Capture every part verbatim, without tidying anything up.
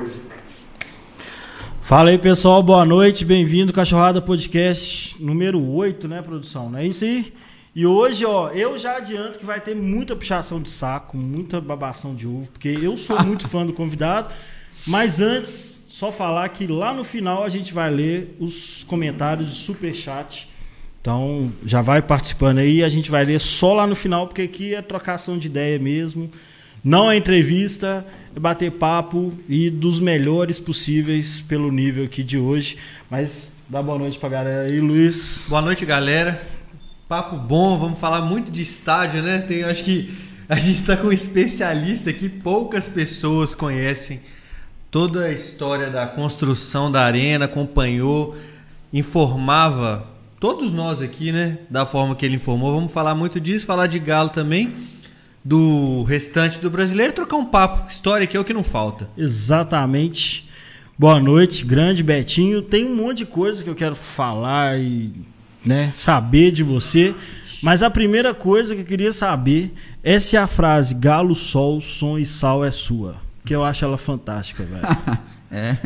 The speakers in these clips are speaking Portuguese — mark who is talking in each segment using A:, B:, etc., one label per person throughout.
A: Fala aí, pessoal, boa noite, bem-vindo, Cachorrada Podcast número oito, né, produção? Não é isso aí? E hoje, ó, eu já adianto que vai ter muita puxação de saco, muita babação de ovo, porque eu sou muito fã do convidado, mas antes, só falar que lá no final a gente vai ler os comentários de superchat, então já vai participando aí, a gente vai ler só lá no final, porque aqui é trocação de ideia mesmo, não é entrevista, é bater papo e dos melhores possíveis pelo nível aqui de hoje. Mas dá boa noite pra galera aí, Luiz.
B: Boa noite, galera. Papo bom, vamos falar muito de estádio, né? Tem, acho que a gente tá com um especialista aqui, poucas pessoas conhecem toda a história da construção da arena, acompanhou, informava todos nós aqui, né? Da forma que ele informou. Vamos falar muito disso, falar de Galo também, do restante do brasileiro, trocar um papo. História que é o que não falta.
A: Exatamente. Boa noite, grande Betinho. Tem um monte de coisa que eu quero falar e, né, saber de você, mas a primeira coisa que eu queria saber é se a frase Galo, Sol, Som e Sal é sua, que eu acho ela fantástica, velho.
C: é.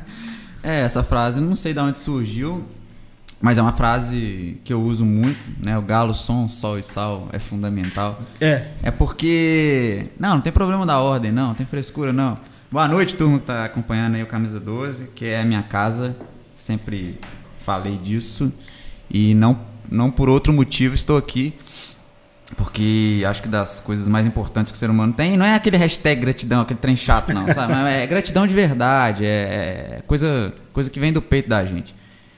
C: é, essa frase não sei de onde surgiu, mas é uma frase que eu uso muito, né? O galo, som, sol e sal é fundamental.
A: É.
C: É porque... Não, não tem problema da ordem, não. Não tem frescura, não. Boa noite, turma que tá acompanhando aí o Camisa doze, que é a minha casa. Sempre falei disso. E não, não por outro motivo estou aqui. Porque acho que das coisas mais importantes que o ser humano tem, não é aquele hashtag gratidão, aquele trem chato, não, sabe? Mas é gratidão de verdade. É, é coisa, coisa que vem do peito da gente.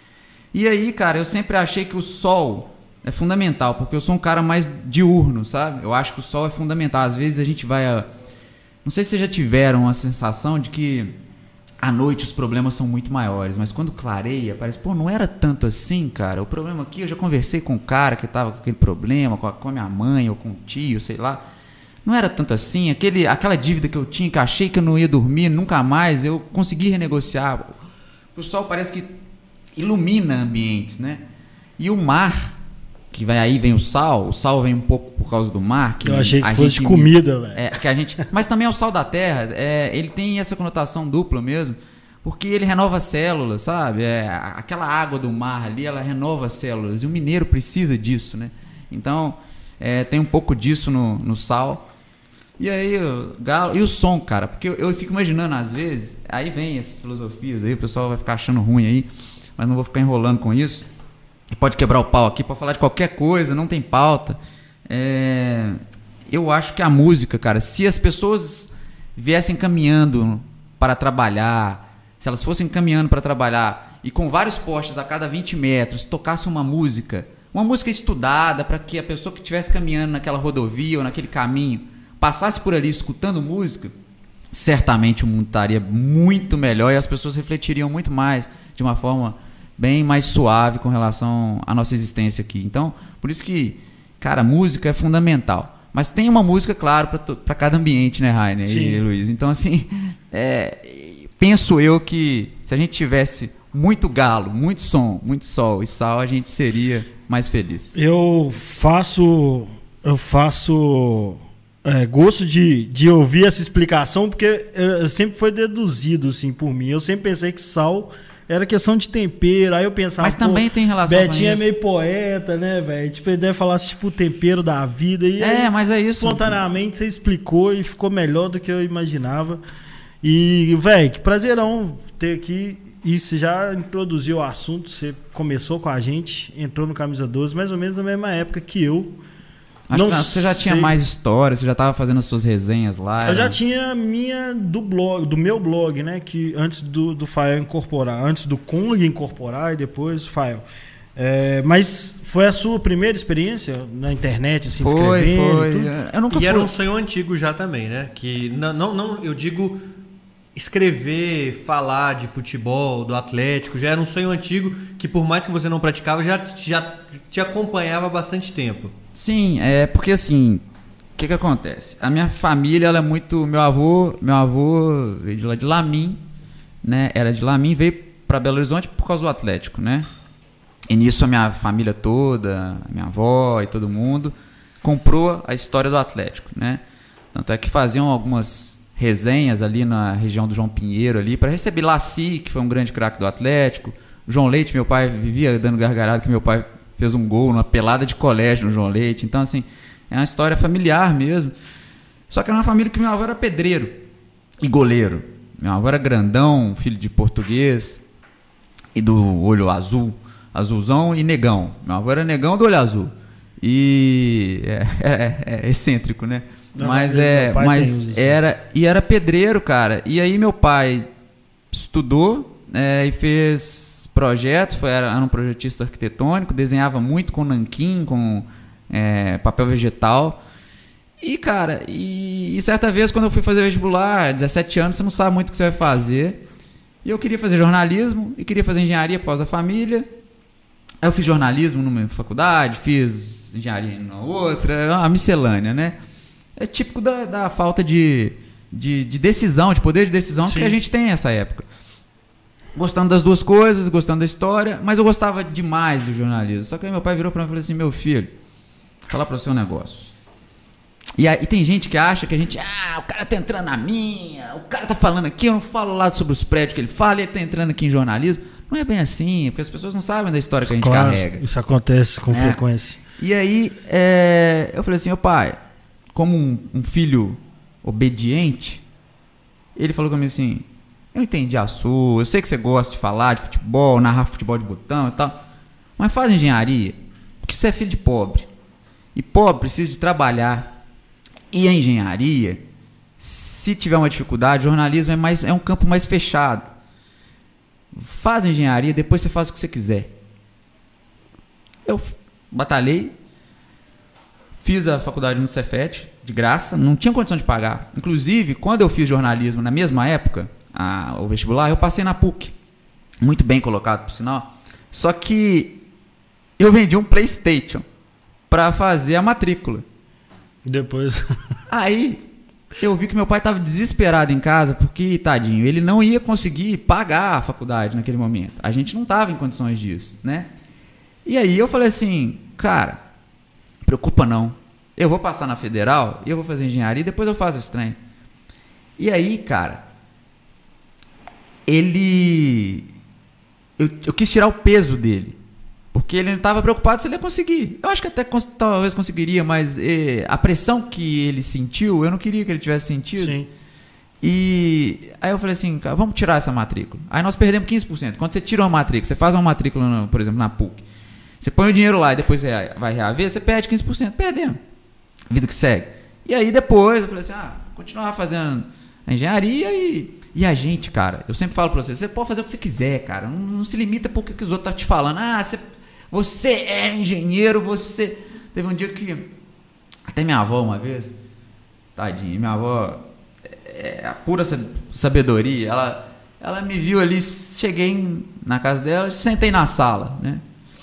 C: E aí, cara, eu sempre achei que o sol é fundamental, porque eu sou um cara mais diurno, sabe? Eu acho que o sol é fundamental. Às vezes a gente vai a... Não sei se vocês já tiveram a sensação de que à noite os problemas são muito maiores, mas quando clareia, parece, pô, não era tanto assim, cara. O problema aqui, eu já conversei com um cara que tava com aquele problema, com a, com a minha mãe ou com o tio, sei lá. Não era tanto assim. Aquele, aquela dívida que eu tinha, que achei que eu não ia dormir nunca mais, eu consegui renegociar. O sol parece que ilumina ambientes, né? E o mar, que vai aí vem o sal, o sal vem um pouco por causa do mar. Que
A: eu achei que
C: a
A: fosse
C: gente,
A: de comida, velho.
C: É, que a gente, mas também é o sal da terra, é, ele tem essa conotação dupla mesmo, porque ele renova células, sabe? É, aquela água do mar ali, ela renova células, e o mineiro precisa disso, né? Então, é, tem um pouco disso no, no sal. E aí, o galo, e o som, cara, porque eu, eu fico imaginando às vezes, aí vem essas filosofias aí, o pessoal vai ficar achando ruim aí, mas não vou ficar enrolando com isso. Pode quebrar o pau aqui, pode falar de qualquer coisa, não tem pauta. É... Eu acho que a música, cara, se as pessoas viessem caminhando para trabalhar, se elas fossem caminhando para trabalhar e com vários postes a cada vinte metros, tocasse uma música, uma música estudada para que a pessoa que estivesse caminhando naquela rodovia ou naquele caminho passasse por ali escutando música, certamente o mundo estaria muito melhor e as pessoas refletiriam muito mais de uma forma bem mais suave com relação à nossa existência aqui. Então, por isso que, cara, música é fundamental. Mas tem uma música, claro, para cada ambiente, né, Rainer e Luiz? Então, assim, é, penso eu que se a gente tivesse muito galo, muito som, muito sol e sal, a gente seria mais feliz.
A: Eu faço... Eu faço... É, gosto de, de ouvir essa explicação, porque é, sempre foi deduzido, assim, por mim. Eu sempre pensei que sal... Era questão de tempero, aí eu pensava...
C: Mas também tem relação
A: Betinho
C: com
A: é
C: isso.
A: meio poeta, né, velho? Tipo, ele deve falar, tipo, o tempero da vida. E
C: é,
A: aí,
C: mas é isso.
A: Espontaneamente você explicou e ficou melhor do que eu imaginava. E, velho, que prazerão ter aqui. E você já introduziu o assunto, você começou com a gente, entrou no Camisa doze, mais ou menos na mesma época que eu.
C: Acho
A: não
C: que não, você já
A: sei.
C: tinha mais história, você já estava fazendo as suas resenhas lá.
A: Eu
C: era...
A: já tinha minha do blog, do meu blog, né? Que antes do, do Fael incorporar, antes do Kung incorporar e depois do Fael. É, mas foi a sua primeira experiência na internet, assim,
C: foi,
A: escrevendo?
C: Foi,
A: tudo?
C: Eu nunca
B: e
C: fui...
B: era um sonho antigo já também, né? Que não, não, não, eu digo escrever, falar de futebol, do Atlético, já era um sonho antigo que por mais que você não praticava, já, já te acompanhava há bastante tempo.
C: Sim, é porque assim, o que que acontece? A minha família, ela é muito... Meu avô, meu avô veio de lá de Lamim, né? Era de Lamim, veio para Belo Horizonte por causa do Atlético, né? E nisso a minha família toda, a minha avó e todo mundo, comprou a história do Atlético, né? Tanto é que faziam algumas resenhas ali na região do João Pinheiro ali, para receber Laci, que foi um grande craque do Atlético, João Leite, meu pai vivia dando gargalhada que meu pai fez um gol numa pelada de colégio no João Leite. Então, assim, é uma história familiar mesmo. Só que era uma família que meu avô era pedreiro e goleiro. Meu avô era grandão, filho de português e do olho azul, azulzão e negão. Meu avô era negão do olho azul. E é, é, é excêntrico, né? Não, mas é, mas era e era pedreiro, cara. E aí meu pai estudou é, e fez projetos, foi, era, era um projetista arquitetônico, desenhava muito com nanquim, com é, papel vegetal. E, cara, e, e certa vez quando eu fui fazer vestibular, dezessete anos, você não sabe muito o que você vai fazer. E eu queria fazer jornalismo e queria fazer engenharia pós da família. Aí eu fiz jornalismo numa faculdade, fiz engenharia na outra, uma miscelânea, né? É típico da, da falta de, de, de decisão, de poder de decisão Sim. que a gente tem nessa época. Gostando das duas coisas, gostando da história, mas eu gostava demais do jornalismo. Só que aí meu pai virou pra mim e falou assim, meu filho, vou falar pra você um negócio. E, aí, e tem gente que acha que a gente, ah, o cara tá entrando na minha, o cara tá falando aqui, eu não falo lá sobre os prédios que ele fala, e ele tá entrando aqui em jornalismo. Não é bem assim, porque as pessoas não sabem da história que a gente claro, carrega.
A: Isso acontece com é. frequência.
C: E aí, é, eu falei assim, ô pai, como um, um filho obediente, ele falou comigo assim, eu entendi a sua, eu sei que você gosta de falar de futebol, narrar futebol de botão e tal, mas faz engenharia, porque você é filho de pobre. E pobre precisa de trabalhar. E a engenharia, se tiver uma dificuldade, o jornalismo é, mais, é um campo mais fechado. Faz engenharia, depois você faz o que você quiser. Eu batalhei, fiz a faculdade no Cefet, de graça, não tinha condição de pagar. Inclusive, quando eu fiz jornalismo na mesma época, a, o vestibular, eu passei na P U C. Muito bem colocado, por sinal. Só que eu vendi um PlayStation para fazer a matrícula.
A: Depois.
C: Aí eu vi que meu pai estava desesperado em casa, porque, tadinho, ele não ia conseguir pagar a faculdade naquele momento. A gente não estava em condições disso, né? E aí eu falei assim, cara, preocupa não. Eu vou passar na federal, eu vou fazer engenharia e depois eu faço esse trem. E aí, cara, ele... Eu, eu quis tirar o peso dele. Porque ele não estava preocupado se ele ia conseguir. Eu acho que até cons- talvez conseguiria, mas eh, a pressão que ele sentiu, eu não queria que ele tivesse sentido.
A: Sim.
C: E aí eu falei assim, cara, vamos tirar essa matrícula. Aí nós perdemos quinze por cento. Quando você tira uma matrícula, você faz uma matrícula, no, por exemplo, na P U C, você põe o dinheiro lá e depois você vai reaver, você perde quinze por cento. Perdemos. Vida que segue. E aí depois eu falei assim, ah, continuar fazendo a engenharia e... E a gente, cara, eu sempre falo pra você, você pode fazer o que você quiser, cara. Não, não se limita porque que os outros estão te falando. Ah, você, você é engenheiro, você... Teve um dia que... Até minha avó uma vez... Tadinha, minha avó... É a pura sabedoria. Ela, ela me viu ali, cheguei na casa dela, sentei na sala, né?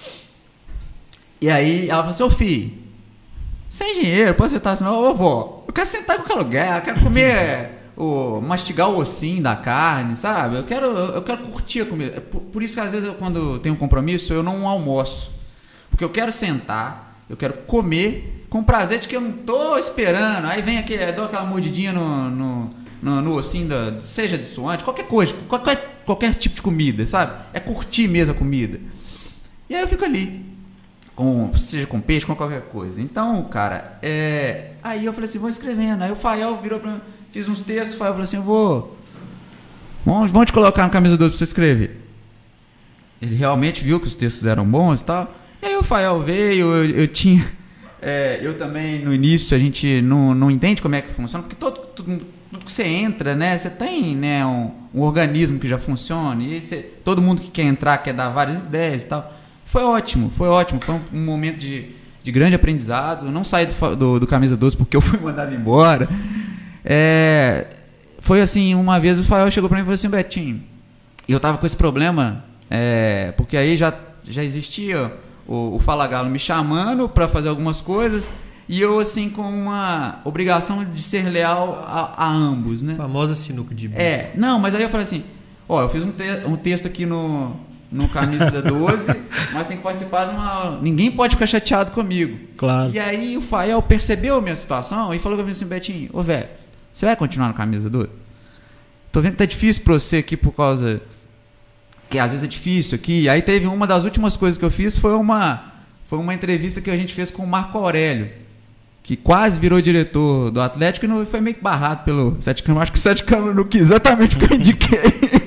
C: E aí ela falou assim, ô filho, você é engenheiro, pode sentar assim, ô vó, eu quero sentar em qualquer lugar, eu quero comer... O, mastigar o ossinho da carne, sabe? Eu quero, eu quero curtir a comida. Por, por isso que às vezes eu, quando tenho um compromisso, eu não almoço. Porque eu quero sentar, eu quero comer com prazer de que eu não tô esperando. Aí vem aquele, dou aquela mordidinha no, no, no, no ossinho, da, seja de suante, qualquer coisa, qualquer, qualquer tipo de comida, sabe? É curtir mesmo a comida. E aí eu fico ali, com, seja com peixe, com qualquer coisa. Então, cara, é, aí eu falei assim, vou escrevendo. Aí o Fael virou pra mim, fiz uns textos, o Fael falou assim, eu vou... Vamos, vamos te colocar no camisa dois pra você escrever. Ele realmente viu que os textos eram bons e tal. E aí o Fael veio, eu, eu tinha... É, eu também, no início, a gente não, não entende como é que funciona, porque todo, tudo, tudo que você entra, né? Você tem, né, um, um organismo que já funciona, e aí você, todo mundo que quer entrar quer dar várias ideias e tal. Foi ótimo, foi ótimo. Foi um, um momento de, de grande aprendizado. Eu não saí do, do, do camisa doze porque eu fui mandado embora. É, foi assim, uma vez o Fael chegou pra mim e falou assim, Betinho, e eu tava com esse problema, é, porque aí já, já existia o, o Fala Galo me chamando pra fazer algumas coisas, e eu assim com uma obrigação de ser leal a, a ambos, né?
B: Famosa sinuca de bico.
C: É, não, mas aí eu falei assim, ó, eu fiz um, te- um texto aqui no, no camisa da doze, mas tem que participar de uma... Ninguém pode ficar chateado comigo.
A: Claro.
C: E aí o Fael percebeu a minha situação e falou pra mim assim, Betinho, ô velho, Você vai continuar no Camisa doze? Tô vendo que tá difícil pra você aqui por causa... Que às vezes é difícil aqui. Aí teve uma das últimas coisas que eu fiz, foi uma, foi uma entrevista que a gente fez com o Marco Aurélio, que quase virou diretor do Atlético e não, foi meio que barrado pelo Sete Câmara. Acho que o Sete Câmara não quis exatamente o que eu indiquei.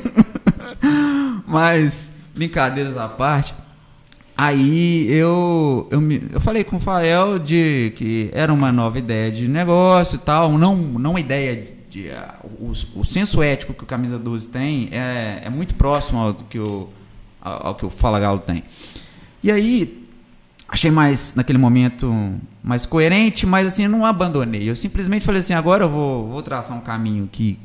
C: Mas, brincadeiras à parte... Aí eu, eu, me, eu falei com o Fael de que era uma nova ideia de negócio e tal, não, não uma ideia de... Uh, o, o senso ético que o Camisa doze tem é, é muito próximo ao que, o, ao que o Fala Galo tem. E aí, achei mais, naquele momento, mais coerente, mas assim, eu não abandonei. Eu simplesmente falei assim, agora eu vou, vou traçar um caminho que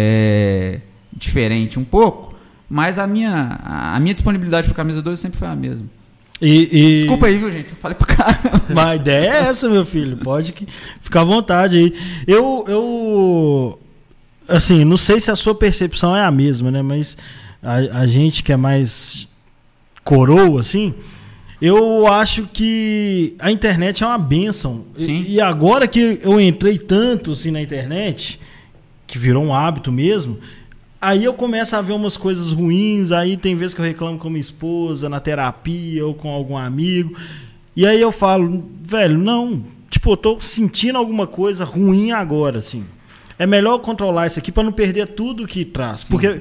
C: é diferente um pouco, mas a minha, a minha disponibilidade para o Camisa doze sempre foi a mesma.
A: E, e...
C: Desculpa aí, viu, gente? Eu falei pra caramba.
A: Mas a ideia é essa, meu filho. Pode que... ficar à vontade aí. Eu, eu, assim, não sei se a sua percepção é a mesma, né? Mas a, a gente que é mais coroa, assim, eu acho que a internet é uma bênção.
C: Sim.
A: E, e agora que eu entrei tanto, assim, na internet, que virou um hábito mesmo... Aí eu começo a ver umas coisas ruins, aí tem vezes que eu reclamo com minha esposa, na terapia ou com algum amigo. E aí eu falo, velho, não, tipo, eu tô sentindo alguma coisa ruim agora, assim. É melhor controlar isso aqui para não perder tudo que traz. Sim. Porque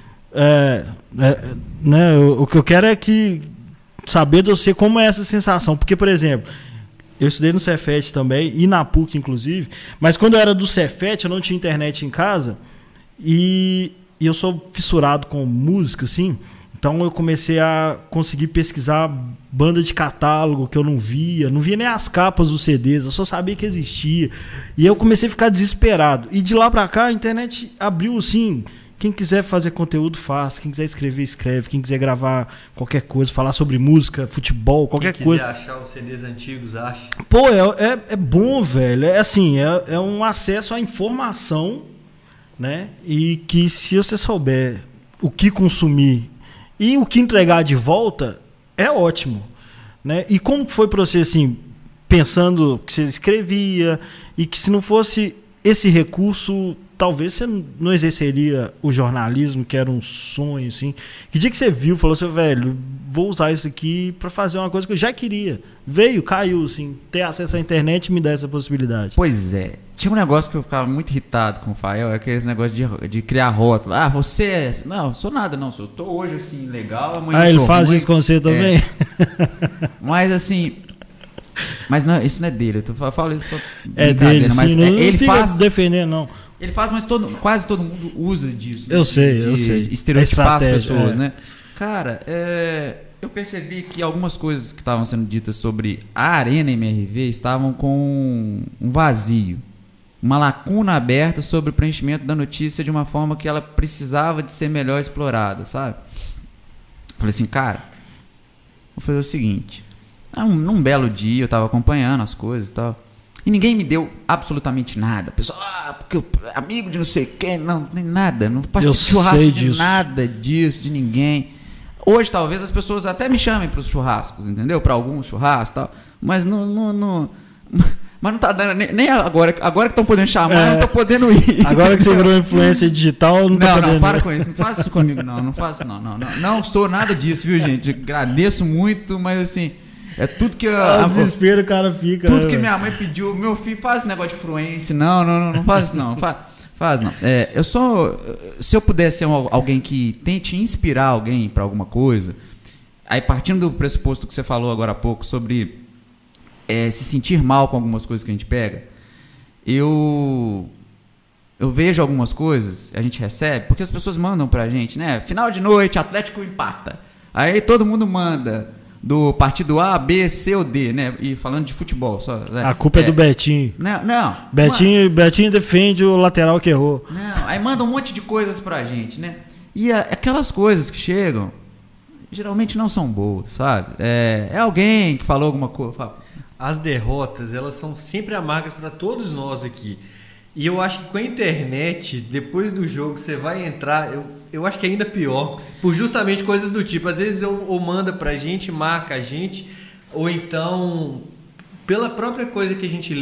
A: é, é, né, o, o que eu quero é que saber de você como é essa sensação. Porque, por exemplo, eu estudei no Cefet também, e na PUC, inclusive, mas quando eu era do Cefet, eu não tinha internet em casa, e... E eu sou fissurado com música, assim. Então eu comecei a conseguir pesquisar banda de catálogo que eu não via. Não via nem as capas dos C Ds. Eu só sabia que existia. E eu comecei a ficar desesperado. E de lá pra cá a internet abriu, assim... Quem quiser fazer conteúdo, faz. Quem quiser escrever, escreve. Quem quiser gravar qualquer coisa, falar sobre música, futebol, qualquer
B: Quem
A: coisa.
B: Quem quiser achar os C Ds antigos, acha.
A: Pô, é, é, é bom, velho. É assim, é, é um acesso à informação... Né? E que se você souber o que consumir e o que entregar de volta, é ótimo, né? E como foi para você, assim, pensando que você escrevia e que se não fosse esse recurso, talvez você não exerceria o jornalismo, que era um sonho, assim. Que dia que você viu, falou assim, velho, vou usar isso aqui para fazer uma coisa que eu já queria. Veio, caiu, assim, ter acesso à internet me dá essa possibilidade.
C: Pois é. Tinha um negócio que eu ficava muito irritado com o Fael, é aquele negócio de, de criar rótulo. Ah, você é... Não, eu sou nada, não. Eu tô hoje, assim, legal, amanhã
A: Ah,
C: eu
A: ele
C: tô
A: faz
C: ruim.
A: isso com você também?
C: É. Mas, assim... Mas não, isso não é dele. Eu falo isso pra
A: é dele,
C: mas
A: sim,
C: é,
A: não
C: ele
A: fica
C: faz
A: defendendo, não.
C: Ele faz, mas todo, quase todo mundo usa disso.
A: Eu
C: de,
A: sei,
C: de,
A: eu sei.
C: De estereotipar as pessoas,
A: é.
C: né? Cara, é, eu percebi que algumas coisas que estavam sendo ditas sobre a Arena M R V estavam com um vazio, uma lacuna aberta sobre o preenchimento da notícia de uma forma que ela precisava de ser melhor explorada, sabe? Falei assim, cara, vou fazer o seguinte. Ah, um, num belo dia eu tava acompanhando as coisas e tal. E ninguém me deu absolutamente nada. Pessoal, ah, porque eu, amigo de não sei quem, não, nem nada. Não participo de churrasco de nada disso, de ninguém. Hoje, talvez, as pessoas até me chamem para os churrascos, entendeu? Para alguns churrascos e tal. Mas não, não, não, mas não tá dando, nem, nem agora. Agora que estão podendo chamar, é, não tô podendo ir.
A: Agora que você virou influência digital, não tá
C: Não,
A: podendo
C: não, para
A: ir.
C: com isso. Não faça isso comigo, não. Não faça, não, não, não. Não sou nada disso, viu, gente? Agradeço muito, mas assim... É tudo que...
A: Ah, o desespero o cara fica.
C: Tudo
A: né,
C: que
A: véio?
C: minha mãe pediu. Meu filho, faz esse negócio de influência. Não, não, não, não faz isso não. Faz, faz não. É, eu só... Se eu pudesse ser um, alguém que tente inspirar alguém para alguma coisa, aí partindo do pressuposto que você falou agora há pouco sobre é, se sentir mal com algumas coisas que a gente pega, eu... Eu vejo algumas coisas, a gente recebe, porque as pessoas mandam pra gente, né? Final de noite, Atlético empata. Aí todo mundo manda... Do partido A, B, C ou D, né? E falando de futebol só. Né?
A: A culpa é, é do Betinho.
C: Não, não.
A: Betinho, uma... Betinho defende o lateral que errou.
C: Não, aí manda um monte de coisas pra gente, né? E a, aquelas coisas que chegam, geralmente não são boas, sabe? É, é alguém que falou alguma coisa. Fala.
B: As derrotas, elas são sempre amargas para todos nós aqui. E eu acho que com a internet, depois do jogo, você vai entrar, eu, eu acho que é ainda pior, por justamente coisas do tipo, às vezes ou, ou manda pra gente, marca a gente, ou então, pela própria coisa que a gente lê,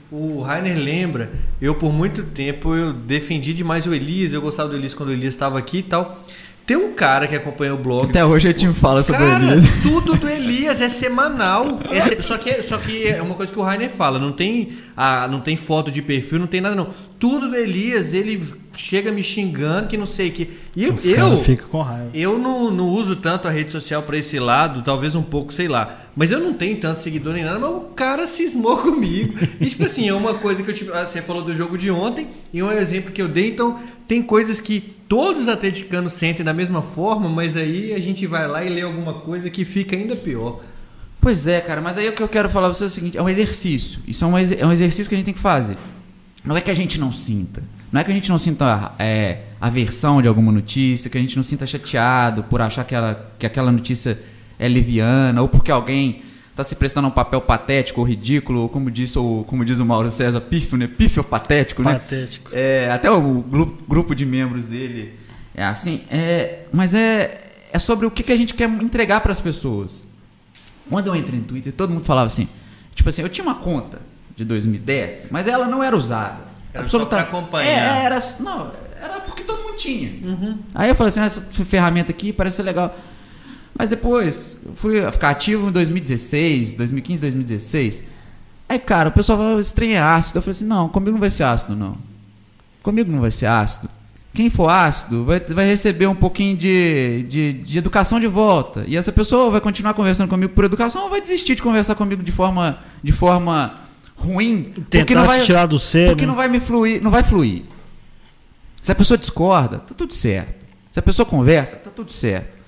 B: o Rainer lembra, eu por muito tempo eu defendi demais o Elias, eu gostava do Elias quando o Elias estava aqui e tal. Tem um cara que acompanha o blog.
C: Até hoje a gente fala sobre
B: cara,
C: o Elias.
B: Tudo do Elias é semanal. É se... só, que, só que é uma coisa que o Rainer fala. Não tem, a, não tem foto de perfil, não tem nada não. Tudo do Elias, ele chega me xingando que não sei o que. E eu, eu,
A: fica com raiva.
B: eu não, não uso tanto a rede social pra esse lado, talvez um pouco, sei lá. Mas eu não tenho tanto seguidor nem nada, mas o cara cismou comigo. E tipo assim, é uma coisa que eu tipo, você falou do jogo de ontem, e um exemplo que eu dei, então tem coisas que todos os atleticanos sentem da mesma forma, mas aí a gente vai lá e lê alguma coisa que fica ainda pior.
C: Pois é, cara, mas aí o que eu quero falar pra você é o seguinte, é um exercício. Isso é um, ex- é um exercício que a gente tem que fazer. Não é que a gente não sinta. Não é que a gente não sinta é, aversão de alguma notícia, que a gente não sinta chateado por achar que, ela, que aquela notícia é leviana, ou porque alguém está se prestando a um papel patético ou ridículo, ou como diz o, como diz o Mauro César, pífio, né? Pífio patético, né?
A: Patético.
C: É, até o grupo, grupo de membros dele é assim. É, mas é, é sobre o que, que a gente quer entregar para as pessoas. Quando eu entrei no Twitter, todo mundo falava assim, tipo assim, eu tinha uma conta de dois mil e dez, mas ela não era usada.
B: Era
C: absoluta...
B: só pra acompanhar.
C: É, era, não, era porque todo mundo tinha.
B: Uhum.
C: Aí eu falei assim, essa ferramenta aqui parece ser legal. Mas depois, eu fui ficar ativo em dois mil e dezesseis, dois mil e quinze, dois mil e dezesseis. Aí, cara, o pessoal falava, esse trem é ácido. Eu falei assim, não, comigo não vai ser ácido, não. Comigo não vai ser ácido. Quem for ácido vai, vai receber um pouquinho de, de, de educação de volta. E essa pessoa vai continuar conversando comigo por educação ou vai desistir de conversar comigo de forma, de forma ruim?
A: Tentar
C: porque não vai,
A: te tirar do sério.
C: Porque não vai me fluir, não vai fluir. Se a pessoa discorda, tá tudo certo. Se a pessoa conversa, tá tudo certo.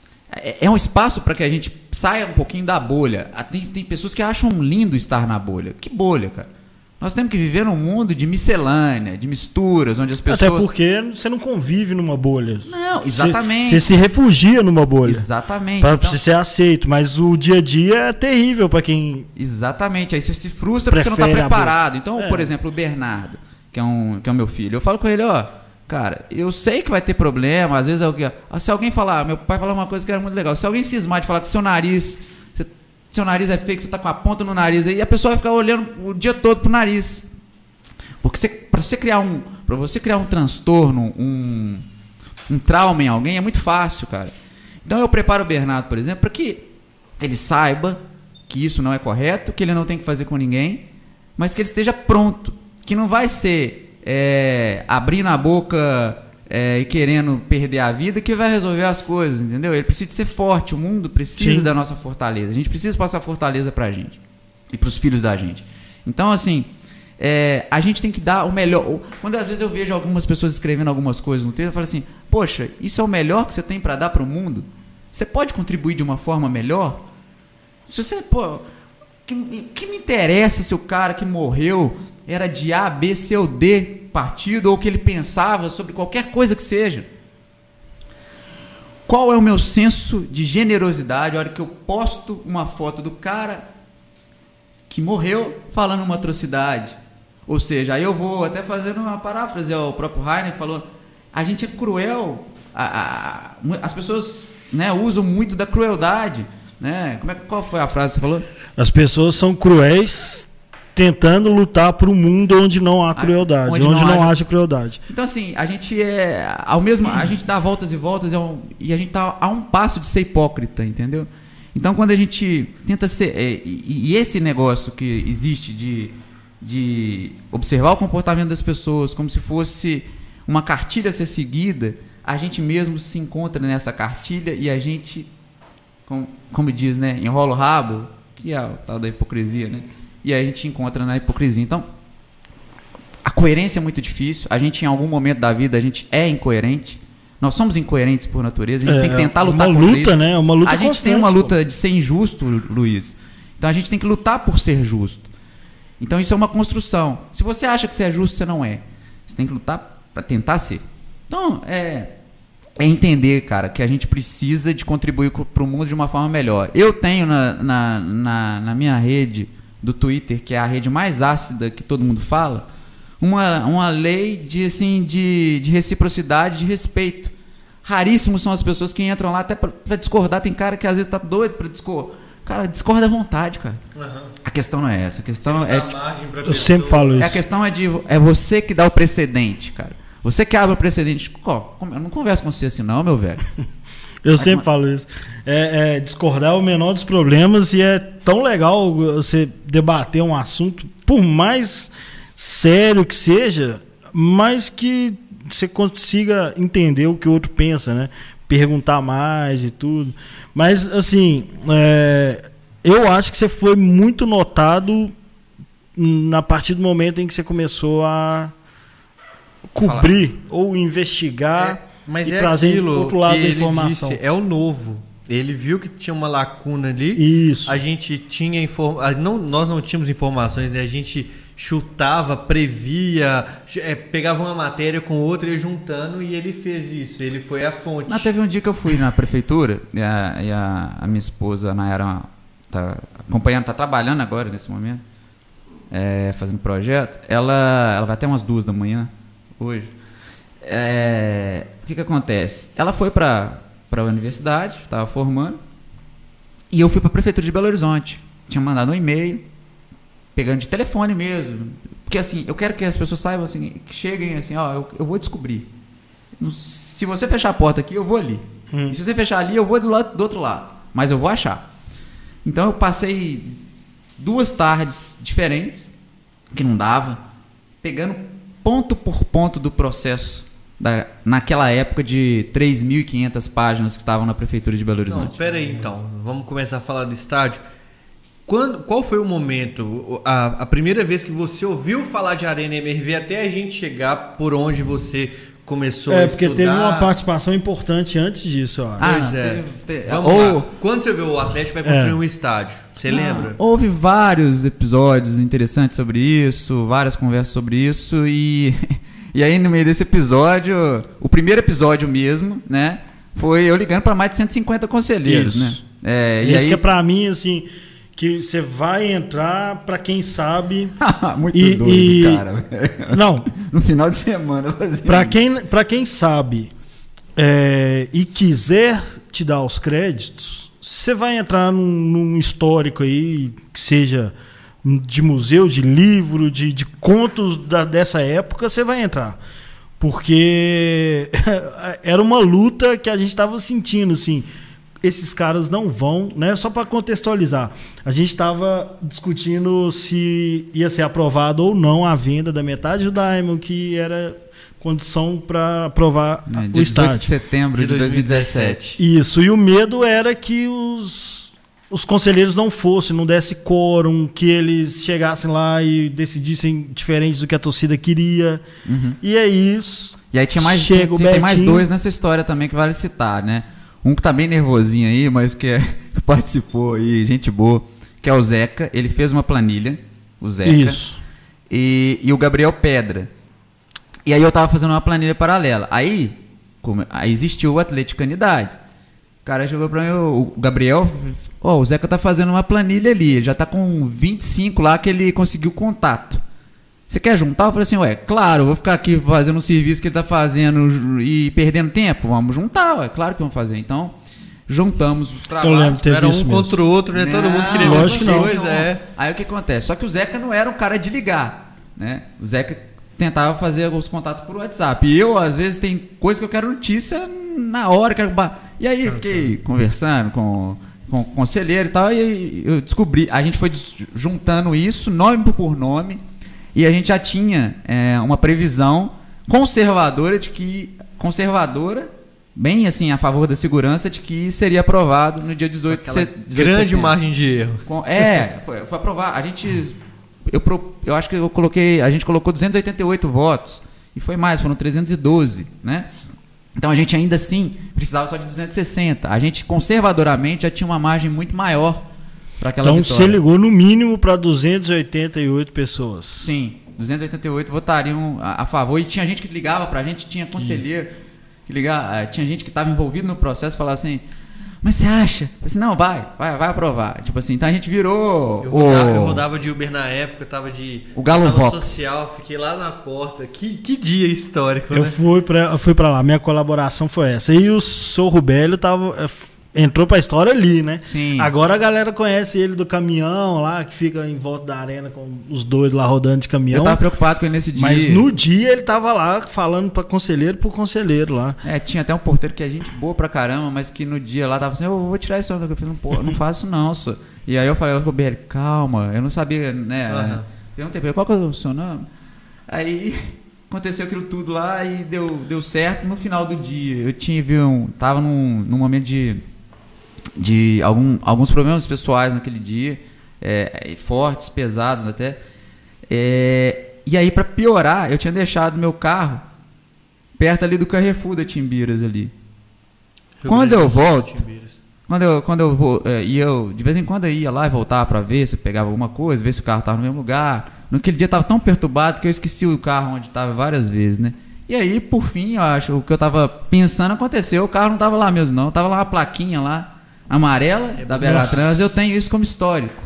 C: É, é um espaço para que a gente saia um pouquinho da bolha. Tem, tem pessoas que acham lindo estar na bolha. Que bolha, cara? Nós temos que viver num mundo de miscelânea, de misturas, onde as pessoas...
A: Até porque você não convive numa bolha.
C: Não, exatamente.
A: Você, você se refugia numa bolha.
C: Exatamente.
A: Para
C: então...
A: você ser aceito. Mas o dia a dia é terrível para quem...
C: Exatamente. Aí você se frustra porque você não está preparado. Então, é. por exemplo, o Bernardo, que é, um, que é o meu filho, eu falo com ele, ó... Cara, eu sei que vai ter problema, às vezes alguém, se alguém falar, meu pai falar uma coisa que era muito legal, se alguém cismar de falar que seu nariz, você, seu nariz é feio, que você tá com a ponta no nariz aí, a pessoa vai ficar olhando o dia todo pro nariz. Porque você, pra você criar um, para você criar um transtorno, um, um trauma em alguém é muito fácil, cara. Então eu preparo o Bernardo, por exemplo, para que ele saiba que isso não é correto, que ele não tem que fazer com ninguém, mas que ele esteja pronto, que não vai ser É, abrindo a boca é, e querendo perder a vida que vai resolver as coisas, entendeu? Ele precisa de ser forte, o mundo precisa Sim. da nossa fortaleza, a gente precisa passar fortaleza pra gente e pros filhos da gente. Então assim, é, a gente tem que dar o melhor. Quando às vezes eu vejo algumas pessoas escrevendo algumas coisas no texto, eu falo assim, poxa, isso é o melhor que você tem pra dar pro mundo? Você pode contribuir de uma forma melhor? Se você, pô, que, que me interessa se o cara que morreu era de A, B, C ou D partido, ou que ele pensava sobre qualquer coisa que seja. Qual é o meu senso de generosidade a hora que eu posto uma foto do cara que morreu falando uma atrocidade? Ou seja, aí eu vou até fazendo uma paráfrase ao próprio Rainer, que falou, a gente é cruel, a, a, as pessoas, né, usam muito da crueldade, né? Como é, qual foi a frase que você falou?
A: As pessoas são cruéis tentando lutar por um mundo onde não há crueldade, onde, onde não, não haja crueldade.
C: Então assim, a gente é ao mesmo, a gente dá voltas e voltas é um, e a gente tá a um passo de ser hipócrita, entendeu? Então quando a gente tenta ser é, e, e esse negócio que existe de, de observar o comportamento das pessoas como se fosse uma cartilha a ser seguida, a gente mesmo se encontra nessa cartilha e a gente, como, como diz, né, enrola o rabo, que é o tal da hipocrisia, né? E aí a gente encontra na hipocrisia. Então, a coerência é muito difícil. A gente, em algum momento da vida, a gente é incoerente. Nós somos incoerentes por natureza. A gente é, tem que tentar lutar
A: contra isso. É uma luta, né? Uma luta
C: A gente
A: constante,
C: tem uma luta
A: pô.
C: de ser injusto, Luiz. Então, a gente tem que lutar por ser justo. Então, isso é uma construção. Se você acha que você é justo, você não é. Você tem que lutar para tentar ser. Então, é, é entender, cara, que a gente precisa de contribuir para o mundo de uma forma melhor. Eu tenho na, na, na, na minha rede do Twitter, que é a rede mais ácida que todo mundo fala, uma, uma lei de, assim, de, de reciprocidade, de respeito. Raríssimos são as pessoas que entram lá até para discordar. Tem cara que às vezes está doido para discordar. Cara, discorda à vontade, cara.
B: Uhum.
C: A questão não é essa. A questão é.
A: Eu sempre falo isso.
C: A questão é de. É você que dá o precedente, cara. Você que abre o precedente. Eu não converso com você assim, não, meu velho.
A: Eu Mas, sempre falo isso. É, é discordar é o menor dos problemas e é tão legal você debater um assunto, por mais sério que seja, mas que você consiga entender o que o outro pensa, né? Perguntar mais e tudo. Mas, assim, é, eu acho que você foi muito notado na partir do momento em que você começou a cobrir Falar. ou investigar
B: é, mas
A: e
B: é
A: trazer outro lado da informação.
B: Disse, é o novo. Ele viu que tinha uma lacuna ali.
A: Isso.
B: A gente tinha informações. Não, nós não tínhamos informações, né? A gente chutava, previa, é, pegava uma matéria com outra e juntando, e ele fez isso. Ele foi a fonte.
C: Mas teve um dia que eu fui na prefeitura e a, e a, a minha esposa, a Nayara, tá acompanhando, tá trabalhando agora nesse momento, é, fazendo projeto. Ela, ela vai até umas duas da manhã hoje. É, o que que acontece? Ela foi para para a universidade, estava formando, e eu fui para a prefeitura de Belo Horizonte. Tinha mandado um e-mail, pegando de telefone mesmo, porque assim, eu quero que as pessoas saibam assim, que cheguem assim, ó, eu, eu vou descobrir. Se você fechar a porta aqui, eu vou ali. Hum. E se você fechar ali, eu vou do, lado, do outro lado, mas eu vou achar. Então eu passei duas tardes diferentes, que não dava, pegando ponto por ponto do processo Da, naquela época de três mil e quinhentas páginas que estavam na prefeitura de Belo Horizonte.
B: Não, pera aí então, vamos começar a falar do estádio. Quando, qual foi o momento, a, a primeira vez que você ouviu falar de Arena M R V até a gente chegar por onde você começou
A: é,
B: a estudar?
A: É, porque teve uma participação importante antes disso, ó.
B: Ah, pois é. Teve, teve, vamos ou, lá. Quando você viu o Atlético vai construir é. um estádio, você não, lembra?
C: Houve vários episódios interessantes sobre isso, várias conversas sobre isso e... E aí, no meio desse episódio, o primeiro episódio mesmo, né, foi eu ligando para mais de cento e cinquenta conselheiros,
A: Isso.
C: né? É,
A: Isso
C: e aí...
A: que é para mim, assim, que você vai entrar para quem sabe...
C: Muito
A: e,
C: doido,
A: e...
C: cara.
A: Não.
C: No final de semana.
A: Para quem, para quem sabe é, e quiser te dar os créditos, você vai entrar num, num histórico aí que seja... de museu, de livro, de, de contos da, dessa época, você vai entrar. Porque era uma luta que a gente estava sentindo, assim, esses caras não vão, né? Só para contextualizar, a gente estava discutindo se ia ser aprovado ou não a venda da metade do Diamond, que era condição para aprovar
C: é,
A: o estádio.
C: dezoito de setembro de dois mil e dezessete.
A: Isso, e o medo era que os os conselheiros não fossem, não desse quórum, que eles chegassem lá e decidissem diferente do que a torcida queria.
C: Uhum.
A: E é isso.
C: E aí tinha mais, tinha, tinha, tem mais dois nessa história também que vale citar, né? Um que tá bem nervosinho aí, mas que, é, que participou aí, gente boa, que é o Zeca. Ele fez uma planilha, o Zeca.
A: Isso.
C: E, e o Gabriel Pedra. E aí eu tava fazendo uma planilha paralela. Aí, como, aí existiu o Atleticanidade. O cara chegou pra mim, o Gabriel, ó, oh, o Zeca tá fazendo uma planilha ali, ele já tá com vinte e cinco lá que ele conseguiu contato. Você quer juntar? Eu falei assim, ué, claro, eu vou ficar aqui fazendo um serviço que ele tá fazendo e perdendo tempo, vamos juntar, ué, claro que vamos fazer. Então, juntamos os trabalhos.
B: Era um contra o outro, né? Não, todo mundo queria ver
A: que não.
B: Coisa, é.
C: Aí o que acontece? Só que o Zeca não era um cara de ligar, né? O Zeca tentava fazer os contatos por WhatsApp. E eu, às vezes, tem coisa que eu quero notícia na hora, quero... E aí eu fiquei conversando com, com o conselheiro e tal, e eu descobri, a gente foi juntando isso, nome por nome, e a gente já tinha é, uma previsão conservadora de que, conservadora, bem assim, a favor da segurança, de que seria aprovado no dia dezoito de setembro.
B: Grande margem de erro.
C: Com, é, foi, foi aprovado. A gente, eu, eu acho que eu coloquei, a gente colocou duzentos e oitenta e oito votos, e foi mais, foram trezentos e doze, né? Então a gente ainda assim precisava só de duzentos e sessenta. A gente conservadoramente já tinha uma margem muito maior para aquela
A: então,
C: vitória.
A: Então você ligou no mínimo para duzentas e oitenta e oito pessoas.
C: Sim, duzentos e oitenta e oito votariam a, a favor. E tinha gente que ligava para a gente, tinha conselheiro Isso. que ligava, tinha gente que estava envolvido no processo e falava assim, mas você acha? Eu falei assim, não, vai, vai, vai aprovar. Tipo assim, então a gente virou...
B: Eu rodava, o... eu rodava de Uber na época, eu tava de...
C: O Galo
B: tava
C: Vox.
B: social, fiquei lá na porta. Que, que dia histórico,
A: eu
B: né?
A: Fui pra, eu fui pra lá, minha colaboração foi essa. E o senhor Rubélio tava... entrou pra história ali, né?
C: Sim.
A: Agora a galera conhece ele do caminhão lá, que fica em volta da arena com os dois lá rodando de caminhão.
C: Eu tava preocupado com ele nesse dia.
A: Mas no dia ele tava lá falando pra conselheiro por conselheiro lá.
C: É, tinha até um porteiro que é gente boa pra caramba, mas que no dia lá tava assim, eu vou tirar isso. Eu falei, não, pô, não faço não, só. E aí eu falei, Roberto, calma, eu não sabia, né? Uhum. Perguntei pra ele, qual que é o seu nome? Aí aconteceu aquilo tudo lá e deu, deu certo. No final do dia, eu tive um. Tava num, num momento de. de algum, alguns problemas pessoais naquele dia, é, fortes, pesados até. É, e aí, pra piorar, eu tinha deixado meu carro perto ali do Carrefour da Timbiras ali. Rio quando eu volto, quando eu, quando eu vou, é, e eu de vez em quando eu ia lá e voltava pra ver se eu pegava alguma coisa, ver se o carro tava no mesmo lugar. Naquele dia eu tava tão perturbado que eu esqueci o carro onde tava várias vezes, né? E aí, por fim, eu acho, o que eu tava pensando aconteceu, o carro não tava lá mesmo não, tava lá uma plaquinha lá, amarela, é, da B H Trans, eu tenho isso como histórico.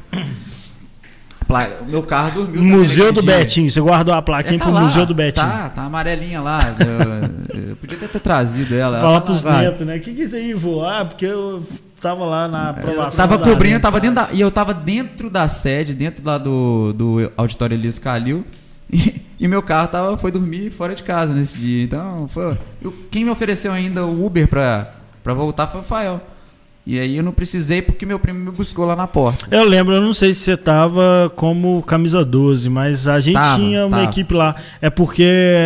C: O meu carro dormiu.
A: Museu do dia. Betinho, você guardou a plaquinha é, tá pro lá, Museu do Betinho.
C: Tá, tá amarelinha lá. eu, eu podia até ter trazido ela.
A: Falar pros netos, né? O que que é isso aí, vô? Ah, porque eu tava lá na aprovação.
C: Tava cobrindo, eu tava dentro da, e eu tava dentro da sede, dentro lá do, do Auditório Elias Calil. E, e meu carro tava, foi dormir fora de casa nesse dia. Então, foi, eu, quem me ofereceu ainda o Uber pra, pra voltar foi o Fael. E aí eu não precisei porque meu primo me buscou lá na porta.
A: Eu lembro, eu não sei se você tava como camisa doze, mas a gente tava, tinha uma tava. equipe lá. É porque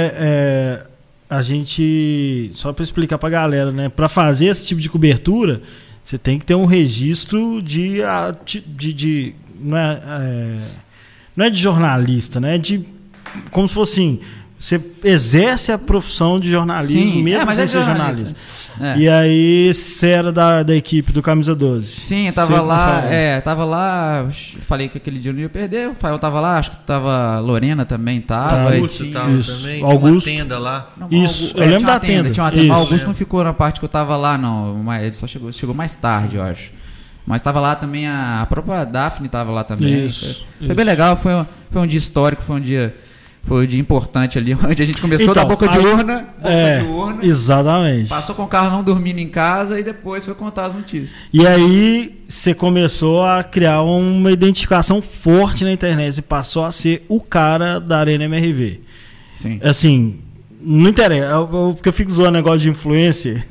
A: é, a gente, só para explicar pra galera, né? Para fazer esse tipo de cobertura, você tem que ter um registro de... de, de não, é, é, não é de jornalista, né? É de, como se fosse assim... Você exerce a profissão de jornalismo, sim, mesmo é, sem é ser jornalista. É. E aí você era da, da equipe do Camisa doze.
C: Sim, eu tava lá, é, tava lá, falei que aquele dia eu não ia perder, o Fael tava lá, acho que tava Lorena também tava.
B: Augusto tinha, tava isso, também,
A: Augusto.
B: Tinha uma tenda lá.
A: Não, isso, Augusto, eu lembro da tenda.
C: Tinha uma tenda. Isso. Augusto não ficou na parte que eu tava lá, não, mas ele só chegou, chegou mais tarde, eu acho. Mas tava lá também, a, a própria Daphne tava lá também.
A: Isso,
C: foi
A: isso.
C: foi bem legal, foi, foi um dia histórico, foi um dia... Foi um dia importante ali, onde a gente começou então, da boca de urna, boca
A: é,
C: de urna.
A: Exatamente.
C: Passou com o carro não dormindo em casa e depois foi contar as notícias.
A: E aí você começou a criar uma identificação forte na internet e passou a ser o cara da Arena M R V.
C: Sim.
A: Assim, não interessa, porque eu fico zoando negócio de influencer.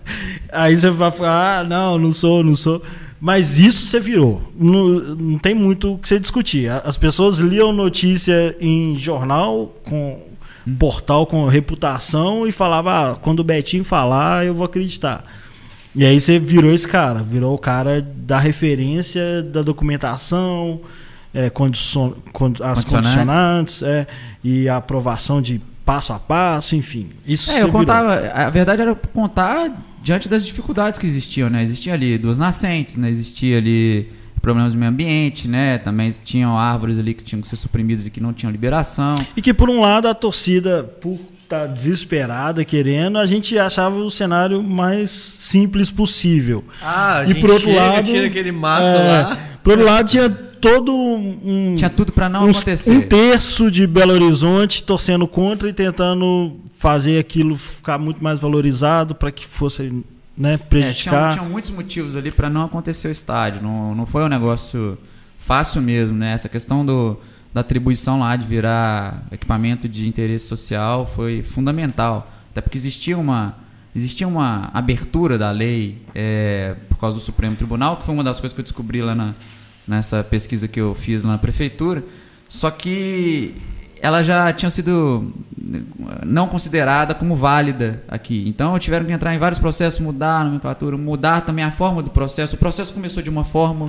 A: Aí você vai falar, ah, não, não sou, não sou. Mas isso você virou. Não, não tem muito o que você discutir. As pessoas liam notícia em jornal, com um portal com reputação, e falavam, ah, quando o Betinho falar, eu vou acreditar. E aí você virou esse cara. Virou o cara da referência, da documentação, é, condicion, as condicionantes, é, e a aprovação de passo a passo, enfim. Isso
C: é, eu contava. A verdade era contar diante das dificuldades que existiam, né? Existiam ali duas nascentes, né? Existia ali problemas do meio ambiente, né? Também tinham árvores ali que tinham que ser suprimidas e que não tinham liberação.
A: E que, por um lado, a torcida, por estar desesperada, querendo, a gente achava o cenário mais simples possível.
B: Ah, a
A: e
B: gente
A: por outro
B: chega,
A: lado,
B: tira aquele mato
A: é,
B: lá.
A: Por outro lado, tinha todo um...
C: Tinha tudo para não
A: uns,
C: acontecer.
A: Um terço de Belo Horizonte torcendo contra e tentando fazer aquilo ficar muito mais valorizado para que fosse, né, prejudicar.
C: É, tinha, tinha muitos motivos ali para não acontecer o estádio. Não, não foi um negócio fácil mesmo, né? Essa questão do, da atribuição lá de virar equipamento de interesse social foi fundamental. Até porque existia uma, existia uma abertura da lei é, por causa do Supremo Tribunal, que foi uma das coisas que eu descobri lá na, nessa pesquisa que eu fiz lá na prefeitura. Só que ela já tinha sido não considerada como válida aqui. Então tiveram que entrar em vários processos, mudar a nomenclatura, mudar também a forma do processo. O processo começou de uma forma,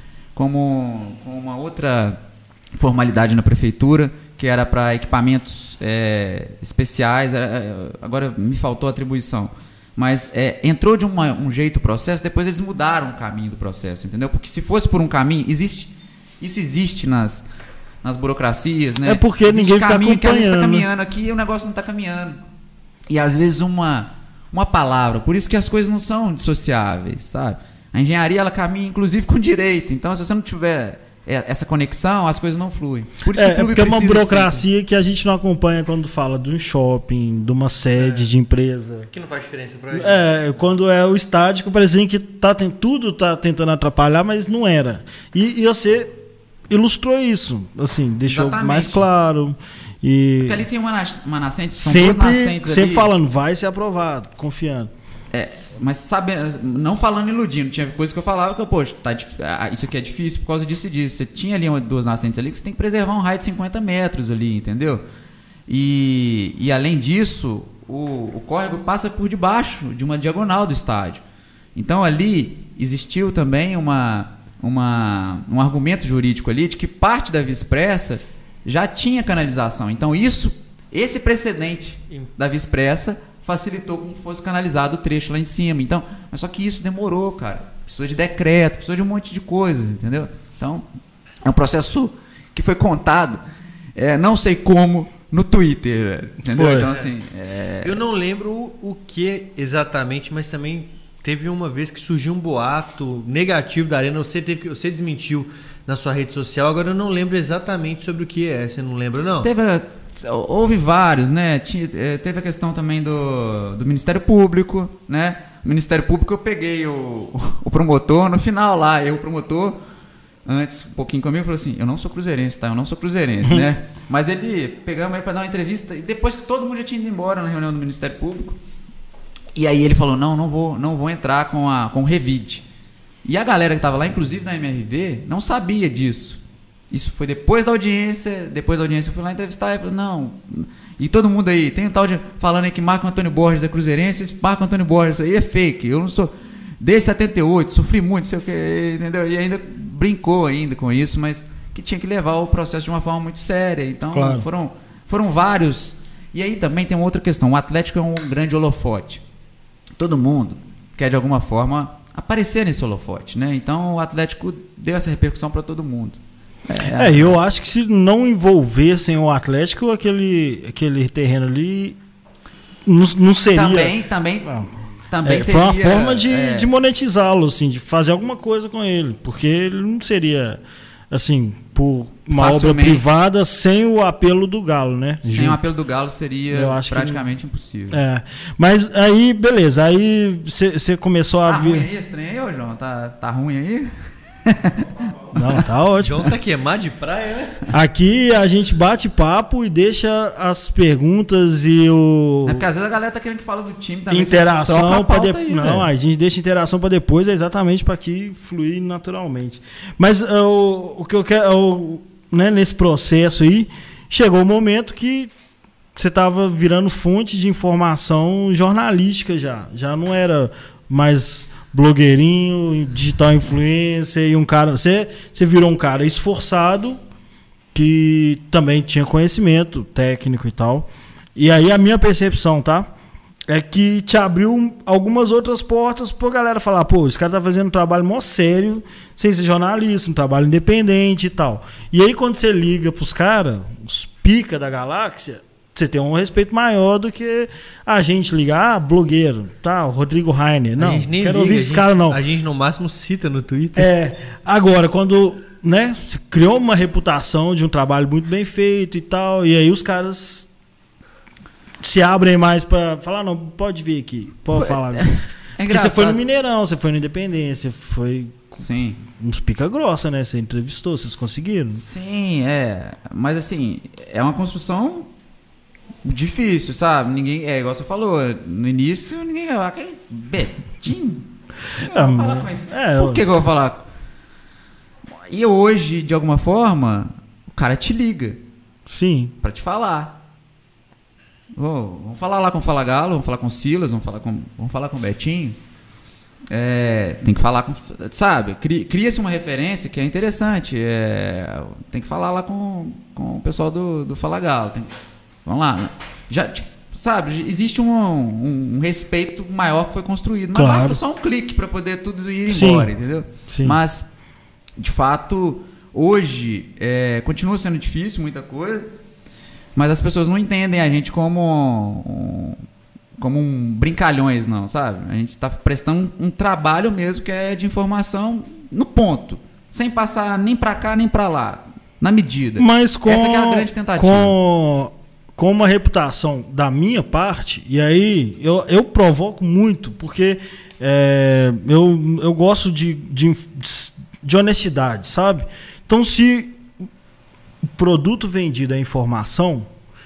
C: como com uma outra formalidade na prefeitura, que era para equipamentos é, especiais. Agora me faltou a atribuição. Mas é, entrou de uma, um jeito o processo, depois eles mudaram o caminho do processo, entendeu? Porque se fosse por um caminho, existe, isso existe nas... nas burocracias, né?
A: É porque existe ninguém
C: caminho
A: fica acompanhando.
C: Que às vezes está caminhando aqui e o negócio não está caminhando. E às vezes uma, uma palavra. Por isso que as coisas não são dissociáveis, sabe? A engenharia, ela caminha inclusive com direito. Então, se você não tiver essa conexão, as coisas não fluem. Por isso
A: É,
C: que o clube
A: é porque é uma
C: precisa
A: burocracia
C: sempre.
A: que a gente não acompanha quando fala de um shopping, de uma sede
B: É.
A: de empresa.
B: Que não faz diferença pra gente.
A: É, quando é o estádio, que parecia que tá, tem, tudo tá tentando atrapalhar, mas não era. E, e você ilustrou isso, assim, deixou
C: Exatamente.
A: mais claro. E
C: Porque ali tem uma, nas- uma nascente, são duas
A: sempre,
C: nascentes
A: sempre
C: ali.
A: falando, vai ser aprovado, confiando.
C: É, mas sabe, não falando iludindo, tinha coisas que eu falava que, eu, poxa, tá, dif- ah, isso aqui é difícil por causa disso e disso. Você tinha ali uma, duas nascentes ali que você tem que preservar um raio de cinquenta metros ali, entendeu? E, e além disso, o, o córrego passa por debaixo de uma diagonal do estádio. Então ali existiu também uma, uma, um argumento jurídico ali de que parte da Via Expressa já tinha canalização. Então isso, esse precedente da Via Expressa facilitou com que fosse canalizado o trecho lá em cima. Então, mas só que isso demorou, cara. Precisou de decreto, precisou de um monte de coisas, entendeu? Então, é um processo que foi contado, é, não sei como, no Twitter, entendeu?
A: Foi.
C: Então, assim... É...
B: Eu não lembro o, o que exatamente, mas também teve uma vez que surgiu um boato negativo da Arena. Você, teve, que- você desmentiu na sua rede social. Agora eu não lembro exatamente sobre o que é. Você não lembra, não?
C: Teve, houve vários, né? Tinha- eh, Teve a questão também do, do Ministério Público, né? O Ministério Público, eu peguei o, o promotor no final lá, eu, o promotor, antes, um pouquinho comigo, falou assim: eu não sou cruzeirense, tá? Eu não sou cruzeirense, né? Mas ele, pegamos aí pra dar uma entrevista, e depois que todo mundo já tinha ido embora na reunião do Ministério Público, e aí ele falou: não, não vou, não vou entrar com, a, com o Revide. E a galera que estava lá, inclusive na M R V, não sabia disso. Isso foi depois da audiência. Depois da audiência eu fui lá entrevistar e falei: não. E todo mundo aí, tem um tal de falando aí que Marco Antônio Borges é cruzeirense. Esse Marco Antônio Borges aí é fake. Eu não sou. Desde setenta e oito, sofri muito, não sei o que, entendeu? E ainda brincou ainda com isso, mas que tinha que levar o processo de uma forma muito séria. Então
A: Claro.
C: foram, foram vários. E aí também tem uma outra questão: o Atlético é um grande holofote. Todo mundo quer de alguma forma aparecer nesse holofote, né? Então o Atlético deu essa repercussão para todo mundo.
A: É, eu acho que se não envolvessem o Atlético, aquele, aquele terreno ali não, não seria.
C: Também, também,
A: Ah,
C: também
A: é, foi uma
C: teria,
A: forma de,
C: é,
A: de monetizá-lo, assim, de fazer alguma coisa com ele, porque ele não seria, assim, por uma
C: Facilmente.
A: obra privada sem o apelo do Galo, né?
C: sem
A: Gil?
C: o apelo do Galo seria
A: Eu acho que
C: praticamente impossível.
A: É, mas aí, beleza, aí você começou a
C: Tá ruim
A: ver.
C: aí esse trem aí, ô João? Tá, tá ruim aí?
A: Não, tá
B: O
A: ótimo.
B: João tá queimado de praia, né?
A: Aqui a gente bate papo e deixa as perguntas e o.
C: É porque às vezes a galera tá querendo que fala do time também.
A: Interação
C: Troca a
A: para
C: pauta
A: depois.
C: aí,
A: Não,
C: velho.
A: a gente deixa interação para depois, é exatamente para que fluir naturalmente. Mas uh, o, o que eu quero, uh, né, nesse processo aí, chegou o momento que você estava virando fonte de informação jornalística já. Já não era mais blogueirinho, digital influencer e um cara. Você, você virou um cara esforçado que também tinha conhecimento técnico e tal. E aí a minha percepção, tá? É que te abriu algumas outras portas pra galera falar: pô, esse cara tá fazendo um trabalho mó sério, sem ser jornalista, um trabalho independente e tal. E aí quando você liga pros caras, os pica da galáxia, você tem um respeito maior do que a gente ligar, ah, blogueiro, tá? O Rodrigo Rainer. Não,
B: a gente nem
A: quero
B: liga,
A: ouvir
B: a
A: esse
B: gente-
A: cara, não.
B: A gente no máximo cita no Twitter.
A: É, agora, quando, né, você criou uma reputação de um trabalho muito bem feito e tal, e aí os caras se abrem mais pra falar: não, pode vir aqui, pode falar.
C: É
A: Porque você foi no
C: engraçado.
A: Mineirão, você foi no Independência, foi
C: Sim.
A: uns pica grossa, né? Você entrevistou, vocês conseguiram?
C: Sim, é. Mas assim, é uma construção difícil, sabe? Ninguém. É igual você falou, no início ninguém vai falar: "Quem? Betinho? Eu
A: Ah,
C: vou falar
A: mas-
C: com esse-
A: é,
C: Por que, que eu vou falar? E hoje, de alguma forma, o cara te liga
A: Sim.
C: pra te falar. Ô, vamos falar lá com o Fala Galo, vamos falar com o Silas, vamos falar com, vamos falar com o Betinho. É, tem que falar com. Sabe? cri- Cria-se uma referência que é interessante. É, tem que falar lá com, com o pessoal do, do Fala Galo. Tem- vamos lá. Já, tipo, sabe? Existe um, um, um respeito maior que foi construído. Não
A: Claro.
C: basta só um clique para poder tudo ir
A: Sim.
C: embora, entendeu?
A: Sim.
C: Mas, de fato, hoje é, continua sendo difícil muita coisa, mas as pessoas não entendem a gente como um, como um brincalhões, não, sabe? A gente está prestando um, um trabalho mesmo que é de informação no ponto. sem passar nem para cá nem para lá, na medida.
A: Mas com,
C: essa que é a grande tentativa.
A: Com, com uma reputação da minha parte, e aí eu, eu provoco muito, porque é, eu, eu gosto de, de, de honestidade, sabe? Então, se o produto vendido é informação,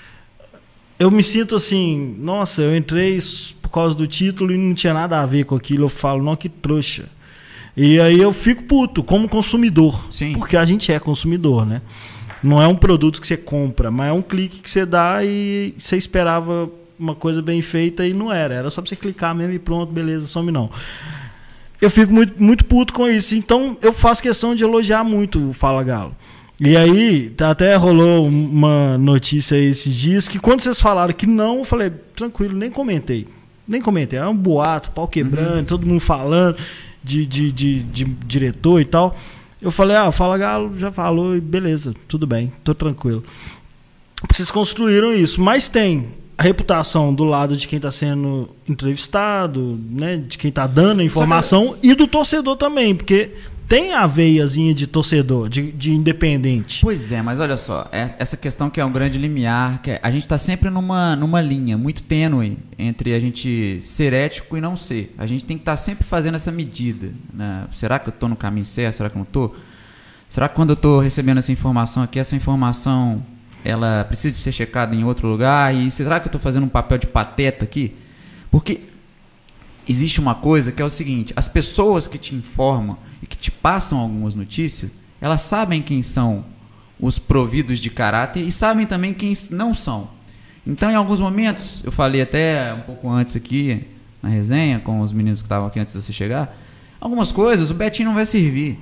A: eu me sinto assim, nossa, eu entrei por causa do título e não tinha nada a ver com aquilo. Eu falo, não, que trouxa. E aí eu fico puto, como consumidor.
C: Sim.
A: Porque a gente é consumidor, né? Não é um produto que você compra, mas é um clique que você dá e você esperava uma coisa bem feita e não era. Era só pra você clicar mesmo e pronto, beleza, some não. Eu fico muito, muito puto com isso. Então eu faço questão de elogiar muito o Fala Galo. E aí, até rolou uma notícia aí esses dias que quando vocês falaram que não, eu falei, tranquilo, nem comentei. Nem comentei. É um boato, pau quebrando, uhum. todo mundo falando de, de, de, de diretor e tal. Eu falei, ah, Fala Galo já falou e beleza, tudo bem, tô tranquilo. Vocês construíram isso, mas tem a reputação do lado de quem está sendo entrevistado, né, de quem está dando a informação que... e do torcedor também, porque tem a veiazinha de torcedor, de, de independente.
C: Pois é, mas olha só, é, essa questão que é um grande limiar, que é, a gente está sempre numa, numa linha muito tênue entre a gente ser ético e não ser. A gente tem que estar tá sempre fazendo essa medida, né? Será que eu estou no caminho certo? Será que eu não estou? Será que quando eu estou recebendo essa informação aqui, essa informação ela precisa de ser checada em outro lugar? E será que eu estou fazendo um papel de pateta aqui? Porque existe uma coisa que é o seguinte, as pessoas que te informam e que te passam algumas notícias, elas sabem quem são os providos de caráter e sabem também quem não são. Então, em alguns momentos, eu falei até um pouco antes aqui, na resenha, com os meninos que estavam aqui antes de você chegar, algumas coisas o Betinho não vai servir.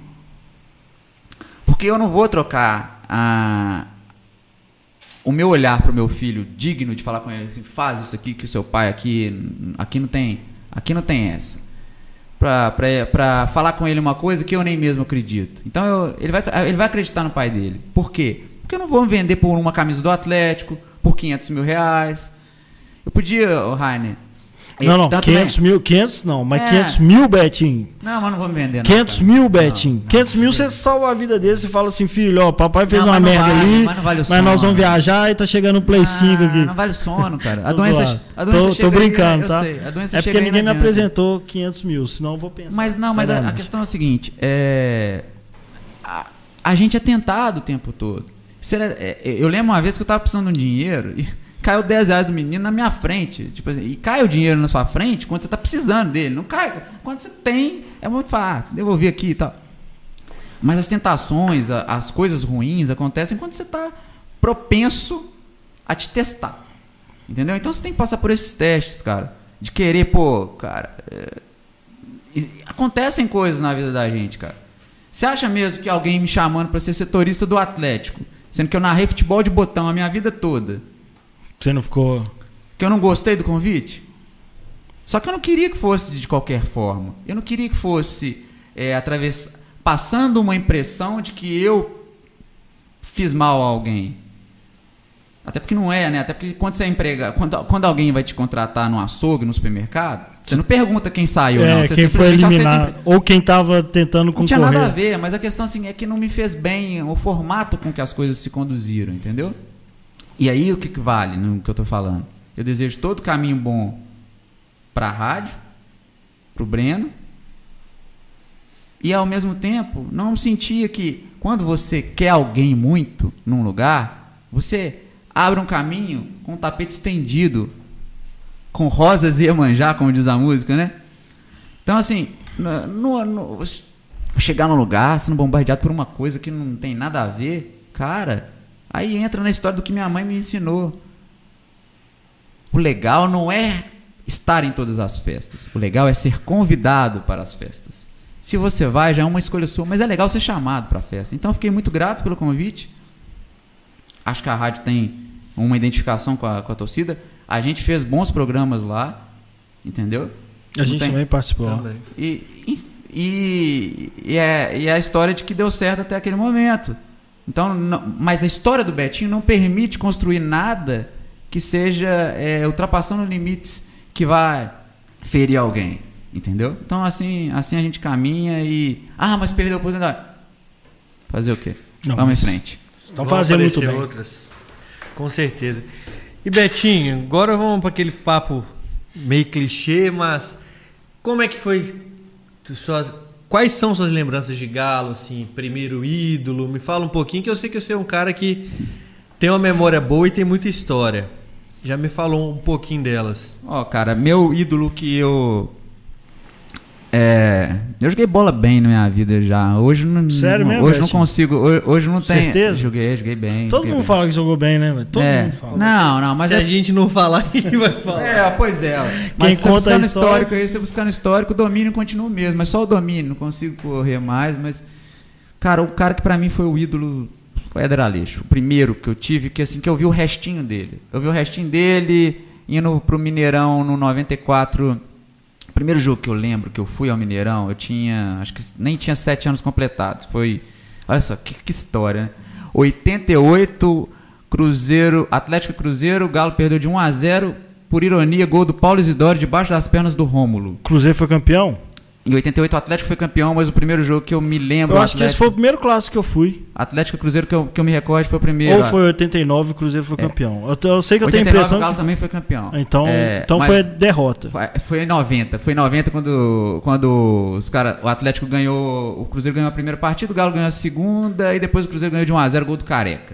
C: Porque eu não vou trocar a... o meu olhar para o meu filho digno de falar com ele assim, faz isso aqui que o seu pai aqui, aqui não tem, aqui não tem essa. Para falar com ele uma coisa que eu nem mesmo acredito. Então eu, ele, vai, ele vai acreditar no pai dele. Por quê? Porque eu não vou me vender por uma camisa do Atlético, por quinhentos mil reais. Eu podia, oh, Rainer...
A: Não, não, quinhentos mil, quinhentos não, mas é. quinhentos mil, Betinho.
C: Não, mas não vou me vender não.
A: quinhentos mil, Betinho. Não, não, quinhentos mil você salva a vida dele, você fala assim, filho, ó, papai fez
C: não,
A: uma merda
C: vale,
A: ali,
C: mas, não vale o
A: mas
C: sono,
A: nós vamos viajar e tá chegando o Play cinco aqui.
C: Não vale sono, cara. A doença, a doença
A: tô,
C: chega
A: tô brincando,
C: aí,
A: tá?
C: Sei, a doença
A: é
C: chega
A: porque ninguém me
C: adianta.
A: apresentou quinhentos mil, senão eu vou pensar.
C: Mas não, mas a, a questão é a seguinte, é, a, a gente é tentado o tempo todo. Será, é, eu lembro uma vez que eu tava precisando de um dinheiro e caiu dez reais do menino na minha frente. Tipo assim, e cai o dinheiro na sua frente quando você está precisando dele. Não cai. Quando você tem, é muito fácil. Ah, devolver aqui e tal. Mas as tentações, a, as coisas ruins acontecem quando você está propenso a te testar. Entendeu? Então você tem que passar por esses testes, cara. De querer, pô, cara. É, acontecem coisas na vida da gente, cara. Você acha mesmo que alguém me chamando para ser setorista do Atlético, sendo que eu narrei futebol de botão a minha vida toda,
A: você não ficou...
C: que eu não gostei do convite? Só que eu não queria que fosse de qualquer forma. Eu não queria que fosse é, através, passando uma impressão de que eu fiz mal a alguém. Até porque não é, né? Até porque quando você é empregado, quando, quando alguém vai te contratar no açougue, no supermercado, você não pergunta quem saiu,
A: é,
C: não. Você
A: quem foi eliminar,
C: aceita...
A: ou quem estava tentando concorrer.
C: Não tinha nada a ver, mas a questão assim, é que não me fez bem o formato com que as coisas se conduziram, entendeu? E aí o que, que vale no que eu estou falando? Eu desejo todo caminho bom para a rádio, para o Breno, e ao mesmo tempo não sentia que quando você quer alguém muito num lugar, você abre um caminho com um tapete estendido, com rosas e iemanjá, como diz a música, né? Então assim, no, no, no, chegar num lugar sendo bombardeado por uma coisa que não tem nada a ver, cara... Aí entra na história do que minha mãe me ensinou. O legal não é estar em todas as festas. O legal é ser convidado para as festas. Se você vai, já é uma escolha sua, mas é legal ser chamado para a festa. Então, fiquei muito grato pelo convite. Acho que a rádio tem uma identificação com a, com a torcida. A gente fez bons programas lá, entendeu?
A: A gente
C: tem...
A: também participou.
C: Também. E, e, e, e, é, e é a história de que deu certo até aquele momento. Então, não, mas a história do Betinho não permite construir nada que seja é, ultrapassando limites que vai ferir alguém, entendeu? Então, assim, assim a gente caminha e... Ah, mas perdeu a oportunidade. Fazer o quê?
A: Não,
C: Vamos
A: mas-
C: em frente.
A: Estão
B: Vão
A: fazendo muito
B: aparecer
A: bem.
B: outras. Com certeza. E Betinho, agora vamos para aquele papo meio clichê, mas como é que foi suas, quais são suas lembranças de Galo, assim, primeiro ídolo? Me fala um pouquinho, que eu sei que você é um cara que tem uma memória boa e tem muita história. Já me falou um pouquinho delas.
C: Ó, cara, meu ídolo que eu... É, eu joguei bola bem na minha vida já. Hoje não,
A: Sério
C: não,
A: mesmo,
C: hoje não
A: Betinho?
C: consigo. Hoje, hoje não tem.
A: Certeza?
C: Joguei, joguei bem.
A: Todo
C: joguei
A: mundo
C: bem.
A: fala que jogou bem, né? velho? Todo
C: é,
A: mundo fala.
C: Não, não, mas
B: se
C: é,
B: a gente não falar, quem vai falar?
C: é, pois é. ó.
A: Quem
C: Mas você
A: conta
C: buscar
A: a
C: no
A: história-
C: histórico aí, você buscar no histórico, o domínio continua o mesmo, mas só o domínio, não consigo correr mais, mas cara, o cara que pra mim foi o ídolo foi o Éder Aleixo. O primeiro que eu tive, que assim, que eu vi o restinho dele. Eu vi o restinho dele indo pro Mineirão no noventa e quatro. O primeiro jogo que eu lembro que eu fui ao Mineirão, eu tinha, acho que nem tinha sete anos completados. Foi, olha só, que, que história, né? oitenta e oito, Cruzeiro, Atlético e Cruzeiro, o Galo perdeu de um a zero, por ironia, gol do Paulo Isidoro debaixo das pernas do Rômulo.
A: Cruzeiro foi campeão?
C: Em oitenta e oito o Atlético foi campeão, mas o primeiro jogo que eu me lembro...
A: Eu
C: o
A: acho que esse foi o primeiro clássico que eu fui.
C: Atlético e Cruzeiro que eu, que eu me recordo foi o primeiro.
A: Ou foi oitenta e nove e o Cruzeiro foi campeão. Eu, eu sei que eu tenho a
C: oitenta e nove
A: impressão
C: o Galo
A: que...
C: também foi campeão.
A: Então,
C: É,
A: então
C: mas
A: foi derrota.
C: Foi, foi em noventa. Foi em noventa quando, quando os cara, o Atlético ganhou... O Cruzeiro ganhou a primeira partida, o Galo ganhou a segunda e depois o Cruzeiro ganhou de um a zero, gol do Careca.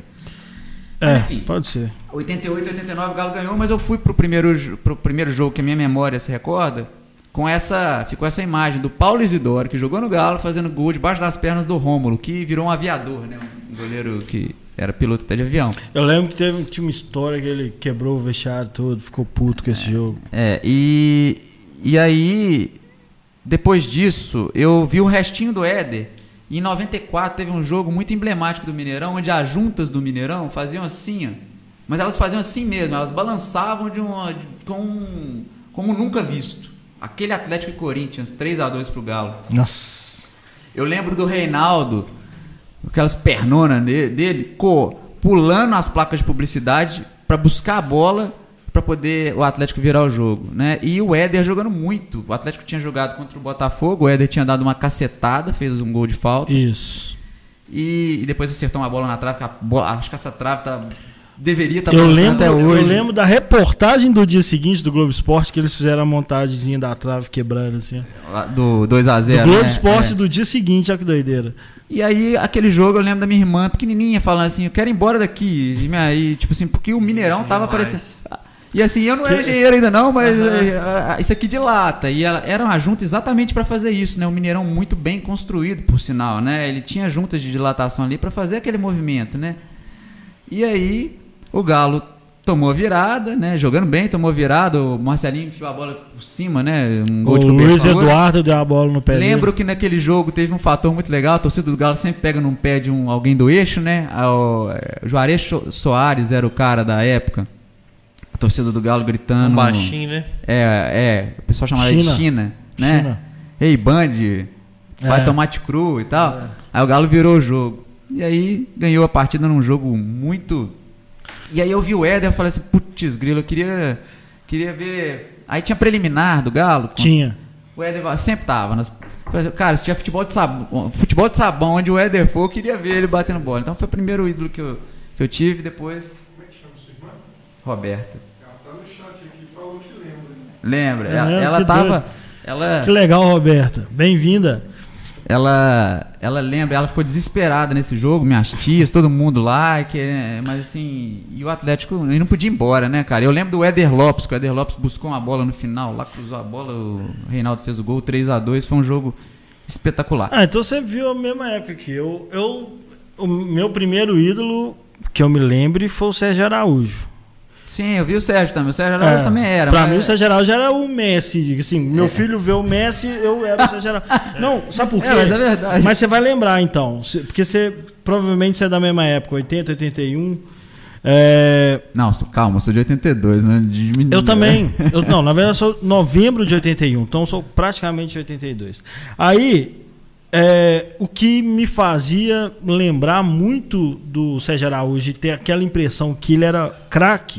A: É,
C: enfim.
A: pode ser.
C: oitenta e oito, oitenta e nove o Galo ganhou, mas eu fui pro primeiro, jo- pro primeiro jogo que a minha memória se recorda, com essa, ficou essa imagem do Paulo Isidoro, que jogou no Galo fazendo gol debaixo das pernas do Rômulo, que virou um aviador, né? Um goleiro que era piloto até de avião.
A: Eu lembro que teve, tinha uma história que ele quebrou o vestiário todo, ficou puto com esse jogo.
C: É, e, e aí, depois disso, eu vi o restinho do Éder. E em noventa e quatro teve um jogo muito emblemático do Mineirão, onde as juntas do Mineirão faziam assim, ó, mas elas faziam assim mesmo, elas balançavam de uma, de, com, como nunca visto. Aquele Atlético e Corinthians, três a dois pro Galo.
A: Nossa.
C: Eu lembro do Reinaldo, aquelas pernonas de- dele, co, pulando as placas de publicidade para buscar a bola para poder o Atlético virar o jogo, né? E o Éder jogando muito. O Atlético tinha jogado contra o Botafogo, o Éder tinha dado uma cacetada, fez um gol de falta
A: Isso.
C: e, e depois acertou uma bola na trave, que a bola, acho que essa trave tá, deveria estar
A: Eu lembro,
C: até hoje.
A: eu lembro da reportagem do dia seguinte do Globo Esporte, que eles fizeram a montagemzinha da trave quebrando assim.
C: do dois a zero,
A: Do Globo
C: né?
A: Esporte
C: É.
A: do dia seguinte, olha que doideira.
C: E aí, aquele jogo, eu lembro da minha irmã pequenininha falando assim, eu quero ir embora daqui. E, minha- e, tipo assim, porque o Mineirão tava
B: Demais.
C: parecendo... E assim, eu não era
A: Que-
C: engenheiro ainda não, mas é, é, isso aqui dilata. E ela era uma junta exatamente para fazer isso, né? Um Mineirão muito bem construído, por sinal, né? Ele tinha juntas de dilatação ali para fazer aquele movimento, né? E aí, o Galo tomou a virada, né? Jogando bem, tomou a virada. O Marcelinho enfiou a bola por cima, né? Um gol
A: O
C: de
A: Luiz
C: cobertura.
A: Eduardo deu a bola no pé
C: Lembro
A: dele.
C: que naquele jogo teve um fator muito legal. A torcida do Galo sempre pega num pé de um, alguém do eixo, né? O é, Juarez So- Soares era o cara da época. A torcida do Galo gritando.
B: Um baixinho, né?
C: É, é. O pessoal chamava ele de
A: China.
C: China, né?
A: China.
C: Ei, Band, vai
A: É.
C: tomate cru e tal.
B: É.
C: Aí o Galo virou o jogo. E aí ganhou a partida num jogo muito. E aí eu vi o Éder e falei assim: putz, grilo, eu queria, queria ver. Aí tinha preliminar do Galo.
A: Tinha.
C: O Éder sempre tava. Nas... Cara, se tinha futebol de sabão, futebol de sabão onde o Éder for, eu queria ver ele batendo bola. Então foi o primeiro ídolo que eu, que eu tive. Depois.
D: Como é que chama sua irmã?
C: Roberta.
D: Ela tá no chat aqui, falou que lembra. Né?
C: Lembra?
A: Eu
C: ela
A: lembro,
C: ela
A: que
C: tava.
A: doido.
C: Ela,
A: Que legal, Roberta. Bem-vinda.
C: ela, ela lembra, ela ficou desesperada nesse jogo, minhas tias, todo mundo lá, que, mas assim, e o Atlético, ele não podia ir embora, né, cara? Eu lembro do Éder Lopes, que o Éder Lopes buscou uma bola no final, lá cruzou a bola, o Reinaldo fez o gol, três a dois, foi um jogo espetacular.
A: Ah, então você viu a mesma época que eu. eu o meu primeiro ídolo, que eu me lembre, foi o Sérgio Araújo.
C: Sim, eu vi o Sérgio também, o Sérgio Araújo
A: É,
C: também era.
A: Pra
C: mas-
A: mim, o Sérgio Araújo era o Messi. Assim, meu filho vê o Messi, eu era o Sérgio Araújo. Não, sabe por quê?
C: É, mas é verdade.
A: Mas você vai lembrar, então. Cê- Porque você provavelmente você é da mesma época, oitenta, oitenta e um. É,
C: Não, sou- calma, eu sou de oitenta e dois, né? De-
A: eu também. Eu, não, na verdade, eu sou novembro de oitenta e um, então eu sou praticamente de oitenta e dois. Aí, é, o que me fazia lembrar muito do Sérgio Araújo e ter aquela impressão que ele era craque,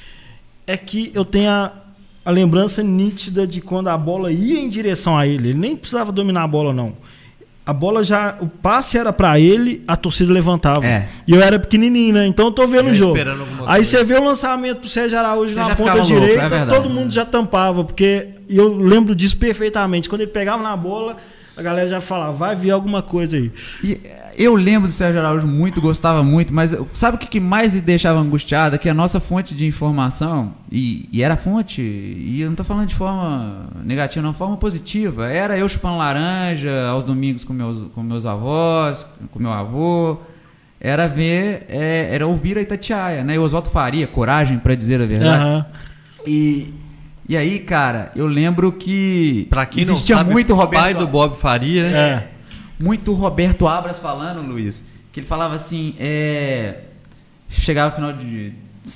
A: é que eu tenho a, a lembrança nítida de quando a bola ia em direção a ele. Ele nem precisava dominar a bola, não. a bola já, o passe era pra ele, a torcida levantava.
C: É.
A: E eu era pequenininho, né? Então eu tô vendo
B: Já
A: o jogo.
B: esperando alguma
A: Aí
B: coisa.
A: você vê o lançamento pro Sérgio Araújo
C: Você
A: na
C: já
A: ponta
C: ficava louco,
A: direita,
C: é verdade.
A: todo mundo já tampava, porque eu lembro disso perfeitamente. Quando ele pegava na bola, a galera já falava, vai vir alguma coisa aí.
C: E eu lembro do Sérgio Araújo muito, gostava muito, mas eu- sabe o que que mais me deixava angustiado? Que a nossa fonte de informação, e, e era fonte, e eu não tô falando de forma negativa, não, forma positiva. Era eu chupando laranja aos domingos com meus, com meus avós, com meu avô. Era ver, é, era ouvir a Itatiaia, né? E o Oswaldo Faria, coragem pra dizer a verdade.
A: Aham.
C: E, e aí, cara, eu lembro que
B: Pra quem
C: existia
B: não sabe,
C: muito Roberto
B: pai do Bob Faria, né?
A: É.
C: muito Roberto Abras falando, Luiz, que ele falava assim, é, chegava no final de,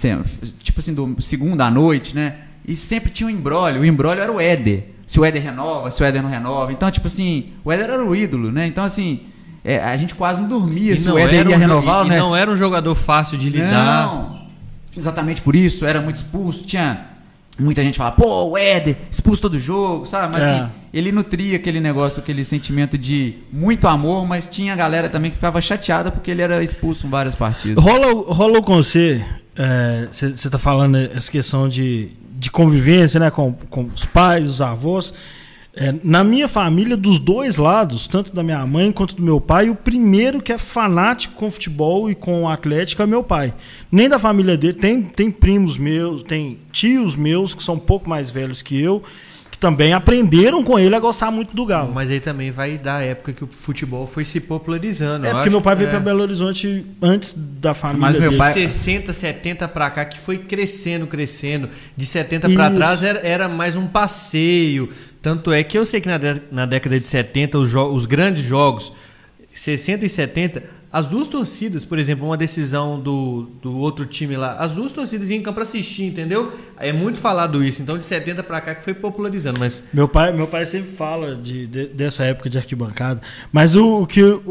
C: tipo assim, do segunda à noite, né? E sempre tinha um imbróglio. O imbróglio era o Éder. Se o Éder renova, se o Éder não renova. Então, tipo assim, o Éder era o ídolo, né? Então, assim, é, a gente quase não dormia
B: E
C: se
B: não
C: o Éder
B: era
C: ia
B: um jo-
C: renovar,
B: e
C: né?
B: não era um jogador fácil de lidar.
C: Não, exatamente por isso, era muito expulso, tinha muita gente falava, pô, o Éder, expulso todo jogo, sabe? Mas
A: É.
C: assim, ele nutria aquele negócio, aquele sentimento de muito amor, mas tinha galera também que ficava chateada porque ele era expulso em várias partidas.
A: Rola, rola com você, você está falando essa questão de, de convivência, né, com, com os pais, os avós. É, na minha família, dos dois lados, tanto da minha mãe quanto do meu pai, o primeiro que é fanático com futebol e com o Atlético é meu pai. Nem da família dele, tem, tem primos meus, tem tios meus que são um pouco mais velhos que eu, que também aprenderam com ele a gostar muito do Galo.
B: Mas aí também vai da época que o futebol foi se popularizando.
A: É
B: eu
A: porque
B: acho.
A: meu pai veio
B: É.
A: para Belo Horizonte antes da família
C: Mas meu
A: dele.
C: pai-
B: sessenta, setenta pra cá, que foi crescendo, crescendo. De setenta pra
A: Isso.
B: trás era, era mais um passeio. Tanto é que eu sei que na, dé- na década de setenta, os, jo- os grandes jogos, sessenta e setenta, as duas torcidas, por exemplo, uma decisão do, do outro time lá, as duas torcidas iam em campo pra assistir, entendeu? É muito falado isso. Então de setenta pra cá que foi popularizando, mas
A: Meu pai, meu pai sempre fala de, de- dessa época de arquibancada. Mas o, o que o,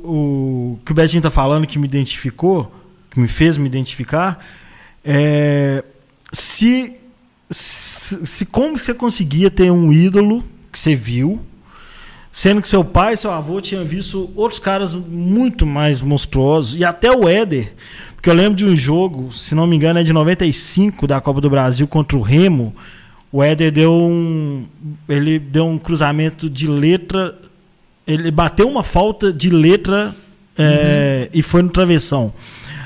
A: o, que o Betinho tá falando, que me identificou, que me fez me identificar, é se, se, se como você conseguia ter um ídolo que você viu, sendo que seu pai e seu avô tinham visto outros caras muito mais monstruosos, e até o Éder, porque eu lembro de um jogo, se não me engano é de noventa e cinco, da Copa do Brasil contra o Remo. O Éder deu um, ele deu um cruzamento de letra, ele bateu uma falta de letra é, e foi no travessão.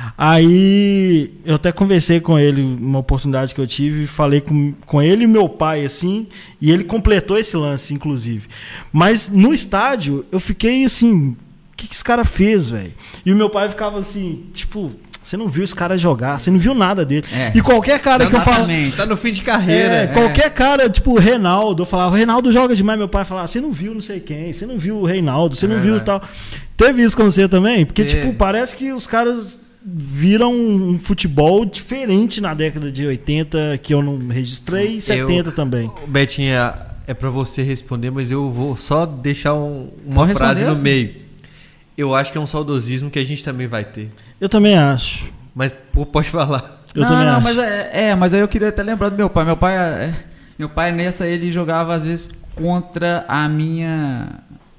A: Aí eu até conversei com ele, uma oportunidade que eu tive, falei com, com ele e meu pai, assim, e ele completou esse lance, inclusive. Mas no estádio, eu fiquei assim, o que, que esse cara fez, velho? E o meu pai ficava assim, tipo, você não viu esse cara jogar, você não viu nada dele.
C: É.
A: E qualquer cara que eu falo...
C: Exatamente.
B: tá no fim de carreira.
A: É, qualquer cara, tipo o Reinaldo, eu falava, o Reinaldo joga demais, meu pai falava, você não viu não sei quem, você não viu o Reinaldo, você
B: É
A: não viu
B: verdade.
A: tal. Teve isso com você também? Porque,
C: Teve.
A: tipo, parece que os caras viram um futebol diferente na década de oitenta, que eu não registrei, e setenta também.
B: Betinho, é, é pra você responder, mas eu vou só deixar um- uma
C: Pode
B: frase
C: responder,
B: no
C: sim.
B: meio. Eu acho que é um saudosismo que a gente também vai ter.
A: Eu também acho.
B: Mas pô, pode falar.
A: Eu
C: não,
A: também
C: não,
A: acho.
C: mas é, é, mas aí eu queria até lembrar do meu pai. Meu pai, é, meu pai nessa ele jogava às vezes contra a minha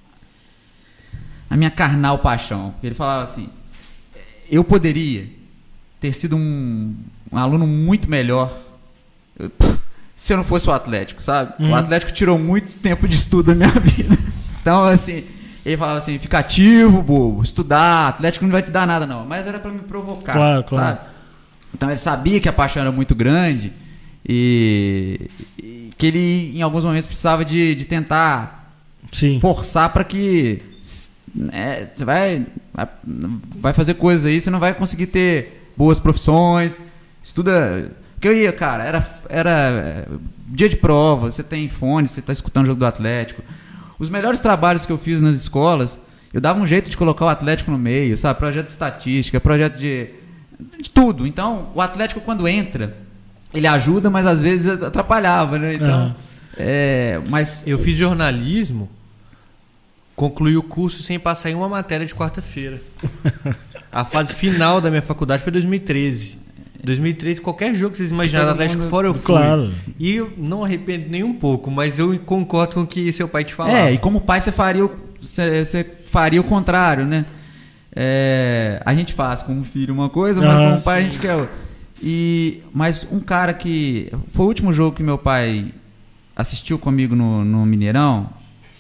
C: a minha carnal paixão. Ele falava assim: eu poderia ter sido um, um aluno muito melhor eu- se eu não fosse o Atlético, sabe?
A: Uhum.
C: O Atlético tirou muito tempo de estudo da minha vida. Então, assim, ele falava assim: fica ativo, bobo, estudar, Atlético não vai te dar nada, não. Mas era pra me provocar,
A: Claro, claro.
C: sabe? Então ele sabia que a paixão era muito grande e, e que ele, em alguns momentos, precisava de, de tentar
A: Sim.
C: forçar para que né, você vai, vai, vai fazer coisas aí, você não vai conseguir ter boas profissões, estuda. Porque eu ia, cara, era, era é, dia de prova, você tem fone, você tá escutando o jogo do Atlético. Os melhores trabalhos que eu fiz nas escolas, eu dava um jeito de colocar o Atlético no meio, sabe? Projeto de estatística, projeto de, de tudo. Então, o Atlético, quando entra, ele ajuda, mas às vezes atrapalhava, né? Então,
A: Uhum.
C: é, mas
B: Eu fiz jornalismo, concluí o curso sem passar em uma matéria de quarta-feira. A fase final da minha faculdade foi dois mil e treze. dois mil e treze, qualquer jogo que vocês imaginaram do
C: Todo
B: Atlético
C: mundo-
B: fora, eu fui.
A: Claro.
B: E eu não arrependo nem um pouco, mas eu concordo com o que seu pai te falava.
C: É, e como pai você faria o, você faria o contrário, né? É, a gente faz com um filho uma coisa, mas
A: Ah,
C: com o pai
A: sim.
C: a gente quer outra. E, mas um cara que... Foi o último jogo que meu pai assistiu comigo no, no Mineirão,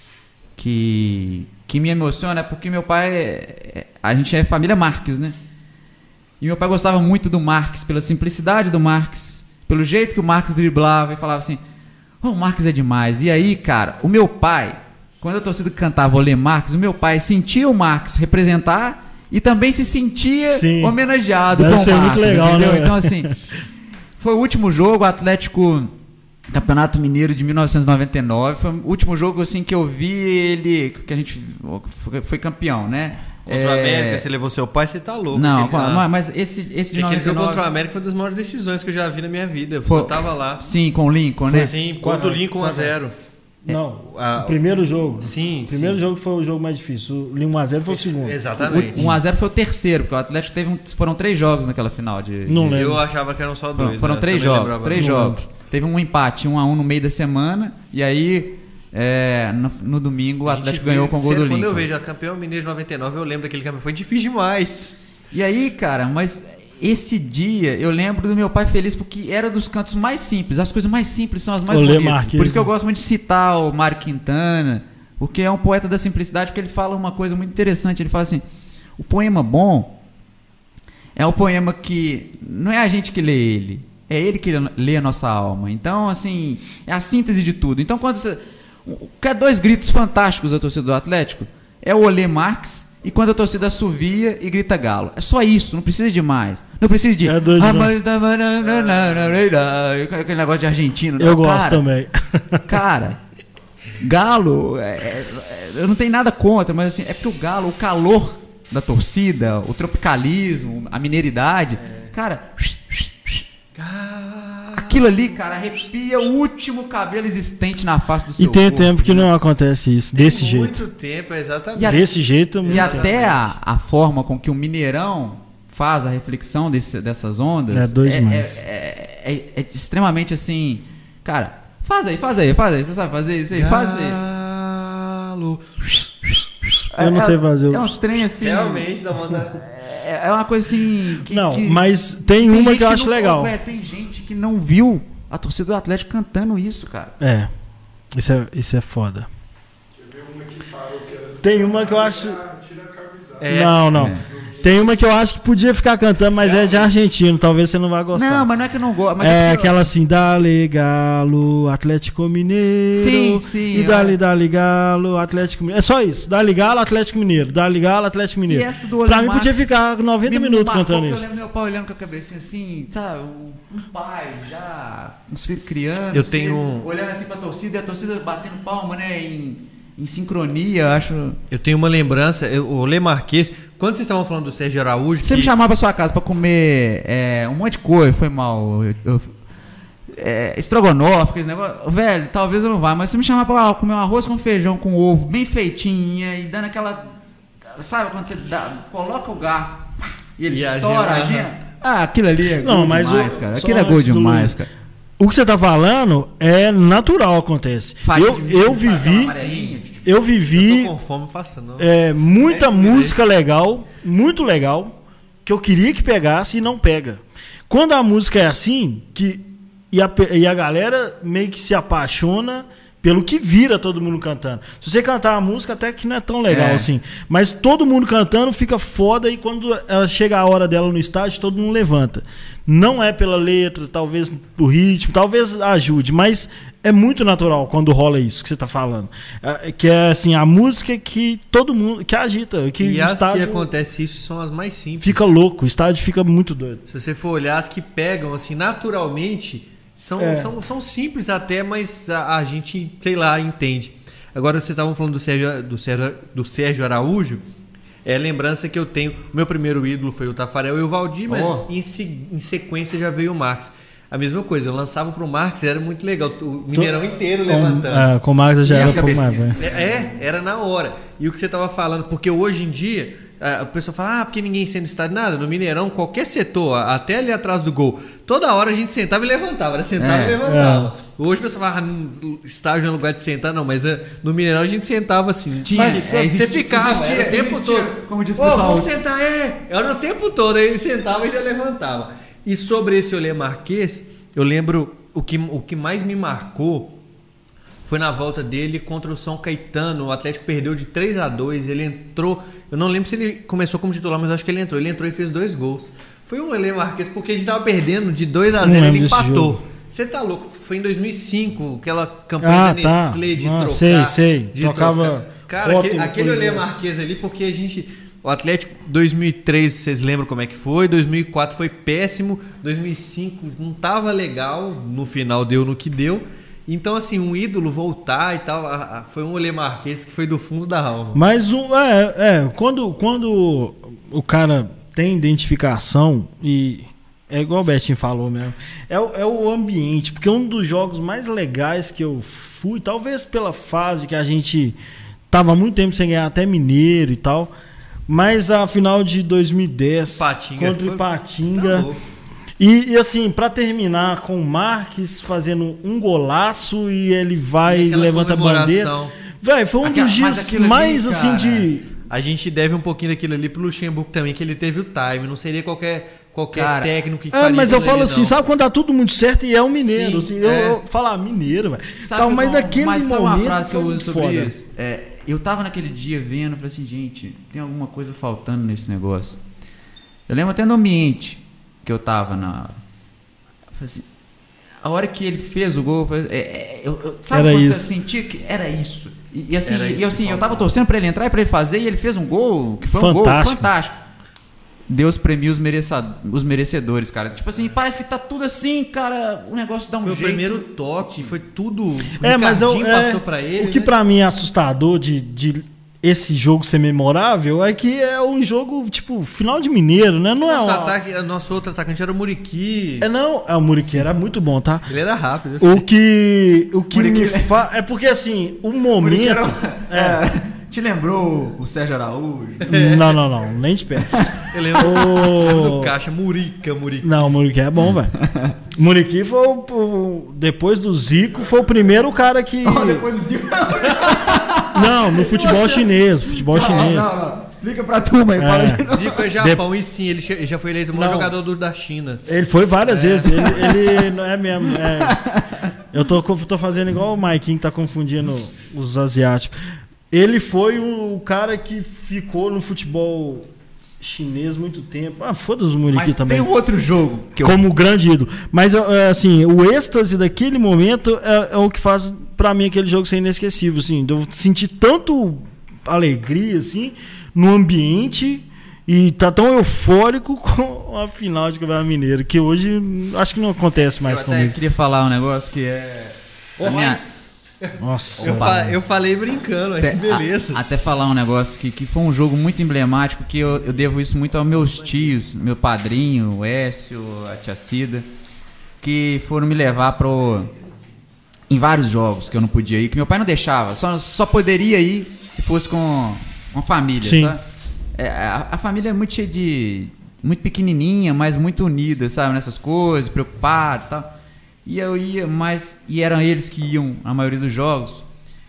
C: que, que me emociona, porque meu pai... é- a gente é família Marques, né? E meu pai gostava muito do Marques, pela simplicidade do Marques, pelo jeito que o Marques driblava e falava assim, oh, o Marques é demais. E aí, cara, o meu pai, quando a torcida cantava Olê Marques, o meu pai sentia o Marques representar e também se sentia
A: Sim.
C: homenageado
A: Deve
C: com
A: ser
C: o
A: muito
C: Marques,
A: legal,
C: entendeu?
A: né?
C: Então, assim, foi o último jogo, Atlético Campeonato Mineiro de mil novecentos e noventa e nove, foi o último jogo assim que eu vi ele, que a gente foi, foi campeão, né?
B: Contra o América, você levou seu pai, você tá louco.
C: Não,
B: Aquele-
C: mas-
B: ah,
C: mas esse, esse de
B: Aquele
C: noventa e
B: jogo
C: nove...
B: contra o América foi uma das maiores decisões que eu já vi na minha vida.
C: Foi-
B: Eu tava lá.
C: Sim, com o Lincoln, né?
B: Sim,
A: Qual-
B: contra o Lincoln
A: qual-
B: um a zero.
A: Não,
B: Ah,
A: o primeiro jogo.
B: Sim,
A: O primeiro
B: sim.
A: jogo foi o jogo mais difícil. O um a zero foi o segundo.
B: Exatamente.
C: O um a zero foi o terceiro, porque o Atlético teve um, foram três jogos naquela final de.
A: Não
C: de-
A: lembro.
B: Eu achava que eram só
C: Foram,
B: dois.
C: foram
B: né?
C: três
B: Também
C: jogos,
B: lembrava.
C: três
A: Não
C: jogos. Teve um empate, um a um no meio da semana, e aí é, no, no domingo o
B: A gente
C: Atlético
B: viu-
C: ganhou com o gol do
B: sempre Quando
C: Lincoln.
B: eu vejo a campeão mineiro de noventa e nove, eu lembro daquele campeão. Foi difícil demais.
C: E aí, cara, mas esse dia eu lembro do meu pai feliz porque era dos cantos mais simples. As coisas mais simples são as mais
A: Olê
C: bonitas.
A: Marques,
C: Por isso que eu
A: né?
C: gosto muito de citar o Mário Quintana, porque é um poeta da simplicidade, porque ele fala uma coisa muito interessante. Ele fala assim: o poema bom é o poema que não é a gente que lê ele, é ele que lê a nossa alma. Então, assim, é a síntese de tudo. Então, quando você quer dois gritos fantásticos da torcida do Atlético, é o Olê Marques e quando a torcida assovia e grita galo. É só isso, não precisa de mais. Não precisa de...
A: É doido,
C: Ah,
A: né?
C: mas- aquele negócio de argentino.
A: Eu
C: Não,
A: gosto
C: cara,
A: também.
C: Cara, galo, é- é- eu não tenho nada contra, mas assim, é porque o galo, o calor da torcida, o tropicalismo, a mineiridade, cara, aquilo ali, cara, arrepia o último cabelo existente na face do seu
A: E tem
C: corpo.
A: tempo que não acontece isso, desse
B: Tem
A: jeito.
B: Muito tempo, exatamente.
C: E a-
A: Desse jeito,
C: E
A: muito
C: até a, a forma com que o Mineirão faz a reflexão desse- dessas ondas
A: É doido
C: é,
A: demais.
C: é- é- é extremamente assim. Cara, faz aí, faz aí, faz aí. Você sabe fazer isso aí? Faz aí.
B: Galo.
A: Eu não
C: É-
A: sei fazer.
C: É
A: o-
C: uns trem assim.
B: Realmente dá vontade.
C: É, é uma coisa assim. Que,
A: Não,
C: que-
A: mas tem uma
C: gente
A: que eu acho
C: não-
A: legal.
C: Ô, velho, tem gente que não viu a torcida do Atlético cantando isso, cara.
A: É. Isso é, isso é foda.
D: Quer ver uma que parou que era...
A: Tem uma que eu acho.
D: Tira a camiseta.
B: É.
A: Não, não. Tem uma que eu acho que podia ficar cantando, mas é de argentino. Talvez você não vá gostar.
C: Não, mas não é que eu não gosto. Mas
A: é
C: que eu-
A: aquela assim, Dale Galo, Atlético Mineiro.
C: Sim, sim,
A: E
C: eu-
A: Dale, Dale Galo, Atlético Mineiro. É só isso. Dale Galo, Atlético Mineiro. Dale Galo, Atlético Mineiro.
C: E essa do Olê
A: Pra mim
C: Marques
A: podia ficar noventa
C: me
A: minutos
C: marcou,
A: cantando
C: porque
A: isso.
C: Eu lembro meu pai olhando com a cabecinha assim, sabe? Um pai já, uns filhos criando.
B: Eu
C: os
B: tenho
C: filhos
B: um-
C: olhando assim pra torcida e a torcida batendo palma, né? Em, em sincronia, eu acho.
B: Eu tenho uma lembrança, eu- o Lê Marques, quando vocês estavam falando do Sérgio Araújo,
C: Você
B: que-
C: me chamava pra sua casa pra comer é, um monte de coisa, foi mal. Eu, eu, é, estrogonofe, aquele negócio. Velho, talvez eu não vá, mas você me chamar pra comer um arroz com feijão com ovo, bem feitinho, e dando aquela. Sabe quando você dá, coloca o garfo pá, e ele
B: E a
C: estoura a
B: gema-
C: gema? Ah, aquilo ali é
A: Não,
C: gol
A: mas
C: demais,
A: o-
C: cara.
A: só
C: Aquilo é gol
A: antes do
C: demais,
A: Luiz.
C: cara.
A: O que você tá falando é natural, acontece.
C: Faz
A: Eu,
C: de-
A: eu
C: faz aquela
A: vivi.
C: amarelinha.
A: Eu vivi.
B: Eu tô com fome, faça não.
A: É, muita
B: É,
A: música legal, muito legal, que eu queria que pegasse e não pega. Quando a música é assim, que e a, pe- e a galera meio que se apaixona pelo que vira todo mundo cantando. Se você cantar a música, até que não é tão legal
C: É.
A: assim. Mas todo mundo cantando fica foda e quando ela chega a hora dela no estádio, todo mundo levanta. Não é pela letra, talvez do ritmo, talvez ajude, mas é muito natural quando rola isso que você tá falando. É, que é assim, a música que todo mundo, que agita, que
B: E
A: o
B: as que
A: estádio
B: acontece isso são as mais simples.
A: fica louco, o estádio fica muito doido.
B: Se você for olhar, as que pegam assim naturalmente são,
A: É.
B: são, são simples até, mas a, a gente, sei lá, entende. Agora vocês estavam falando do Sérgio, do Sérgio, do Sérgio Araújo. É lembrança que eu tenho. Meu primeiro ídolo foi o Tafarel e o Valdir, mas
C: Oh.
B: em, se- em sequência já veio o Marques. A mesma coisa, eu lançava pro Marques, era muito legal. O Mineirão inteiro levantando.
A: Com, é, com o Marcos já
C: E
A: era
C: as
A: um pouco mais
C: cabecinhas?
A: velho.
B: É, é, era na hora. E o que você estava falando, porque hoje em dia a, a pessoa fala, ah, porque ninguém senta no estádio, nada. No Mineirão, qualquer setor, até ali atrás do gol, toda hora a gente sentava e levantava, era sentava
C: É,
B: e levantava. É. Hoje o pessoal fala, ah, estádio não é lugar de sentar, não, mas uh, no Mineirão a gente sentava assim.
C: Tinha,
B: mas,
C: é,
B: aí você
C: existia,
B: ficava
C: existia,
B: era o tempo
C: existia,
B: todo.
C: Como diz o
B: Ô,
C: pessoal.
B: vamos sentar, é. Era o tempo todo, aí ele sentava e já levantava. E sobre esse Olê Marquês, eu lembro, o que, o que mais me marcou foi na volta dele contra o São Caetano. O Atlético perdeu de três a dois. Ele entrou. Eu não lembro se ele começou como titular, mas acho que ele entrou. Ele entrou e fez dois gols. Foi um Olê Marquês, porque a gente tava perdendo de dois a zero. Ele empatou. Você tá louco? Foi em dois mil e cinco, aquela campanha
A: ah,
B: da
A: tá.
B: Nestlé de
A: ah,
B: trocar.
A: Sei, sei.
B: De
A: Trocava.
B: trocar. Cara, aquele, aquele Olê Marquês ali, porque a gente. O Atlético dois mil e três, vocês lembram como é que foi? dois mil e quatro foi péssimo. dois mil e cinco não tava legal. No final deu no que deu. Então, assim, um ídolo voltar e tal, a, a, foi um Olê Marquês que foi do fundo da alma.
A: Mas um, é, é quando, quando o cara tem identificação, e é igual o Betinho falou mesmo, é, o- é o ambiente, porque um dos jogos mais legais que eu fui, talvez pela fase que a gente tava há muito tempo sem ganhar até Mineiro e tal, mas a final de dois mil e dez
B: Ipatinga,
A: contra o
B: foi-
A: Ipatinga.
B: Tá louco.
A: E, e assim, pra terminar com o Marques fazendo um golaço e ele vai
B: E
A: e
B: aquela
A: levanta a bandeira.
B: comemoração.
A: Véi, foi um
C: Aquela-
A: dos
C: mas
A: dias
C: aquilo ali,
A: mais assim
C: cara,
A: de.
B: A gente deve um pouquinho daquilo ali pro Luxemburgo também, que ele teve o time. Não seria qualquer, qualquer
C: Cara,
B: técnico que
A: É,
B: faria
A: mas eu
B: aquilo
A: falo
B: ali,
A: assim,
B: não.
A: sabe quando tá tudo muito certo e é um mineiro?
B: Sim,
A: assim, eu,
B: é.
A: eu falar mineiro, velho.
C: Sabe
A: Tal, mas
C: qual-
A: naquele
C: mas sabe
A: momento.
C: uma frase que eu
A: foi
C: uso
A: muito
C: sobre
A: foda.
C: isso? É, eu tava naquele dia vendo, falei assim, gente, tem alguma coisa faltando nesse negócio. Eu lembro até no ambiente que eu tava na. Eu falei assim, a hora que ele fez o gol, eu falei, é, é, eu, eu, sabe
A: Era
C: quando
A: isso.
C: você sentia que era isso? E, e assim,
B: Era
C: e
B: isso
C: eu,
B: que
C: assim eu
B: faltava.
C: tava torcendo pra ele entrar e pra ele fazer, e ele fez um gol que foi um
A: Fantástico.
C: gol fantástico. Deus premia os, mereça- os merecedores, cara. Tipo assim, parece que tá tudo assim, cara. O negócio dá um
B: Foi o
C: jeito.
B: primeiro toque, foi tudo. O
A: É, mas eu,
B: Ricardinho
A: é,
B: passou pra ele.
A: o que
B: né?
A: pra mim é assustador de, de esse jogo ser memorável é que é um jogo, tipo, final de Mineiro, né? Não é
B: Nosso
A: um.
B: ataque, nosso outro atacante era o Muriqui.
A: É, não, é o Muriqui era muito bom, tá?
B: Ele era rápido. eu sei.
A: O que, o que
C: Muriqui-
A: me fa... É porque assim, o momento.
C: É, te lembrou o Sérgio Araújo?
A: Não, não, não, nem de perto.
B: Eu lembro
A: O-
B: do caixa, Murica, Murica.
A: Não, o Muriqui é bom, velho. O Muriqui foi o, o- depois do Zico, foi o primeiro cara que.
C: Depois o Zico.
A: Não, no futebol chinês, futebol chinês.
C: Não, não. Explica pra turma aí.
A: É.
C: Fala de...
B: Zico é Japão, e sim, ele che- ele já foi eleito o maior
A: Não.
B: jogador do, da China.
A: Ele foi várias vezes. Ele, ele não é mesmo. é. Eu tô, conf- tô fazendo igual o Maikinho que tá confundindo os asiáticos. Ele foi o cara que ficou no futebol chinês muito tempo. Ah, foda-se o Muriqui
C: Mas
A: também.
C: tem um outro jogo que eu...
A: Como grande ídolo. Mas, é, assim, o êxtase daquele momento é, é o que faz, pra mim, aquele jogo ser inesquecível. Assim, de eu sentir tanto alegria, assim, no ambiente e tá tão eufórico com a final de Campeonato Mineiro, que hoje acho que não acontece mais
C: eu até
A: comigo.
C: queria falar um negócio que é... a minha-
A: Nossa.
B: Eu,
C: Opa.
B: fa- eu falei brincando, aí,
C: até,
B: beleza.
C: a- até falar um negócio que, que foi um jogo muito emblemático, que eu, eu devo isso muito aos meus tios, meu padrinho, o Écio, a tia Cida, que foram me levar pro... em vários jogos que eu não podia ir, que meu pai não deixava, só, só poderia ir se fosse com uma família,
A: Sim.
C: sabe? É, a, a família é muito cheia de... muito pequenininha, mas muito unida, sabe? Nessas coisas, preocupada e tal. E eu ia, mas... e eram eles que iam na maioria dos jogos.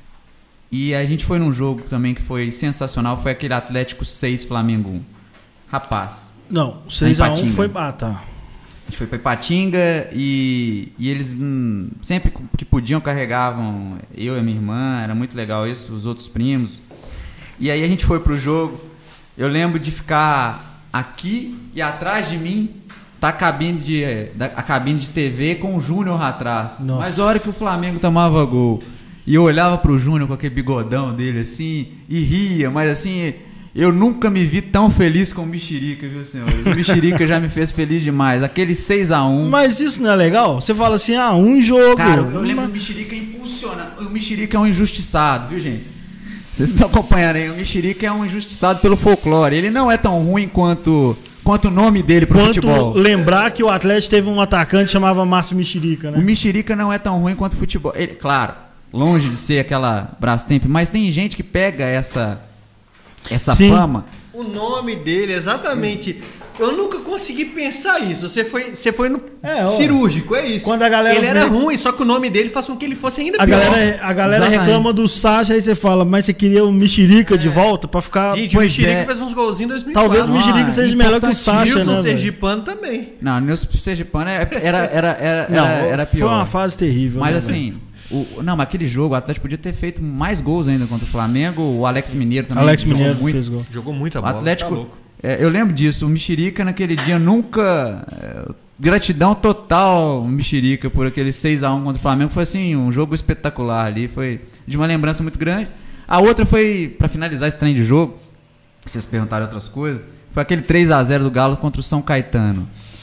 C: E a gente foi num jogo também que foi sensacional, foi aquele Atlético seis, Flamengo um. Rapaz,
A: Não, seis a um
C: Ipatinga.
A: foi. Ah, tá.
C: a gente foi pra Ipatinga e, e eles hum, sempre que podiam carregavam eu e a minha irmã, era muito legal isso, os outros primos. E aí a gente foi pro jogo, eu lembro de ficar aqui e atrás de mim tá a cabine de, da- a cabine de T V com o Júnior atrás.
A: Nossa.
C: Mas a hora que o Flamengo tomava gol e eu olhava pro Júnior com aquele bigodão dele assim e ria, mas assim... eu nunca me vi tão feliz com o Mexerica, viu, senhores? O Mexerica já me fez feliz demais. Aquele seis a um.
A: Mas isso não é legal? Você fala assim, ah, um jogo.
C: Cara, eu lembro
A: uma-
C: do Mexerica impulsionando. O Mexerica é um injustiçado, viu, gente? Vocês estão acompanhando aí. O Mexerica é um injustiçado pelo folclore. Ele não é tão ruim quanto, quanto o nome dele pro
A: Quanto
C: futebol.
A: lembrar que o Atlético teve um atacante que chamava Márcio Mexerica,
C: O
A: né?
C: Mexerica não é tão ruim quanto o futebol. Ele, claro, longe de ser aquela Brastemp, mas tem gente que pega essa, essa
A: Sim.
C: fama
B: O nome dele, exatamente. Eu nunca consegui pensar isso. Você foi, você foi no
A: É, ó,
B: cirúrgico, é isso.
A: quando a galera
B: ele era
A: vê-
B: ruim, só que o nome dele faz com que ele fosse ainda
A: A
B: pior.
A: galera, a galera
C: Exatamente.
A: reclama do Sacha, aí você fala, mas você queria o Mexerica de volta pra ficar...
B: Gente, o
C: Pois
B: Mexerica
C: é.
B: fez uns golzinhos em dois mil e quatro.
A: Talvez o Mexerica
C: Ah,
A: seja melhor que o Sacha,
B: Wilson
A: né, velho?
B: Sergipano também.
C: Não, Nilson Sergipano é- era, era, era,
A: Não,
C: era, era pior.
A: foi uma fase terrível.
C: Mas
A: né,
C: assim, o, não, mas aquele jogo, o Atlético podia ter feito mais gols ainda contra o Flamengo. O Alex Mineiro também
A: Alex
C: jogou
A: Mineiro
C: muito.
A: fez gol.
B: Jogou muita
C: O
B: bola.
C: Atlético,
B: tá louco.
C: é, eu lembro disso. O Mexerica naquele dia nunca. é, gratidão total, Mexerica, por aquele seis a um contra o Flamengo. Foi assim, um jogo espetacular ali. Foi de uma lembrança muito grande. A outra foi, pra finalizar esse trem de jogo, vocês perguntaram outras coisas, foi aquele três a zero do Galo contra o São Caetano.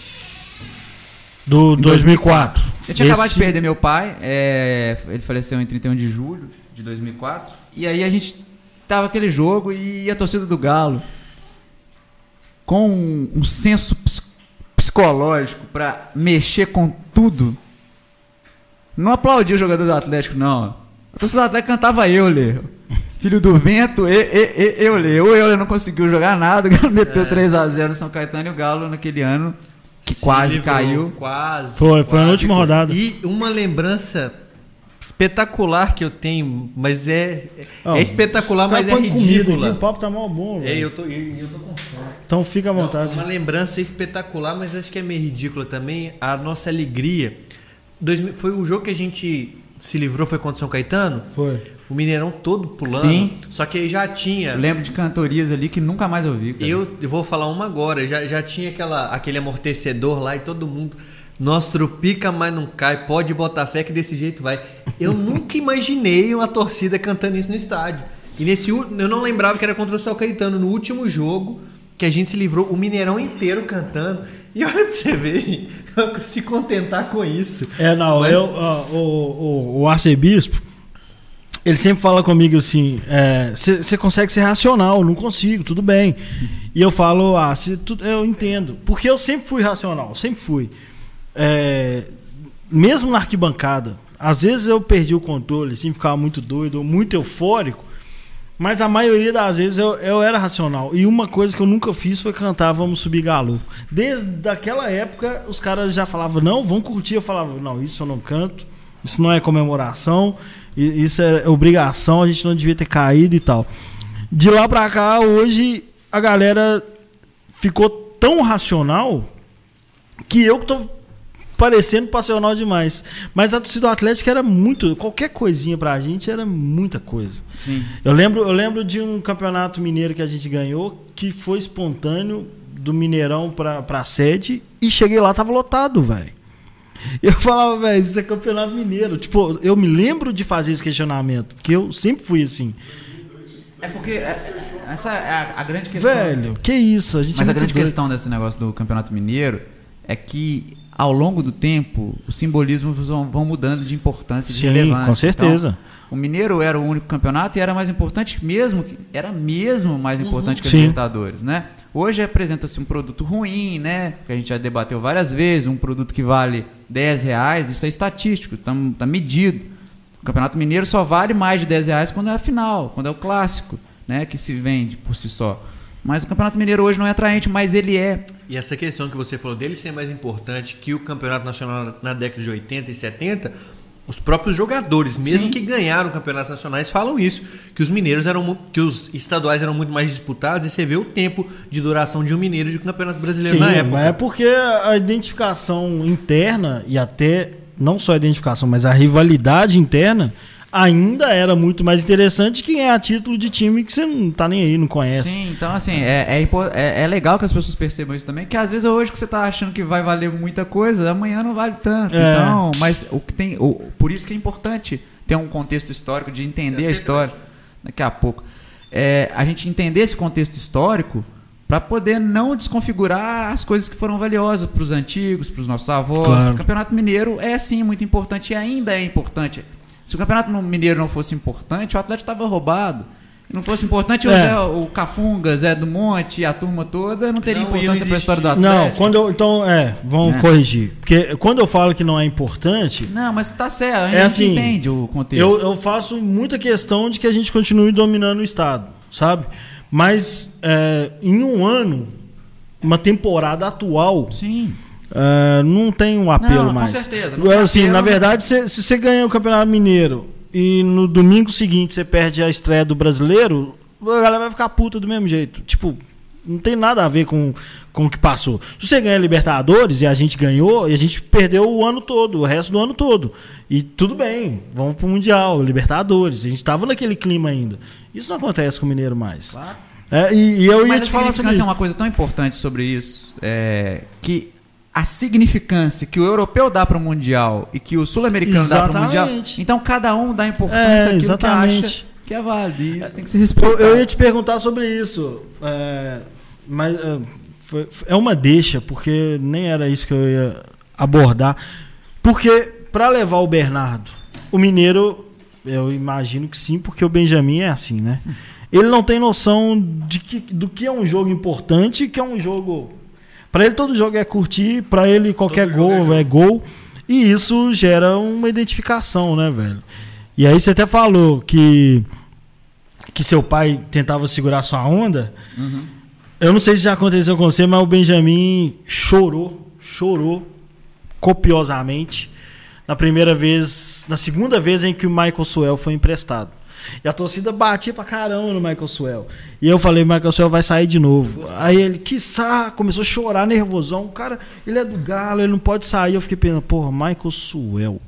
A: Do dois mil e quatro.
C: Eu tinha acabado de
A: Esse-
C: perder meu pai, é, ele faleceu em trinta e um de julho de dois mil e quatro. E aí a gente tava aquele jogo e a torcida do Galo, com um, um senso ps- psicológico pra mexer com tudo, não aplaudia o jogador do Atlético, não. A torcida do Atlético cantava Euler. Filho do vento, e, e, e, Euler. O Euler não conseguiu jogar nada, o Galo meteu três a zero no São Caetano e o Galo naquele ano, que
B: Se
C: quase
B: livrou,
C: caiu.
B: Quase.
A: Foi, foi na
B: quase.
A: última rodada.
B: E uma lembrança espetacular que eu tenho, mas é,
A: Ó,
B: é espetacular, mas é
A: Fica põe comida
B: ridícula.
A: aqui, o papo tá mal bom,
B: É,
A: velho.
B: eu tô, eu, eu tô com fome.
A: Então fica à
B: Não,
A: vontade.
B: uma lembrança espetacular, mas acho que é meio ridícula também. A nossa alegria. Dois mil foi o jogo que a gente se livrou, foi contra o São Caetano.
A: Foi.
B: O Mineirão todo pulando.
C: Sim.
B: Só que aí já tinha.
C: Eu lembro de cantorias ali que nunca mais ouvi. Cara.
B: Eu, eu vou falar uma agora. Já, já tinha aquela, aquele amortecedor lá e todo mundo. Nós trupica, mas não cai. Pode botar fé que desse jeito vai. Eu nunca imaginei uma torcida cantando isso no estádio. E nesse u- eu não lembrava que era contra o São Caetano. No último jogo que a gente se livrou, o Mineirão inteiro cantando. E olha pra você ver, gente, se contentar com isso.
A: É, não,
B: Mas-
A: eu, ó, o, o, o arcebispo, ele sempre fala comigo assim, você consegue ser racional, eu não consigo, tudo bem. E eu falo, ah, se tu- eu entendo. Porque eu sempre fui racional, sempre fui. É, mesmo na arquibancada, às vezes eu perdi o controle, assim, ficava muito doido, ou muito eufórico, mas a maioria das vezes eu, eu era racional. E uma coisa que eu nunca fiz foi cantar Vamos Subir Galo. Desde aquela época, os caras já falavam, não, vão curtir. Eu falava, não, isso eu não canto, isso não é comemoração, i- isso é obrigação, a gente não devia ter caído e tal. De lá pra cá, hoje, a galera ficou tão racional que eu que tô parecendo passional demais. Mas a torcida do Atlético era muito... Qualquer coisinha pra gente era muita coisa.
C: Sim.
A: Eu lembro, eu lembro de um campeonato mineiro que a gente ganhou, que foi espontâneo, do Mineirão pra, pra sede, e cheguei lá, tava lotado, velho. Eu falava, velho, isso é campeonato mineiro. Tipo, eu me lembro de fazer esse questionamento, que eu sempre fui assim.
C: É porque é- essa é a, a grande questão.
A: Velho, que isso? A gente
C: Mas
A: é
C: a
A: muito
C: grande
A: doido.
C: questão desse negócio do Campeonato Mineiro é que ao longo do tempo os simbolismos vão, vão mudando de importância e de
A: Sim,
C: relevância.
A: com certeza.
C: Então, o Mineiro era o único campeonato e era mais importante mesmo, que- era mesmo mais importante que a
A: Sim.
C: Libertadores, né? Hoje apresenta-se um produto ruim, né? Que a gente já debateu várias vezes, um produto que vale dez reais, isso é estatístico, tá, tá medido. O Campeonato Mineiro só vale mais de dez reais quando é a final, quando é o clássico, né? Que se vende por si só. Mas o Campeonato Mineiro hoje não é atraente, mas ele é.
B: E essa questão que você falou dele ser mais importante que o Campeonato Nacional na década de oitenta e setenta, os próprios jogadores, mesmo
C: Sim.
B: que ganharam campeonatos nacionais, falam isso, que os mineiros eram mu- que os estaduais eram muito mais disputados, e você vê o tempo de duração de um mineiro de um campeonato brasileiro
A: Sim,
B: na época.
A: mas é porque a identificação interna e até não só a identificação, mas a rivalidade interna ainda era muito mais interessante que ganhar título de time que você não tá nem aí, não conhece.
C: Sim, então assim, é, é, impo- é- é legal que as pessoas percebam isso também, que às vezes hoje que você tá achando que vai valer muita coisa, amanhã não vale tanto.
A: É.
C: Então, mas o que tem. O, por isso que é importante ter um contexto histórico, de entender a história. Daqui a pouco. É, a gente entender esse contexto histórico para poder não desconfigurar as coisas que foram valiosas para os antigos, para os nossos avós.
A: Claro.
C: O Campeonato Mineiro é sim muito importante e ainda é importante. Se o Campeonato Mineiro não fosse importante, o Atlético estava roubado. Se não fosse importante, o,
A: É.
C: Zé, o Cafunga, Zé do Monte, a turma toda, não teria
B: Não,
C: importância
B: e
C: para a história do
A: Não,
C: Atlético.
A: quando eu, então, é, vamos
C: É.
A: corrigir. Porque quando eu falo que não é importante,
C: Não, mas tá certo, a gente
A: É assim,
C: entende o contexto.
A: eu, eu faço muita questão de que a gente continue dominando o Estado, sabe? Mas é, em um ano, uma temporada atual,
C: Sim.
A: é, não tem um apelo
C: Não,
A: mais.
C: com certeza. Não
A: Agora,
C: tem
A: assim,
C: apelo,
A: na
C: né?
A: verdade, se, se você ganha o Campeonato Mineiro e no domingo seguinte você perde a estreia do Brasileiro, a galera vai ficar puta do mesmo jeito. Tipo, não tem nada a ver com, com o que passou. Se você ganha a Libertadores e a gente ganhou, e a gente perdeu o ano todo, o resto do ano todo. E tudo bem, vamos pro Mundial, Libertadores. A gente tava naquele clima ainda. Isso não acontece com o Mineiro mais.
C: Claro.
A: É, e, e eu
C: Mas
A: ia
C: a
A: te falar sobre
C: significância
A: isso.
C: é uma coisa tão importante sobre isso, é, que a significância que o europeu dá para o Mundial e que o sul-americano dá para o Mundial,
A: Exatamente.
C: então cada um dá importância
A: É,
C: àquilo
A: exatamente.
C: que acha que é válido. E isso tem que ser
A: Eu,
C: respeitado.
A: eu ia te perguntar sobre isso. É, mas é, foi- é uma deixa, porque nem era isso que eu ia abordar. Porque para levar o Bernardo, o Mineiro, eu imagino que sim, porque o Benjamin é assim, né? Ele não tem noção de que, do que é um jogo importante e que é um jogo. Para ele, todo jogo é curtir, para ele, qualquer
B: Todo jogo
A: gol
B: é
A: é gol. E isso gera uma identificação, né, velho? E aí você até falou que, que seu pai tentava segurar sua onda.
C: Uhum.
A: Eu não sei se já aconteceu com você, mas o Benjamin chorou, chorou copiosamente na primeira vez, na segunda vez em que o Michael Suel foi emprestado. E a torcida batia pra caramba no Michael Suel. E eu falei, Michael Suel vai sair de novo. Aí ele, que saco, começou a chorar, nervosão. O cara, ele é do Galo, ele não pode sair. Eu fiquei pensando, porra, Michael Suel.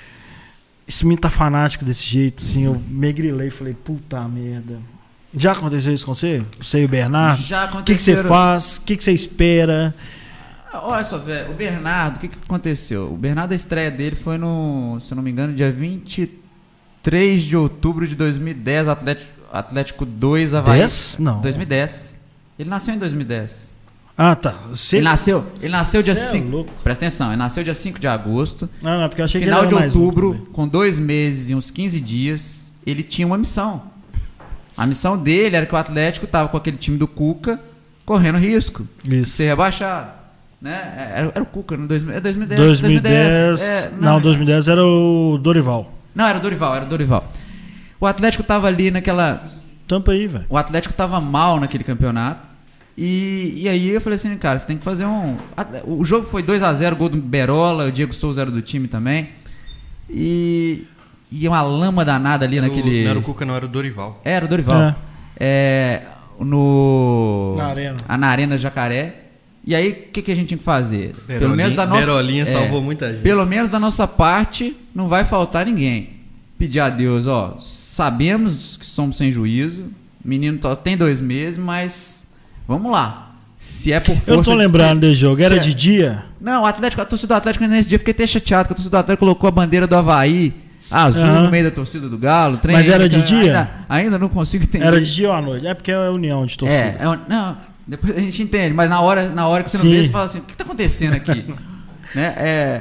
A: Esse menino tá fanático desse jeito, assim. Eu me grilei e falei, puta merda. Já aconteceu isso com você? Você e o Bernardo?
C: Já
A: O que, que você
C: aconteceram-
A: faz? O que, que você espera?
C: Olha só, velho, o Bernardo, o que, que aconteceu? O Bernardo, a estreia dele foi no, se eu não me engano, dia vinte e três de outubro de dois mil e dez, Atlético, Atlético dois, Avaí.
A: dez? Não.
C: dois mil e dez. Ele nasceu em dois mil e dez.
A: Ah, tá. Você...
C: Ele nasceu, ele nasceu dia
A: Cê é
C: cinco.
A: louco.
C: Presta atenção, ele nasceu dia cinco de agosto.
A: Não, não, porque eu achei
C: Final
A: que ele
C: de
A: era mais um
C: outubro,
A: também.
C: com dois meses e uns quinze dias, ele tinha uma missão. A missão dele era que o Atlético tava com aquele time do Cuca correndo risco de
A: Isso.
C: ser rebaixado. Né? Era, era o Cuca, no dois mil, é dois mil e dez.
A: dois mil e dez.
C: É,
A: não, dois mil e dez era o Dorival.
C: Não, era o Dorival, era o Dorival. O Atlético tava ali naquela.
A: Tampa aí, velho.
C: O Atlético tava mal naquele campeonato. E, e aí eu falei assim, cara, você tem que fazer um. O jogo foi dois a zero, gol do Berola, o Diego Souza era do time também. E. E uma lama danada ali naquele.
B: Não era o Cuca, não, era o Dorival.
C: Era o Dorival.
A: É.
C: É, no.
A: Na Arena.
C: a- Na Arena Jacaré. E aí, o que, que a gente tinha que fazer? Pelo
B: Berolinha-
C: menos da nossa.
B: Berolinha
C: é,
B: salvou muita gente.
C: Pelo menos da nossa parte, não vai faltar ninguém. Pedir a Deus, ó. Sabemos que somos sem juízo. Menino só tem dois meses, mas vamos lá. Se é por força.
A: Eu tô
C: de-
A: lembrando desse jogo. Era
C: se é-
A: de dia?
C: Não, o Atlético, a torcida do Atlético nesse dia eu fiquei até chateado, que a torcida do Atlético colocou a bandeira do Avaí azul
A: Aham.
C: no meio da torcida do Galo. Trem
A: Mas era
C: ainda-
A: de dia?
C: Ainda, ainda não consigo entender.
A: Era de dia ou à noite? É porque é união de torcida.
C: É, é um- não, depois a gente entende, mas na hora, na hora que você não
A: Sim.
C: vê, você fala assim, o que tá acontecendo aqui? né? É,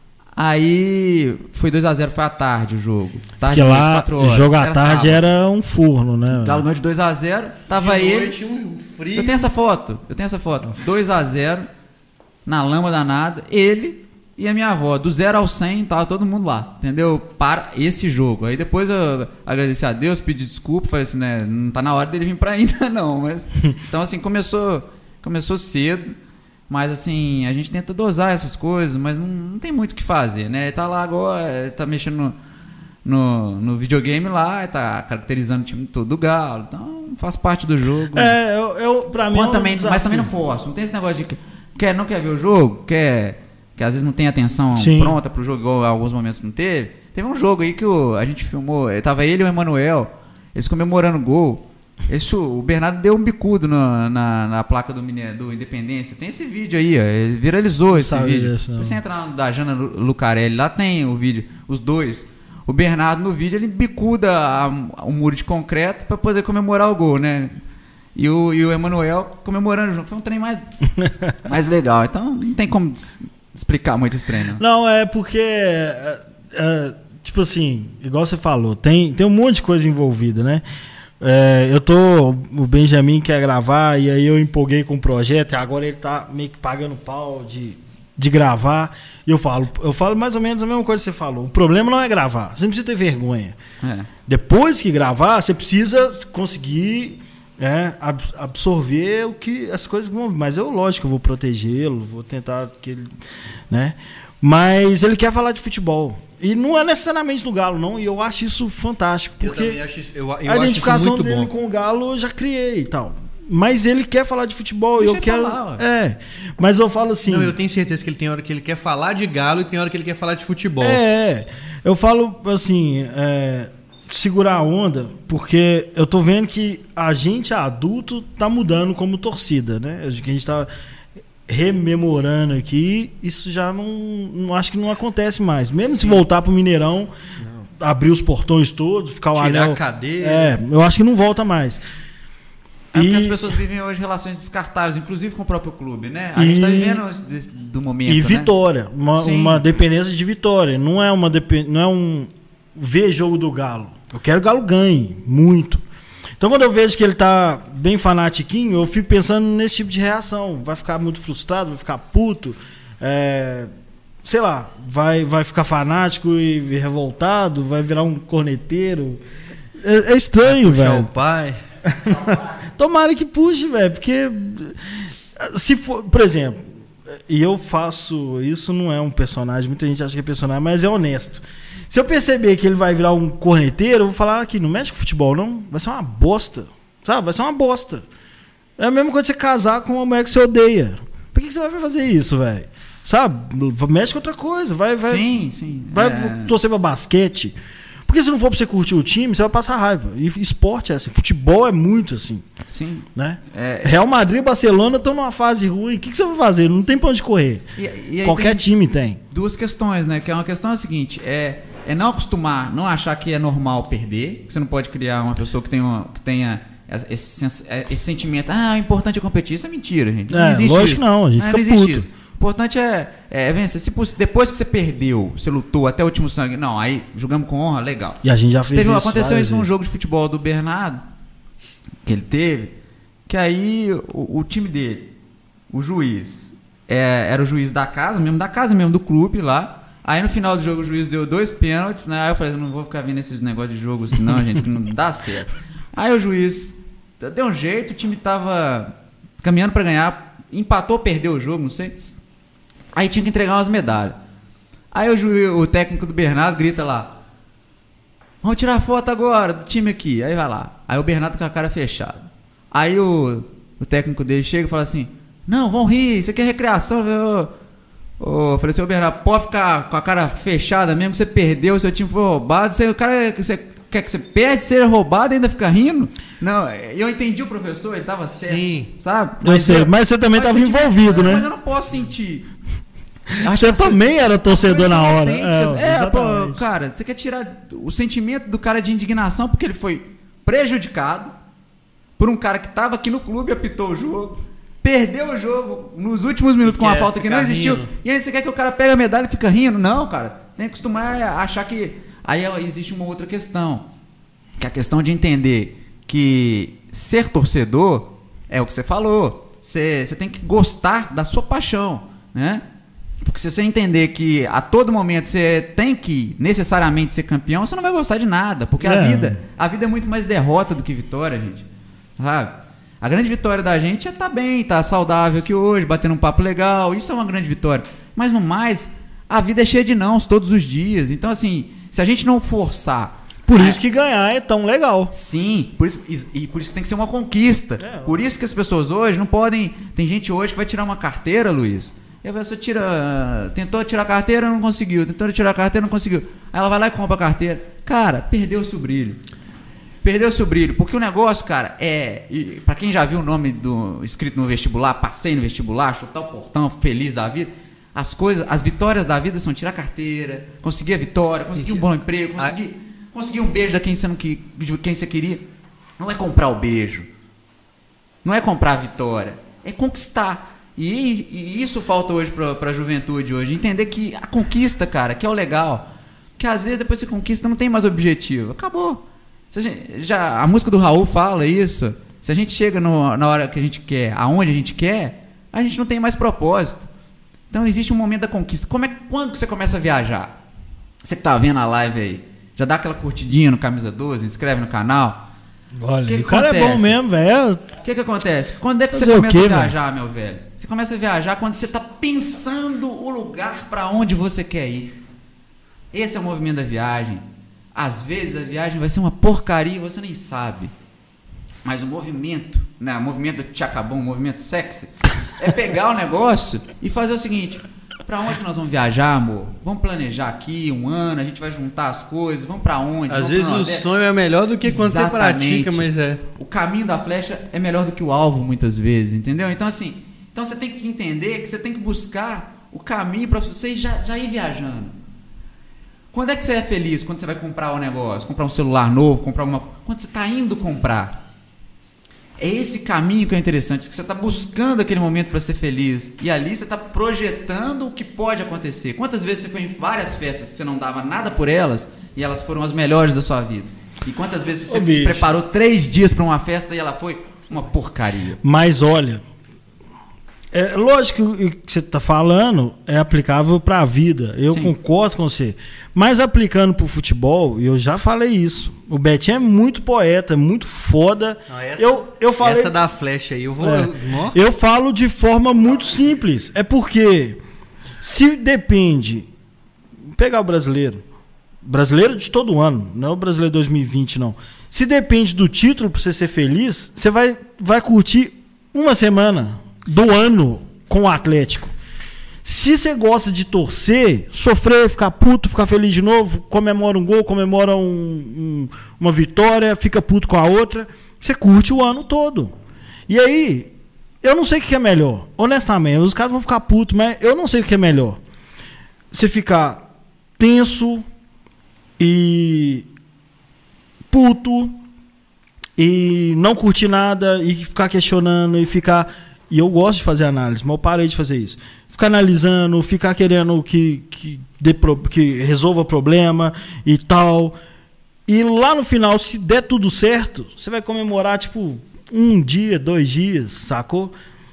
C: aí foi dois a zero, foi à tarde o jogo. Tarde,
A: Porque
C: noite,
A: lá,
C: quatro horas,
A: jogo à tarde
C: sábado.
A: era um forno, né?
C: O Galo ganhou de dois a zero, tava
B: De
C: ele.
B: noite, um frio.
C: Eu tenho essa foto, eu tenho essa foto. dois a zero, na lama danada, ele e a minha avó, do zero ao cem, tava todo mundo lá, entendeu? Para esse jogo. Aí depois eu agradeci a Deus, pedi desculpa, falei assim, né, não tá na hora dele vir pra ainda não, mas... Então assim, começou, começou cedo, mas assim, a gente tenta dosar essas coisas, mas não, não tem muito o que fazer, né? Ele tá lá agora, ele tá mexendo no, no, no videogame lá, tá caracterizando o time todo do Galo, então faz parte do jogo.
A: É, eu, eu, pra mim.
C: Quando
A: é um
C: também,
A: desafio.
C: mas também não forço. Não tem esse negócio de que quer, não quer ver o jogo, quer que às vezes não tem atenção
A: Sim.
C: pronta pro jogo, igual em alguns momentos não teve. Teve um jogo aí que o, a gente filmou, eh, tava ele e o Emanuel, eles comemorando o gol. Esse, o Bernardo deu um bicudo na, na, na placa do, Mine- do Independência. Tem esse vídeo aí, ó, ele viralizou esse
A: sabia
C: vídeo.
A: disso, não.
C: Se você entrar no da Jana Lu- Lucarelli, lá tem o vídeo, os dois. O Bernardo no vídeo, ele bicuda a- o muro de concreto para poder comemorar o gol, né? E o, e o Emanuel comemorando junto. Foi um trem mais, mais legal. Então não tem como des- explicar muito esse treino.
A: Não, é porque. é, é, tipo assim, igual você falou, tem, tem um monte de coisa envolvida, né? É, eu tô. O Benjamin quer gravar e aí eu empolguei com o projeto e agora ele tá meio que pagando pau de, de gravar. E eu falo, eu falo mais ou menos a mesma coisa que você falou. O problema não é gravar, você não precisa ter vergonha.
C: É.
A: Depois que gravar, você precisa conseguir É, ab- absorver o que as coisas que vão. Mas eu, lógico, eu vou protegê-lo, vou tentar que ele. Né? Mas ele quer falar de futebol. E não é necessariamente do Galo, não. E eu acho isso fantástico.
B: Eu
A: Porque
B: também acho isso, eu, eu
A: a
B: acho isso
A: identificação
B: muito
A: dele
B: bom.
A: com o Galo eu já criei e tal. Mas ele quer falar de futebol.
C: Deixa
A: eu
C: ele
A: quero.
C: falar, ué.
A: É. Mas eu falo assim.
B: Não, eu tenho certeza que ele tem hora que ele quer falar de Galo e tem hora que ele quer falar de futebol.
A: É, eu falo assim, é, segurar a onda, porque eu tô vendo que a gente adulto tá mudando como torcida, né? Acho que a gente tá rememorando aqui, isso já não, não acho que não acontece mais. Mesmo se voltar pro Mineirão, abrir os portões todos, ficar o
B: Tirar
A: anel.
B: a cadeira.
A: É, eu acho que não volta mais.
C: É porque
A: E-
C: as pessoas vivem hoje relações descartáveis, inclusive com o próprio clube, né? A
A: E-
C: gente tá vivendo desse- do momento,
A: E
C: né?
A: vitória, uma,
C: Sim.
A: uma dependência de vitória. Não é uma depen- não é um ver jogo do Galo. Eu quero que o Galo ganhe muito. Então quando eu vejo que ele tá bem fanatiquinho, eu fico pensando nesse tipo de reação. Vai ficar muito frustrado, vai ficar puto, é, sei lá, vai, vai ficar fanático e revoltado, vai virar um corneteiro. É, é estranho,
B: Puxar
A: velho.
B: o pai.
A: Tomara que puxe, velho, porque se for, por exemplo, e eu faço, isso não é um personagem, muita gente acha que é personagem, mas é honesto. Se eu perceber que ele vai virar um corneteiro, eu vou falar aqui, não mexe com futebol não, vai ser uma bosta, sabe? Vai ser uma bosta. É a mesma coisa de você casar com uma mulher que você odeia. Por que que você vai fazer isso, velho? Sabe? Mexe com outra coisa, vai, vai,
C: Sim, sim.
A: vai
C: É.
A: torcer pra basquete. Porque se não for pra você curtir o time, você vai passar raiva. E esporte é assim, futebol é muito assim,
C: Sim.
A: né?
C: É,
A: Real Madrid e Barcelona estão numa fase ruim. O que, que você vai fazer? Não tem pra onde correr.
C: E, e aí
A: Qualquer
C: tem
A: time tem.
C: duas questões, né? Que é uma questão é a seguinte, é, é não acostumar, não achar que é normal perder, que você não pode criar uma pessoa que tenha, uma- que tenha esse, sens- esse sentimento, ah, o importante é competir. Isso é mentira, gente. Não
A: É,
C: existe
A: lógico
C: isso.
A: que não, a gente fica
C: existe
A: puto.
C: isso. O importante é, é vencer. Se poss- depois que você perdeu, você lutou até o último sangue, não, aí jogamos com honra, legal.
A: E a gente já fez
C: Teve,
A: isso.
C: aconteceu
A: várias
C: isso num
A: vezes.
C: jogo de futebol do Bernardo, que ele teve, que aí o, o time dele, o juiz, é, era o juiz da casa mesmo, da casa mesmo, do clube lá. Aí no final do jogo o juiz deu dois pênaltis, né? Aí eu falei, não vou ficar vendo esses negócios de jogo assim não, gente, que não dá certo. Aí o juiz deu um jeito, o time tava caminhando pra ganhar, empatou, perdeu o jogo, não sei. Aí tinha que entregar umas medalhas. Aí o, juiz, o técnico do Bernardo grita lá, vamos tirar foto agora do time aqui. Aí vai lá. Aí o Bernardo com a cara fechada. Aí o, o técnico dele chega e fala assim, não, vão rir, isso aqui é recreação. Eu, eu falei assim, ô Bernardo, pode ficar com a cara fechada mesmo que você perdeu, seu time foi roubado. Você, o cara que você quer que você perde, seja roubado e ainda fica rindo? Não, eu entendi o professor, ele tava certo.
B: Sim.
C: Sabe?
A: Eu sei, mas você também estava
C: se tiver-
A: envolvido,
C: Mas
A: né?
C: eu não posso sentir.
A: Você também era torcedor na hora.
C: É,
A: É,
C: é pô,
A: exatamente.
C: cara, você quer tirar o sentimento do cara de indignação porque ele foi prejudicado por um cara que tava aqui no clube e apitou o jogo, perdeu o jogo nos últimos minutos
B: E
C: com uma
B: quer
C: falta que não
B: ficar
C: existiu.
B: rindo.
C: E aí você quer que o cara pegue a medalha e fica rindo? Não, cara. Tem que acostumar a achar que... Aí existe uma outra questão, que é a questão de entender que ser torcedor é o que você falou. Você, você tem que gostar da sua paixão, né? Porque se você entender que a todo momento você tem que necessariamente ser campeão, você não vai gostar de nada. Porque a
A: É.
C: vida, a vida é muito mais derrota do que vitória, gente. Sabe? A grande vitória da gente é estar bem, estar saudável aqui hoje, batendo um papo legal. Isso é uma grande vitória. Mas no mais, a vida é cheia de nãos todos os dias. Então, assim, se a gente não forçar.
A: Por isso que ganhar é tão legal.
C: Sim, por isso, e, e por isso que tem que ser uma conquista.
A: É,
C: por isso que as pessoas hoje não podem. Tem gente hoje que vai tirar uma carteira, Luiz. E a pessoa tira. Tentou tirar a carteira, não conseguiu. Tentou tirar a carteira, não conseguiu. Aí ela vai lá e compra a carteira. Cara, perdeu-se o brilho. Perdeu-se o brilho. Porque o negócio, cara, é. E pra quem já viu o nome do escrito no vestibular, passei no vestibular, chutar o portão, feliz da vida. As coisas, as vitórias da vida são tirar a carteira, conseguir a vitória, conseguir um bom emprego, conseguir, conseguir um beijo da quem você não que, de quem você queria. Não é comprar o beijo. Não é comprar a vitória. É conquistar. E, e isso falta hoje pra, pra juventude hoje. Entender que a conquista, cara, que é o legal. Que às vezes depois que você conquista não tem mais objetivo. Acabou. Se a, gente, já, a música do Raul fala isso. Se a gente chega no, na hora que a gente quer, aonde a gente quer, a gente não tem mais propósito. Então existe um momento da conquista. Como é, quando que você começa a viajar? Você que tá vendo a live aí, já dá aquela curtidinha no Camisa doze, inscreve no canal.
A: Olha,
C: Que que
A: o cara é bom
C: acontece?
A: mesmo, velho.
C: O que que acontece? Quando é que
A: Fazer
C: você
A: o
C: começa
A: quê,
C: a viajar, meu velho? Você começa a viajar quando você tá pensando o lugar pra onde você quer ir. Esse é o movimento da viagem. Às vezes a viagem vai ser uma porcaria e você nem sabe. Mas o movimento, né? O movimento do tchacabum, o movimento sexy, é pegar o negócio e fazer o seguinte: pra onde que nós vamos viajar, amor? Vamos planejar aqui um ano, a gente vai juntar as coisas, vamos pra onde?
B: Às
C: Vamos
B: vezes
C: pro
B: o
C: Nordeste?
B: sonho é melhor do que quando você
C: Exatamente.
B: pratica, mas é.
C: O caminho da flecha é melhor do que o alvo, muitas vezes, entendeu? Então, assim, então você tem que entender que você tem que buscar o caminho para você já, já ir viajando. Quando é que você é feliz? Quando você vai comprar um negócio, comprar um celular novo, comprar alguma coisa. Quando você está indo comprar. É esse caminho que é interessante, que você está buscando aquele momento para ser feliz. E ali você está projetando o que pode acontecer. Quantas vezes você foi em várias festas que você não dava nada por elas e elas foram as melhores da sua vida? E quantas vezes você
A: Ô,
C: se
A: bicho.
C: preparou três dias para uma festa e ela foi uma porcaria?
A: Mas olha, é lógico que o que você está falando é aplicável para a vida. Eu
C: Sim.
A: concordo com você. Mas aplicando para o futebol, eu já falei isso. O Betinho é muito poeta, é muito foda.
B: Não, essa,
A: eu, eu falei.
B: essa da flecha aí, eu vou.
A: É.
B: Nó.
A: Eu falo de forma muito simples. É porque se depende. Pegar o brasileiro. Brasileiro de todo ano, não é o brasileiro dois mil e vinte, não. Se depende do título para você ser feliz, você vai, vai curtir uma semana do ano com o Atlético. Se você gosta de torcer, sofrer, ficar puto, ficar feliz de novo, comemora um gol, comemora um, um, uma vitória, fica puto com a outra, você curte o ano todo. E aí, eu não sei o que é melhor. Honestamente, os caras vão ficar putos, mas eu não sei o que é melhor. Você ficar tenso e puto e não curtir nada e ficar questionando e ficar... E eu gosto de fazer análise, mas eu parei de fazer isso. Ficar analisando, ficar querendo que, que, dê pro, que resolva o problema e tal. E lá no final, se der tudo certo, você vai comemorar, tipo, um dia, dois dias, sacou?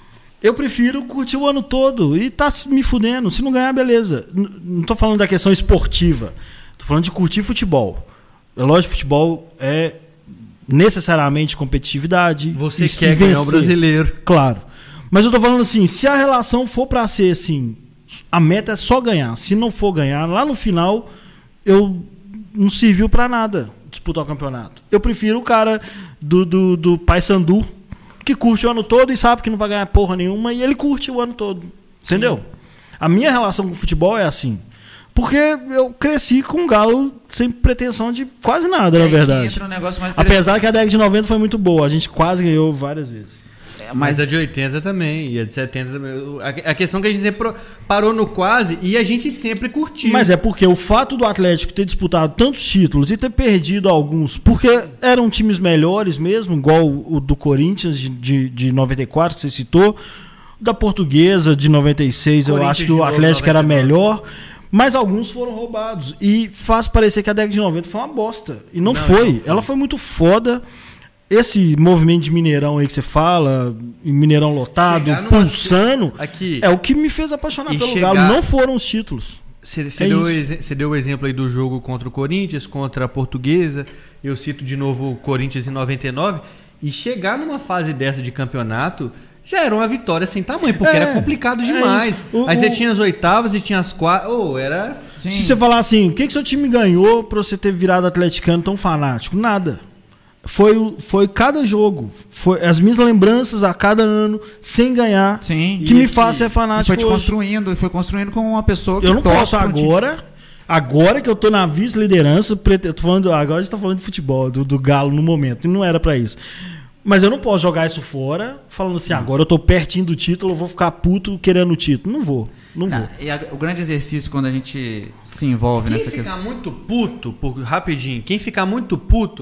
A: Eu prefiro curtir o ano todo e tá me fudendo. Se não ganhar, beleza. N- não tô falando da questão esportiva. Tô falando de curtir futebol. É lógico que futebol é necessariamente competitividade.
B: Você
A: e-
B: quer
A: e
B: ganhar o
A: vencer.
B: brasileiro.
A: Claro. Mas eu tô falando assim, se a relação for pra ser assim, a meta é só ganhar. Se não for ganhar, lá no final, eu não serviu pra nada disputar o campeonato. Eu prefiro o cara do, do, do Paysandu, que curte o ano todo e sabe que não vai ganhar porra nenhuma, e ele curte o ano todo. Entendeu? Sim. A minha relação com o futebol é assim. Porque eu cresci com um Galo sem pretensão de quase nada,
C: E
A: na
C: aí
A: verdade.
C: entra um negócio mais
A: Apesar que a década de noventa foi muito boa. A gente quase ganhou várias vezes.
B: Mas a de oitenta também, e a de setenta também. A questão é que a gente sempre parou no quase e a gente sempre curtiu.
A: Mas é porque o fato do Atlético ter disputado tantos títulos e ter perdido alguns, porque eram times melhores mesmo, igual o do Corinthians de, de, de noventa e quatro, que você citou, da Portuguesa de noventa e seis, eu acho que o Atlético era melhor, mas alguns foram roubados. E faz parecer que a década de noventa foi uma bosta. E não, não foi. Não foi. Ela foi muito foda. Esse movimento de Mineirão aí que você fala, Mineirão lotado, pulsando, aqui, é o que me fez apaixonar pelo chegar... Galo. Não foram os títulos.
B: Você é deu, deu o exemplo aí do jogo contra o Corinthians, contra a Portuguesa. Eu cito de novo o Corinthians em noventa e nove. E chegar numa fase dessa de campeonato já era uma vitória sem tamanho, porque é, era complicado demais. É o, aí o... você tinha as oitavas e tinha as quartas. Oh, era...
A: Sim. Se você falar assim, o que, que seu time ganhou pra você ter virado atleticano tão fanático? Nada. Foi, foi cada jogo, foi as minhas lembranças a cada ano, sem ganhar,
C: Sim,
A: que me faz ser fanático.
C: E foi te hoje. construindo, e foi construindo com uma pessoa que
A: eu não posso agora, time. agora que eu tô na vice-liderança, eu tô falando, agora a gente tá falando de futebol, do, do Galo no momento, e não era pra isso. Mas eu não posso jogar isso fora, falando assim, agora eu tô pertinho do título, eu vou ficar puto querendo o título. Não vou, não, não vou.
C: E a, o grande exercício quando a gente se envolve
B: quem
C: nessa questão...
B: Quem ficar muito puto, por, rapidinho, quem ficar muito puto...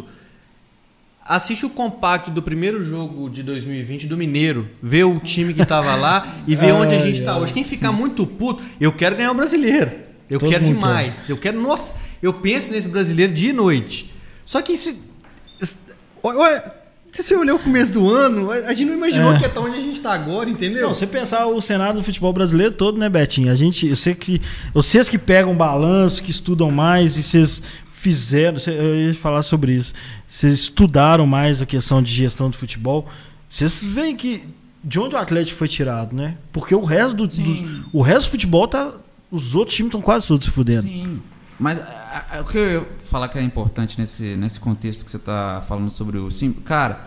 B: Assiste o compacto do primeiro jogo de dois mil e vinte do Mineiro. Vê o time que tava lá e vê onde a gente tá hoje. Quem ficar sim. muito puto, eu quero ganhar o brasileiro. Eu Todo quero demais. Quer. Eu quero. Nossa, eu penso nesse brasileiro dia e noite. Só que isso. Se você olhar o começo do ano, a gente não imaginou é. que é tão onde a gente tá agora, entendeu?
A: Não, você pensar o cenário do futebol brasileiro todo, né, Betinho? A gente, eu sei que vocês que pegam balanço, que estudam mais e vocês fizeram, eu ia falar sobre isso, vocês estudaram mais a questão de gestão de futebol, vocês veem que de onde o Atlético foi tirado, né? Porque o resto do, do o resto do futebol tá, os outros times estão quase todos se fudendo.
C: Sim. Mas a, a, o que eu ia falar que é importante nesse, nesse contexto que você está falando sobre o símbolo, cara,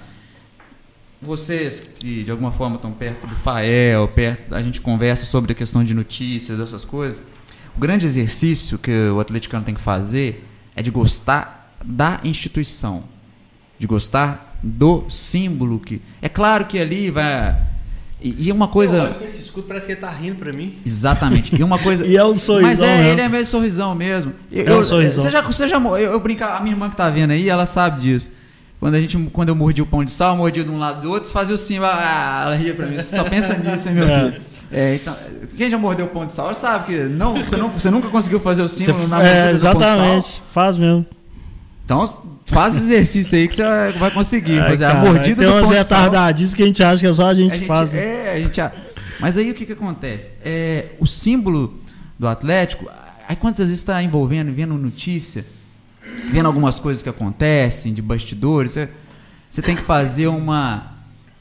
C: vocês que de alguma forma estão perto do Fael, perto, a gente conversa sobre a questão de notícias, dessas coisas. O grande exercício que o atleticano tem que fazer é de gostar da instituição, de gostar do símbolo que é claro que ali vai e, e uma coisa.
B: Olha com esse escudo, parece que ele tá rindo pra mim.
C: Exatamente. E uma coisa.
A: E é um sorrisão.
C: Mas é,
A: mesmo.
C: ele é meio sorrisão mesmo. Eu,
A: é um
C: eu,
A: sorrisão.
C: Você já, você já, eu, eu brinco, a minha irmã que tá vendo aí, ela sabe disso. Quando, a gente, quando eu mordi o pão de sal, eu mordia de um lado do outro, você fazia o símbolo, ah, ela ria pra mim. Você só pensa nisso, hein, meu
A: É.
C: filho? É, então, quem já mordeu o pão de sal sabe que não, você, não, você nunca conseguiu fazer o símbolo
A: Você,
C: na mordida
A: é,
C: do pão de sal.
A: exatamente, faz mesmo.
C: Então, faz exercício aí que você vai- vai conseguir
A: Ai,
C: fazer
A: cara,
C: a mordida
A: tem
C: do
A: umas
C: pão de sal.
A: retardadices que a gente acha que é só a gente,
C: A gente-
A: faz.
C: É, a gente. a- Mas aí o que, que acontece? É, o símbolo do Atlético, aí quantas vezes está envolvendo, vendo notícia, vendo algumas coisas que acontecem de bastidores, você, você tem que fazer uma,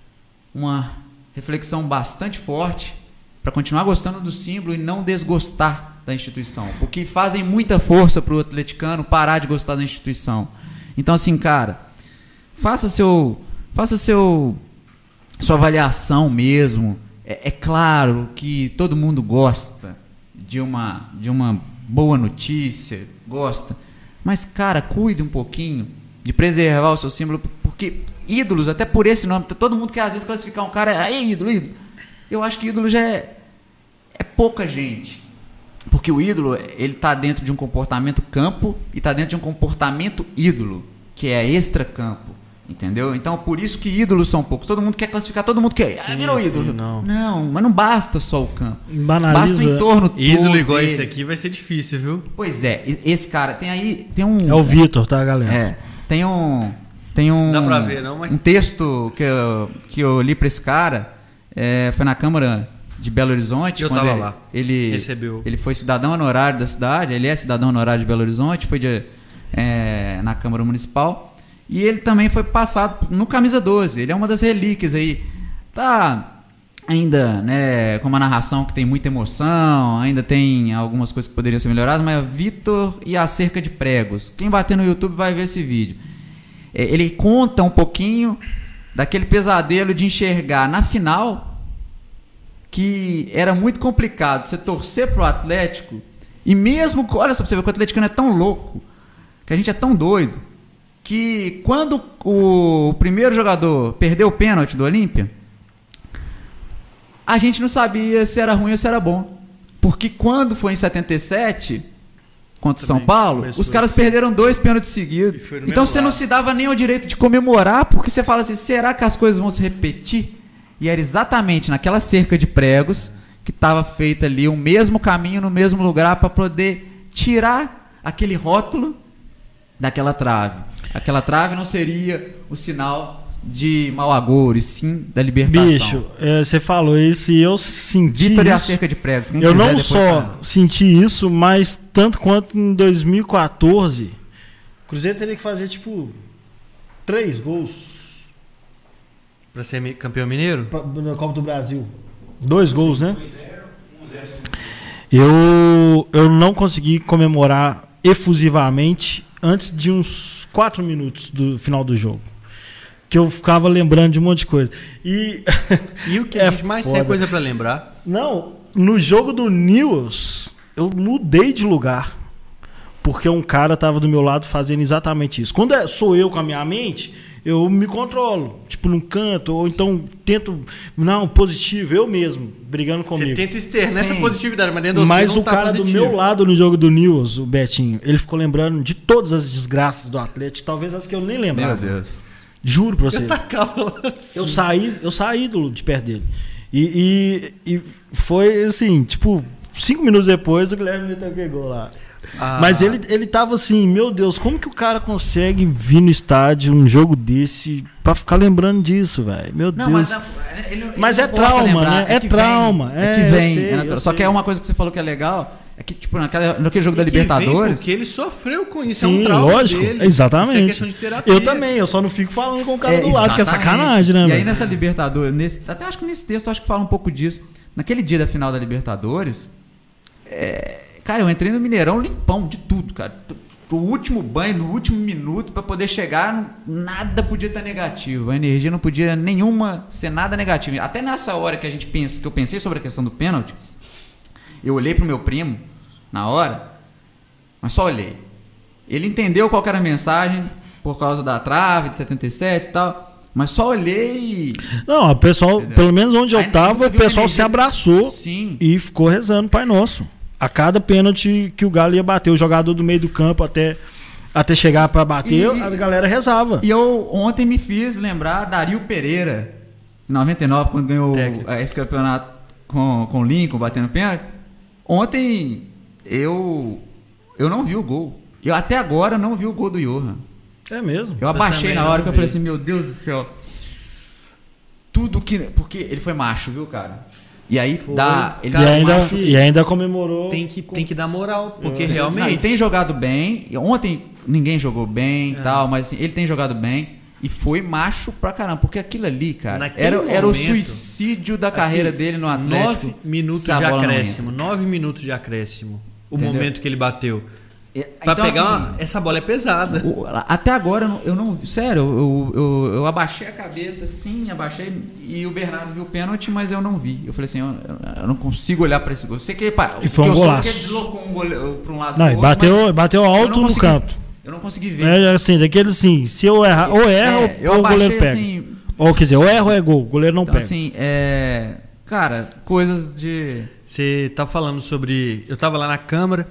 C: uma reflexão bastante forte para continuar gostando do símbolo e não desgostar da instituição, porque fazem muita força para o atleticano parar de gostar da instituição. Então, assim, cara, faça seu, faça seu, sua avaliação mesmo. É, é claro que todo mundo gosta de uma, de uma boa notícia, gosta, mas, cara, cuide um pouquinho de preservar o seu símbolo, porque ídolos, até por esse nome, todo mundo quer às vezes classificar um cara, aí ídolo, ídolo. Eu acho que ídolo já é, é pouca gente. Porque o ídolo, ele tá dentro de um comportamento campo e tá dentro de um comportamento ídolo, que é extra-campo, entendeu? Então, por isso que ídolos são poucos. Todo mundo quer classificar, todo mundo quer, ah, virou ídolo.
B: sim, não.
C: não, mas não basta só o campo.
A: Banaliza.
C: Basta o entorno todo.
B: Ídolo igual
C: dele.
B: esse aqui vai ser difícil, viu?
C: Pois é, e- esse cara, tem aí, tem um...
A: É o Vitor, tá, galera?
C: É, tem um... Tem um,
B: Não dá pra ver, não, mas-
C: um texto que eu, que eu li pra esse cara, é, foi na Câmara de Belo Horizonte.
B: Eu
C: quando
B: tava
C: ele,
B: lá.
C: Ele,
B: Recebeu.
C: ele foi cidadão honorário da cidade, ele é cidadão honorário de Belo Horizonte, foi de, é, na Câmara Municipal. E ele também foi passado no Camisa doze, ele é uma das relíquias aí. Tá ainda, né, com uma narração que tem muita emoção, ainda tem algumas coisas que poderiam ser melhoradas, mas é Vitor e a Cerca de Pregos. Quem bater no YouTube vai ver esse vídeo. É, ele conta um pouquinho daquele pesadelo de enxergar na final que era muito complicado você torcer pro Atlético e mesmo, olha só pra você ver que o atleticano é tão louco, que a gente é tão doido, que quando o primeiro jogador perdeu o pênalti do Olímpia, a gente não sabia se era ruim ou se era bom, porque quando foi em setenta e sete contra o São
B: Também
C: Paulo,
B: começou
C: os caras
B: assim.
C: perderam dois pênaltis seguidos.
B: E foi no
C: Então
B: mesmo
C: você não
B: lado.
C: se dava nem o direito de comemorar, porque você fala assim, será que as coisas vão se repetir? E era exatamente naquela cerca de pregos que estava feita ali o mesmo caminho no mesmo lugar para poder tirar aquele rótulo daquela trave. Aquela trave não seria o sinal de mau agouro, e sim da libertação.
A: Bicho, é, você falou isso e eu senti
C: Vitor e a
A: isso.
C: cerca de pregos. Quem
A: Eu
C: quiser
A: não
C: depois
A: só
C: fala.
A: senti isso, mas tanto quanto em dois mil e quatorze, o Cruzeiro teria que fazer tipo três gols
B: Pra ser mi- campeão mineiro?
A: pra- na Copa do Brasil. Dois gols, né? Eu, eu não consegui comemorar efusivamente antes de uns quatro minutos do final do jogo. Que eu ficava lembrando de um monte de coisa. E,
B: E o que
A: É
B: a gente mais tem
A: foda.
B: é coisa pra lembrar?
A: não, no jogo do Newell's, eu mudei de lugar. Porque um cara tava do meu lado fazendo exatamente isso. Quando é- sou eu com a minha mente, eu me controlo. Tipo, num canto, ou então tento. Não, positivo, eu mesmo, brigando comigo.
B: Você tenta externar essa
C: Sim.
B: positividade, mas dentro de
A: Mas
B: você não
A: o
B: tá
A: cara do
B: positivo.
A: meu lado no jogo do Newell's, o Betinho, ele ficou lembrando de todas as desgraças do Atlético, talvez as que eu nem lembrava.
C: Meu Deus.
A: Juro pra você.
B: Eu tacava lá
A: Eu
B: assim.
A: saí, eu saí do, de perto dele. E, e, e foi assim, tipo, cinco minutos depois o Guilherme meteu aquele gol lá.
B: Ah,
A: Mas ele, ele tava assim, meu Deus, como que o cara consegue vir no estádio um jogo desse pra ficar lembrando disso, velho? Meu
C: Não,
A: Deus.
C: mas, não, ele- ele
A: Mas
C: não
A: é
C: força a
A: trauma,
C: lembrar,
A: né? É
C: que
A: trauma,
C: Vem,
A: é,
C: é que
A: eu
C: vem.
A: sei,
C: é natural.
A: eu
C: Só
A: sei.
C: que é uma coisa que você falou que é legal, É que, tipo, naquela, naquele jogo
B: E
C: da
B: que vem
C: Libertadores.
B: porque ele sofreu com isso,
A: Sim,
B: é um trauma
A: lógico,
B: dele.
A: exatamente.
B: Isso é questão de terapia.
A: Eu também, eu só não fico falando com o cara
C: É,
A: do lado, que é
C: exatamente.
A: sacanagem, né,
C: E aí
A: velho?
C: nessa Libertadores, nesse, até acho que nesse texto eu acho que fala um pouco disso. Naquele dia da final da Libertadores, é, cara, eu entrei no Mineirão limpão de tudo, cara. O último banho, no último minuto, pra poder chegar, nada podia estar negativo. A energia não podia nenhuma ser nada negativa. Até nessa hora que a gente pensa, que eu pensei sobre a questão do pênalti, eu olhei pro meu primo na hora, mas só olhei. Ele entendeu qual que era a mensagem por causa da trave de setenta e sete e tal, mas só olhei e...
A: Não, o pessoal,
C: Entendeu?
A: pelo menos onde eu
C: Aí
A: tava,
C: nunca
A: o
C: vi uma
A: pessoal
C: energia-
A: se abraçou
C: Sim.
A: e ficou rezando Pai Nosso. A cada pênalti que o Galo ia bater, o jogador do meio do campo até, até chegar pra bater,
C: E-
A: a galera rezava.
C: E eu ontem me fiz lembrar Dario Pereira, em noventa e nove, quando ganhou
B: Técnico.
C: esse campeonato com, com o Lincoln, batendo pênalti. Ontem eu, eu não vi o gol. Eu até agora não vi o gol do Johan.
A: É mesmo.
C: Eu abaixei
B: também
C: na
B: não
C: hora que eu
B: vi.
C: falei assim, meu Deus do céu. Tudo que... Porque ele foi macho, viu, cara? E aí
B: Foi.
C: dá... Ele
A: E
B: Cara,
C: dá
A: ainda,
C: macho.
A: e ainda comemorou.
B: Tem que, tem que dar moral, porque
C: Não,
B: realmente...
C: ele tem jogado bem. E ontem ninguém jogou bem e
B: É.
C: tal, mas assim, ele tem jogado bem. E foi macho pra caramba. Porque aquilo ali, cara,
B: Naquele
C: era, era o
B: momento,
C: suicídio da carreira dele no Atlético.
B: Nove minutos de
C: se a bola não
B: acréscimo. Nove minutos de acréscimo. O
C: Entendeu?
B: momento que ele bateu.
C: entra.
B: Pra
C: Então,
B: pegar
C: assim,
B: uma- essa bola é pesada.
C: o- até agora eu não, eu não- sério, eu, eu, eu abaixei a cabeça, sim, abaixei e o Bernardo viu o pênalti, mas eu não vi. Eu falei assim, eu, eu não consigo olhar pra esse gol. Sei que ele, pá,
A: E foi
C: que
A: um
C: eu soube
A: golaço.
C: que ele deslocou um gole, pra um lado
A: Não,
C: pro
A: e
C: outro,
A: bateu,
C: mas
A: bateu
C: eu não
A: alto no
C: consegui-
A: canto.
C: Eu não consegui ver.
A: É assim, daquele assim, se eu errar, ou erra
C: É, eu
A: ou o goleiro
C: abaixei
A: pega.
C: assim.
A: Ou quer dizer, ou erra ou é gol, o goleiro não
C: Então,
A: pega.
C: assim, é. Cara, coisas de.
B: Você tá falando sobre... Eu tava lá na câmara.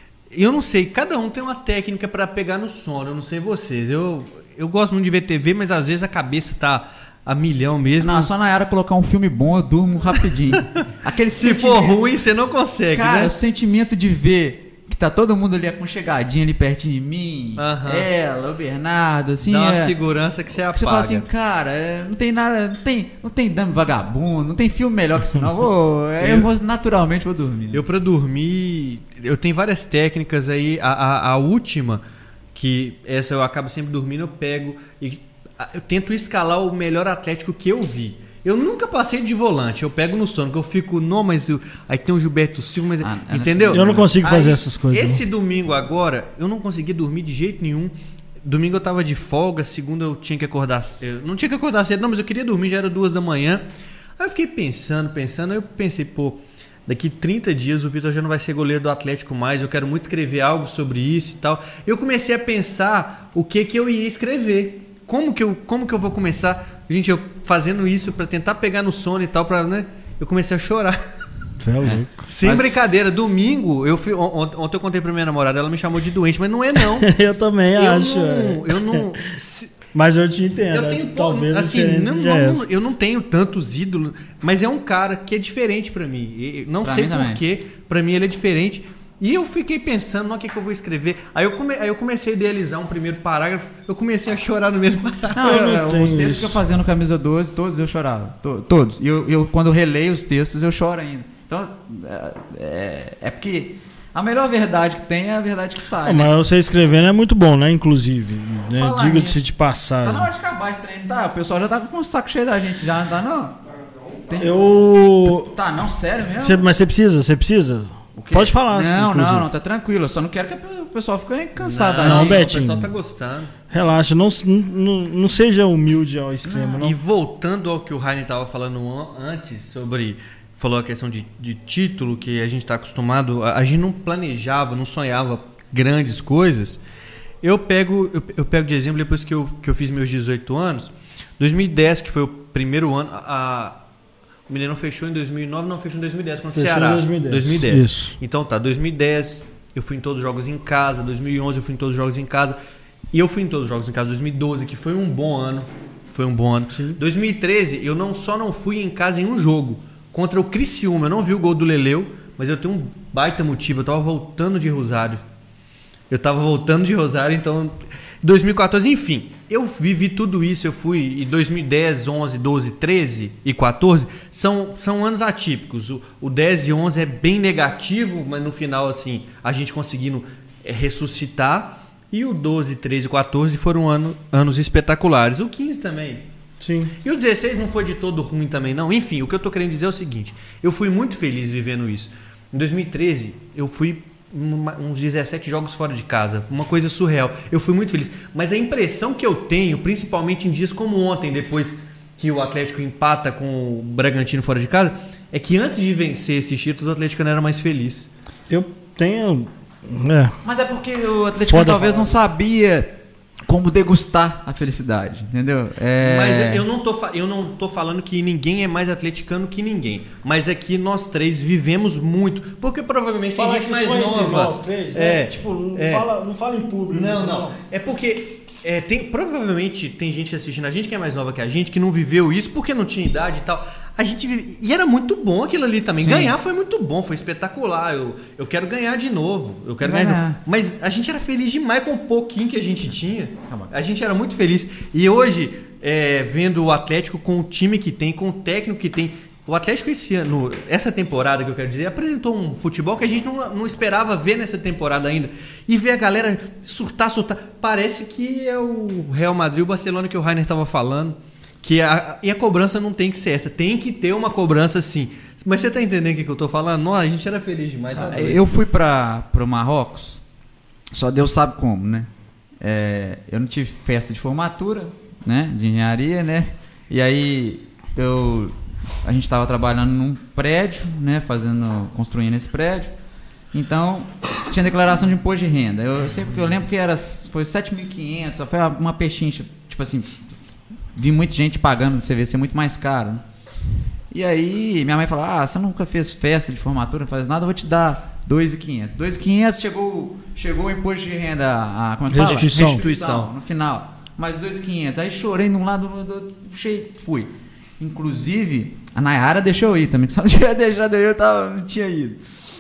B: E eu não sei, cada um tem uma técnica pra pegar no sono. Eu não sei vocês. Eu, eu gosto muito de ver T V, mas às vezes a cabeça tá a milhão mesmo.
C: Não, só na era colocar um filme bom, eu durmo rapidinho. Aquele
B: Se for
C: sentimento-
B: ruim, você não consegue,
C: Cara,
B: né?
C: o sentimento de ver que tá todo mundo ali aconchegadinho ali pertinho de mim,
B: Aham.
C: ela, o Bernardo, assim.
B: Dá uma
C: é,
B: segurança que você
C: que
B: apaga.
C: você fala assim, cara, é, não tem nada, não tem, não tem dame vagabundo, não tem filme melhor que isso, não. Vou, é, eu,
B: Eu-
C: vou naturalmente vou dormir.
B: Eu pra dormir, eu tenho várias técnicas aí. A, a, a última, que essa eu acabo sempre dormindo, eu pego e a- eu tento escalar o melhor Atlético que eu vi. Eu nunca passei de volante, eu pego no sono, que eu fico, não, mas eu, aí tem o Gilberto Silva, mas,
C: Ah, é
B: entendeu?
A: Eu não consigo fazer
B: Aí,
A: essas coisas,
B: Esse domingo agora, eu não consegui dormir de jeito nenhum. Domingo eu tava de folga, segunda eu tinha que acordar. Eu não tinha que acordar cedo, não, mas eu queria dormir, já era duas da manhã. Aí eu fiquei pensando, pensando, aí eu pensei, pô, daqui trinta dias o Vitor já não vai ser goleiro do Atlético mais, eu quero muito escrever algo sobre isso e tal. Eu comecei a pensar o que que eu ia escrever. Como que eu, como que eu vou começar? Gente, eu fazendo isso pra tentar pegar no sono e tal, pra, né? Eu comecei a chorar.
A: Você é louco.
B: Sem
C: Mas-
B: brincadeira, domingo, eu fui, on- ont- ontem eu contei pra minha namorada, ela me chamou de doente, mas não é não.
A: Eu também
B: eu
A: acho. é.
B: não, eu não, se-
A: Mas eu te entendo.
B: eu
A: acho
B: tenho
A: que talvez a
B: assim,
A: diferença
B: não,
A: seja
B: não-
A: essa.
B: eu não tenho tantos ídolos, mas é um cara que é diferente pra mim. E- Não
C: Pra
B: sei
C: mim também.
B: porquê, pra mim ele é diferente. E eu fiquei pensando, no que, que eu vou escrever. Aí eu, come, aí eu comecei a idealizar um primeiro parágrafo, eu comecei a chorar no mesmo parágrafo.
C: Não,
A: Eu
C: eu-
A: não tenho
C: os textos
A: isso.
C: que eu fazia no Camisa doze, todos eu chorava. To- todos. E eu, eu, quando eu releio os textos, eu choro ainda. Então, é, é, é porque a melhor verdade que tem é a verdade que sai.
A: Ah,
C: né?
A: mas você escrevendo é muito bom, né? Inclusive. Né?
C: Falar
A: Diga-se
C: nisso.
A: de passagem.
C: Tá na hora de acabar esse treino, tá? O pessoal já tá com o saco cheio da gente, já não tá, não? Tem-
A: Eu.
C: Tá, não, sério mesmo?
A: Você- mas você precisa? Você precisa?
C: O quê?
A: Pode falar.
C: Não,
A: inclusive.
C: não, não, tá tranquilo. Eu só não quero que o pessoal fique cansado.
A: Não,
C: aí.
A: Betinho.
B: O pessoal tá gostando.
A: Relaxa, não, não, não seja humilde ao extremo, não.
B: E voltando ao que o Rainer estava falando an- antes sobre, falou a questão de, de título, que a gente está acostumado, a, a gente não planejava, não sonhava grandes coisas. Eu pego, eu, eu pego de exemplo depois que eu, que eu fiz meus dezoito anos, dois mil e dez, que foi o primeiro ano, a, a- o Mineirão fechou em dois mil e nove, não, fechou em dois mil e dez, contra o
A: Fechou em
B: Ceará.
A: dois mil e dez.
B: dois mil e dez.
A: Isso.
B: Então tá, dois mil e dez eu fui em todos os jogos em casa, dois mil e onze eu fui em todos os jogos em casa, e eu fui em todos os jogos em casa, dois mil e doze, que foi um bom ano, foi um bom ano. dois mil e treze eu não, só não fui em casa em um jogo, contra o Criciúma, eu não vi o gol do Leleu, mas eu tenho um baita motivo, eu tava voltando de Rosário. Eu tava voltando de Rosário, então... dois mil e quatorze, enfim, eu vivi tudo isso, eu fui em dois mil e dez, onze, doze, treze e quatorze, são, são anos atípicos. O, o dez e onze é bem negativo, mas no final, assim, a gente conseguindo é, ressuscitar. E o doze, treze e quatorze foram ano, anos espetaculares. O quinze também.
A: Sim.
B: E o dezesseis não foi de todo ruim também, não. Enfim, o que eu tô querendo dizer é o seguinte: eu fui muito feliz vivendo isso. Em dois mil e treze, eu fui uma, uns dezessete jogos fora de casa. Uma coisa surreal. Eu fui muito feliz. Mas a impressão que eu tenho, principalmente em dias como ontem, depois que o Atlético empata com o Bragantino fora de casa, é que antes de vencer esses títulos, o Atlético era mais feliz.
A: Eu tenho... É.
C: Mas é porque o Atlético
A: Foda
C: talvez
A: falar.
C: não sabia como degustar a felicidade, entendeu? É...
B: Mas eu não, tô, fa- eu não tô falando que ninguém é mais atleticano que ninguém. Mas é que nós três vivemos muito. Porque provavelmente tem
A: Falar
B: gente
A: que
B: mais
A: só entre
B: nova.
A: nós três, né?
B: É,
A: Tipo, não,
B: é.
A: fala, não fala em público.
B: Não,
A: isso,
B: não. É porque é, tem, provavelmente tem gente assistindo a gente que é mais nova que a gente, que não viveu isso porque não tinha idade e tal. A gente vive, e era muito bom aquilo ali também.
C: Sim.
B: Ganhar foi muito bom, foi espetacular. Eu, eu quero ganhar de novo. Eu quero
C: Vai
B: ganhar de
C: ganhar.
B: novo. Mas a gente era feliz demais com o pouquinho que a gente tinha. A gente era muito feliz. E hoje, é, vendo o Atlético com o time que tem, com o técnico que tem. O Atlético esse ano, essa temporada que eu quero dizer, apresentou um futebol que a gente não, não esperava ver nessa temporada ainda. E ver a galera surtar, surtar. Parece que é o Real Madrid, o Barcelona que o Rainer estava falando. Que a, e a cobrança não tem que ser essa. Tem que ter uma cobrança sim. Mas você tá entendendo o que, que eu tô falando? Nossa, a gente era feliz demais. Tá doido.
C: Eu fui para o Marrocos, só Deus sabe como, né? É, eu não tive festa de formatura, né? De engenharia, né? E aí eu, a gente estava trabalhando num prédio, né? Fazendo, construindo esse prédio. Então tinha declaração de imposto de renda. Eu, eu sei porque eu lembro que era, foi sete mil e quinhentos, foi uma pechincha, tipo assim. Vi muita gente pagando no C V C muito mais caro. Né? E aí minha mãe falou: ah, você nunca fez festa de formatura, não faz nada, eu vou te dar dois mil e quinhentos. dois mil e quinhentos chegou, chegou o imposto de renda, a, como é que fala?
A: Restituição.
C: Restituição, no final. Mais dois mil e quinhentos. Aí chorei de um lado, do outro, puxei, fui. Inclusive, a Nayara deixou eu ir também. Se ela não tivesse deixado eu ir, eu tava, não tinha ido.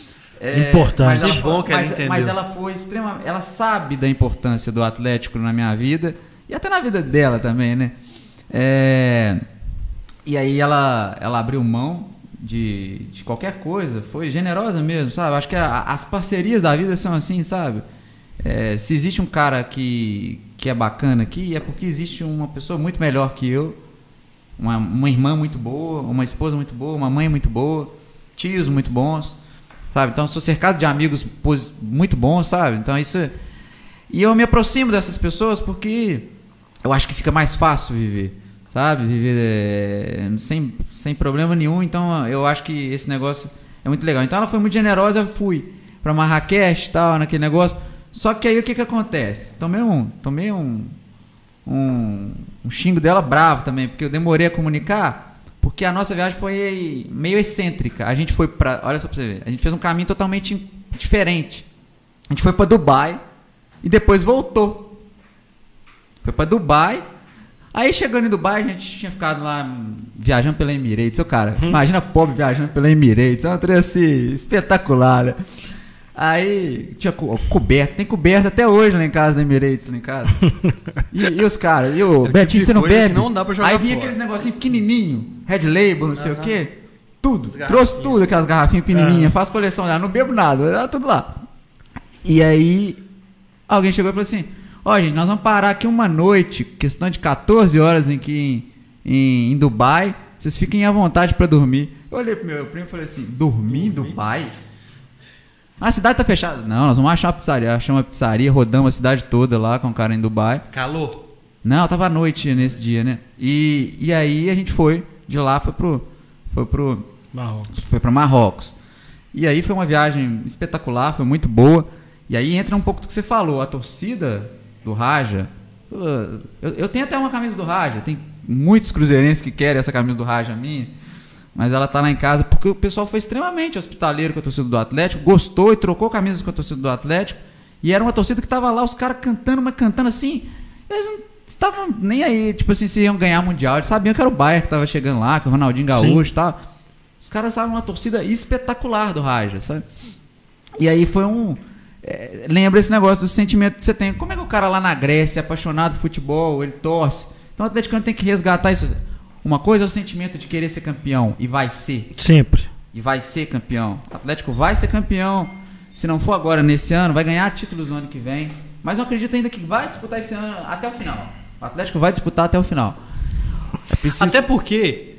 C: É,
A: Importante.
C: Mas ela,
B: Que bom que ela
C: mas,
B: entendeu.
C: mas ela foi extrema, ela sabe da importância do Atlético na minha vida e até na vida dela também, né? É, e aí ela, ela abriu mão de, de qualquer coisa, foi generosa mesmo, sabe? Acho que a, as parcerias da vida são assim, sabe? É, se existe um cara que, que é bacana aqui, é porque existe uma pessoa muito melhor que eu, uma, uma irmã muito boa, uma esposa muito boa, uma mãe muito boa, tios muito bons, sabe? Então eu sou cercado de amigos pos- muito bons, sabe? Então isso é... E eu me aproximo dessas pessoas porque eu acho que fica mais fácil viver, sabe? Viver é, sem, sem problema nenhum. Então eu acho que esse negócio é muito legal. Então ela foi muito generosa, eu fui pra Marrakech e tal, naquele negócio. Só que aí o que que acontece? Tomei um, tomei um, um, um xingo dela bravo também, porque eu demorei a comunicar, porque a nossa viagem foi meio excêntrica. A gente foi pra, olha só pra você ver, a gente fez um caminho totalmente diferente. A gente foi pra Dubai e depois voltou. Foi pra Dubai. Aí chegando em Dubai, a gente tinha ficado lá viajando pela Emirates. Ô, cara, hum. imagina pobre viajando pela Emirates. É uma coisa assim, espetacular, né? Aí tinha co- coberta, tem coberta até hoje lá em casa da Emirates, lá em casa. E, e os caras, e o
B: É
C: Betinho,
B: tipo
C: você não
B: coisa
C: bebe?
B: que não dá pra jogar
C: Aí vinha
B: fora.
C: aqueles negocinhos pequenininho, Red Label, não sei
B: Aham.
C: o quê. Tudo,
B: As
C: trouxe tudo, aquelas garrafinhas pequenininhas, faço coleção lá, não bebo nada, tá tudo lá. E aí alguém chegou e falou assim: ó, gente, nós vamos parar aqui uma noite, questão de catorze horas aqui em, em, em Dubai, vocês fiquem à vontade pra dormir. Eu olhei pro meu primo e falei assim: dormir em Dubai? A cidade tá fechada. Não, nós vamos achar uma pizzaria. Achamos uma pizzaria, rodamos a cidade toda lá com o cara em Dubai.
B: Calor.
C: Não, tava à noite nesse dia, né? E, e aí a gente foi, de lá foi pro, foi pro
A: Marrocos.
C: foi pra Marrocos. E aí foi uma viagem espetacular, foi muito boa. E aí entra um pouco do que você falou, a torcida do Raja. Eu, eu tenho até uma camisa do Raja, tem muitos cruzeirenses que querem essa camisa do Raja minha, mas ela tá lá em casa porque o pessoal foi extremamente hospitaleiro com a torcida do Atlético, gostou e trocou camisas com a torcida do Atlético, e era uma torcida que tava lá, os caras cantando, mas cantando assim, eles não estavam nem aí, tipo assim, se iam ganhar mundial, eles sabiam que era o Bayern que tava chegando lá, que o Ronaldinho Gaúcho e tal. Os caras estavam uma torcida espetacular do Raja, sabe? E aí foi um... é, lembra esse negócio do sentimento que você tem. Como é que o cara lá na Grécia é apaixonado por futebol, ele torce? Então o atleticano tem que resgatar isso. Uma coisa é o sentimento de querer ser campeão, e vai ser.
A: Sempre.
C: E vai ser campeão. O Atlético vai ser campeão. Se não for agora, nesse ano, vai ganhar títulos no ano que vem. Mas eu acredito ainda que vai disputar esse ano até o final. O Atlético vai disputar até o final.
B: É preciso... Até porque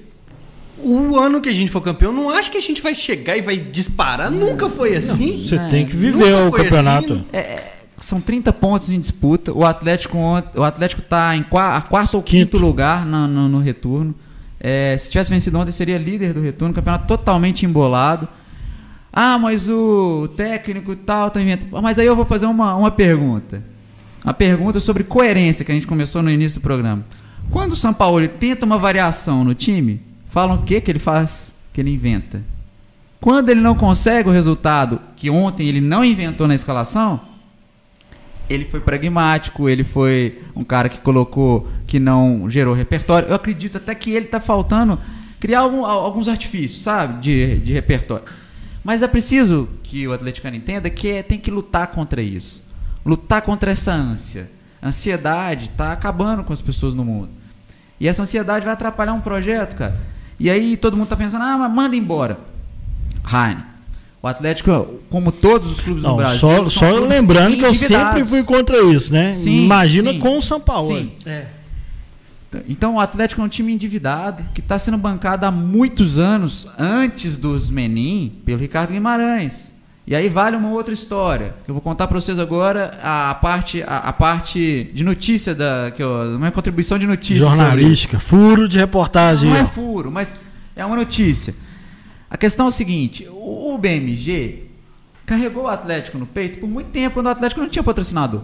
B: o ano que a gente for campeão, não acho que a gente vai chegar e vai disparar. Nunca foi assim.
A: Você
C: É,
A: tem que viver o campeonato.
B: Assim.
C: É, é, são trinta pontos em disputa. O Atlético o Atlético está em qua, quarto ou quinto, quinto lugar no, no, no retorno. É, se tivesse vencido ontem, seria líder do retorno. Campeonato totalmente embolado. Ah, mas o técnico e tal tá inventando. Mas aí eu vou fazer uma, uma pergunta. Uma pergunta sobre coerência que a gente começou no início do programa. Quando o Sampaoli tenta uma variação no time, falam o que que ele faz? Que ele inventa. Quando ele não consegue o resultado que ontem ele não inventou na escalação, ele foi pragmático, ele foi um cara que colocou, que não gerou repertório. Eu acredito até que ele está faltando criar algum, alguns artifícios, sabe, de, de repertório. Mas é preciso que o atleticano entenda que é, tem que lutar contra isso. Lutar contra essa ânsia. A ansiedade está acabando com as pessoas no mundo. E essa ansiedade vai atrapalhar um projeto, cara. E aí todo mundo está pensando, ah, mas manda embora. Raine, o Atlético, como todos os clubes
A: Não,
C: no Brasil...
A: Só, só lembrando que eu sempre fui contra isso, né?
C: Sim,
A: Imagina
C: sim,
A: com o São Paulo.
C: Sim.
B: É.
C: Então o Atlético é um time endividado que está sendo bancado há muitos anos, antes dos Menin, pelo Ricardo Guimarães. E aí vale uma outra história. Eu vou contar para vocês agora a parte, a, a parte de notícia, da, que eu, uma contribuição de notícia.
A: Jornalística, furo de reportagem.
C: Não é furo, mas é uma notícia. A questão é o seguinte, o, o B M G carregou o Atlético no peito por muito tempo, quando o Atlético não tinha patrocinador.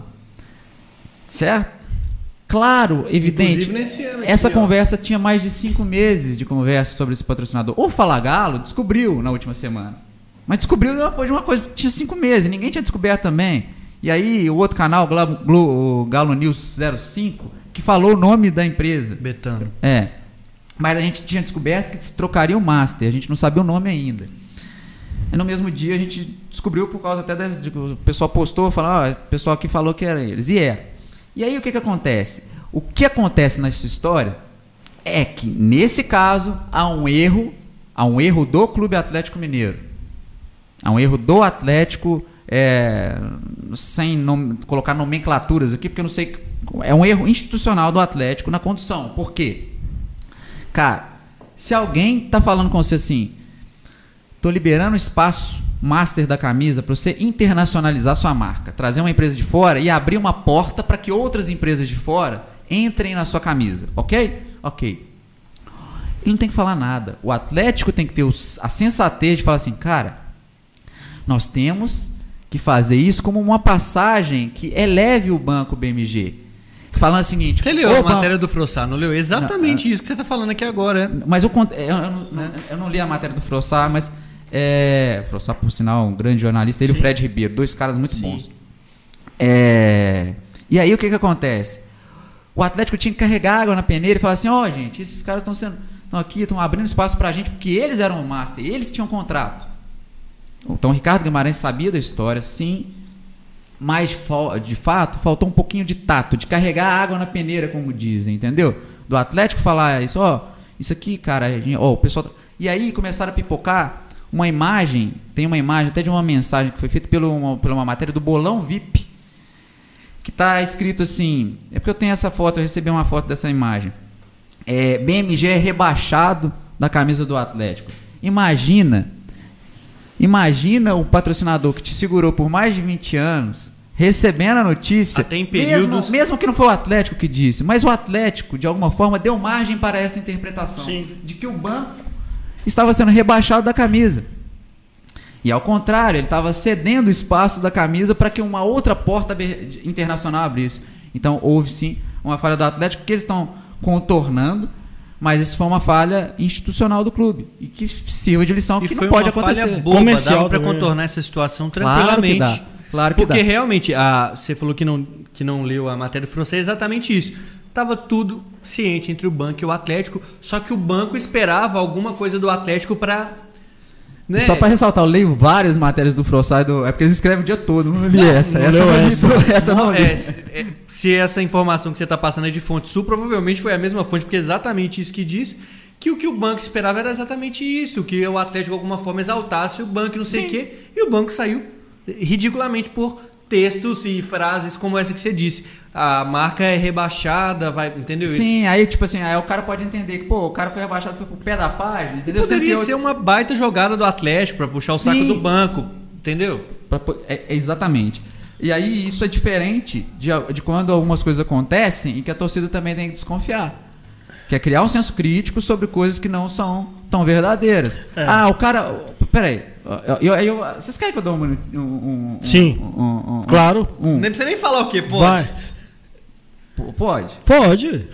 C: Certo? Claro, evidente.
B: Nesse ano aqui,
C: essa
B: ó.
C: conversa tinha mais de cinco meses de conversa sobre esse patrocinador. O Fala Galo descobriu na última semana. Mas descobriu depois de uma coisa que tinha cinco meses. Ninguém tinha descoberto também. E aí o outro canal, o Galo News zero cinco, que falou o nome da empresa.
B: Betano.
C: É. Mas a gente tinha descoberto que se trocaria o Master. A gente não sabia o nome ainda. E no mesmo dia a gente descobriu por causa até das, de, o pessoal postou, falou, ó, o pessoal aqui falou que era eles. E é. E aí o que que acontece? O que acontece nessa história é que, nesse caso, há um erro, há um erro do Clube Atlético Mineiro. Há um erro do Atlético, é, sem nom- colocar nomenclaturas aqui, porque eu não sei. É um erro institucional do Atlético na condução. Por quê? Cara, se alguém tá falando com você assim, tô liberando espaço master da camisa para você internacionalizar sua marca, trazer uma empresa de fora e abrir uma porta para que outras empresas de fora entrem na sua camisa, ok? Ok. Ele não tem que falar nada. O Atlético tem que ter os, a sensatez de falar assim, cara, nós temos que fazer isso como uma passagem que eleve o banco B M G. Falando o seguinte...
B: Você leu a
C: banco...
B: matéria do Frossá, não leu? Exatamente
C: não,
B: isso que você está falando aqui agora. É.
C: Mas eu, eu, eu, não, eu não li a matéria do Frossá, mas... É, Frossá, por sinal, um grande jornalista, ele e o Fred Ribeiro, dois caras muito Sim. bons. É, e aí o que que acontece? O Atlético tinha que carregar água na peneira e falar assim, ó, oh, gente, esses caras estão sendo estão aqui, estão abrindo espaço pra gente, porque eles eram o master, eles tinham contrato. Então o Ricardo Guimarães sabia da história, sim, mas de fato faltou um pouquinho de tato, de carregar água na peneira, como dizem, entendeu? Do Atlético falar isso, ó, oh, isso aqui, cara, ó, oh, o pessoal... E aí começaram a pipocar uma imagem, tem uma imagem até de uma mensagem que foi feita pela uma, pela uma matéria do Bolão V I P, que está escrito assim, é porque eu tenho essa foto, eu recebi uma foto dessa imagem, é, B M G é rebaixado da camisa do Atlético. Imagina, imagina o patrocinador que te segurou por mais de vinte anos, recebendo a notícia,
B: até em períodos...
C: mesmo, mesmo que não foi o Atlético que disse, mas o Atlético, de alguma forma, deu margem para essa interpretação,
A: Sim.
C: de que o banco estava sendo rebaixado da camisa. E ao contrário, ele estava cedendo o espaço da camisa para que uma outra porta internacional abrisse. Então houve sim uma falha do Atlético que eles estão contornando, mas isso foi uma falha institucional do clube e que sirva de lição,
B: e
C: que não pode acontecer.
B: Falha boba,
A: comercial
B: dava para
A: também.
B: contornar essa situação
C: Claro
B: tranquilamente.
C: que dá. Claro que
B: Porque
C: dá.
B: realmente, a, você falou que não, que não leu a matéria do Frossá, é exatamente isso. Tava tudo ciente entre o banco e o Atlético, só que o banco esperava alguma coisa do Atlético para Né?
C: Só pra ressaltar, eu leio várias matérias do Frossard, é porque eles escrevem o dia todo, não li
B: Não,
C: essa.
A: não
C: essa,
A: leu
C: não li,
A: essa.
C: essa não
B: Não,
C: li.
B: é, se, é, se essa informação que você está passando é de fonte sul, provavelmente foi a mesma fonte, porque é exatamente isso que diz, que o que o banco esperava era exatamente isso, que o Atlético de alguma forma exaltasse o banco e não sei o quê, e o banco saiu ridiculamente por textos e frases como essa que você disse. A marca é rebaixada, vai, entendeu?
C: Sim, aí tipo assim, aí o cara pode entender que, pô, o cara foi rebaixado, foi pro pé da página, entendeu?
B: Poderia
C: Sendo que
B: ser
C: eu-
B: uma baita jogada do Atlético para puxar o
C: Sim.
B: saco do banco, entendeu?
C: Pra po- é, é exatamente. E aí isso é diferente de, de quando algumas coisas acontecem e que a torcida também tem que desconfiar. Que é criar um senso crítico sobre coisas que não são tão verdadeiras.
A: É.
C: Ah, o cara. Peraí. Eu, eu, eu, vocês querem que eu dê um. um, um
A: Sim.
C: Um, um, um,
A: Claro.
C: um-
B: Nem precisa nem falar o que, pode.
A: Vai.
C: P- Pode.
A: Pode.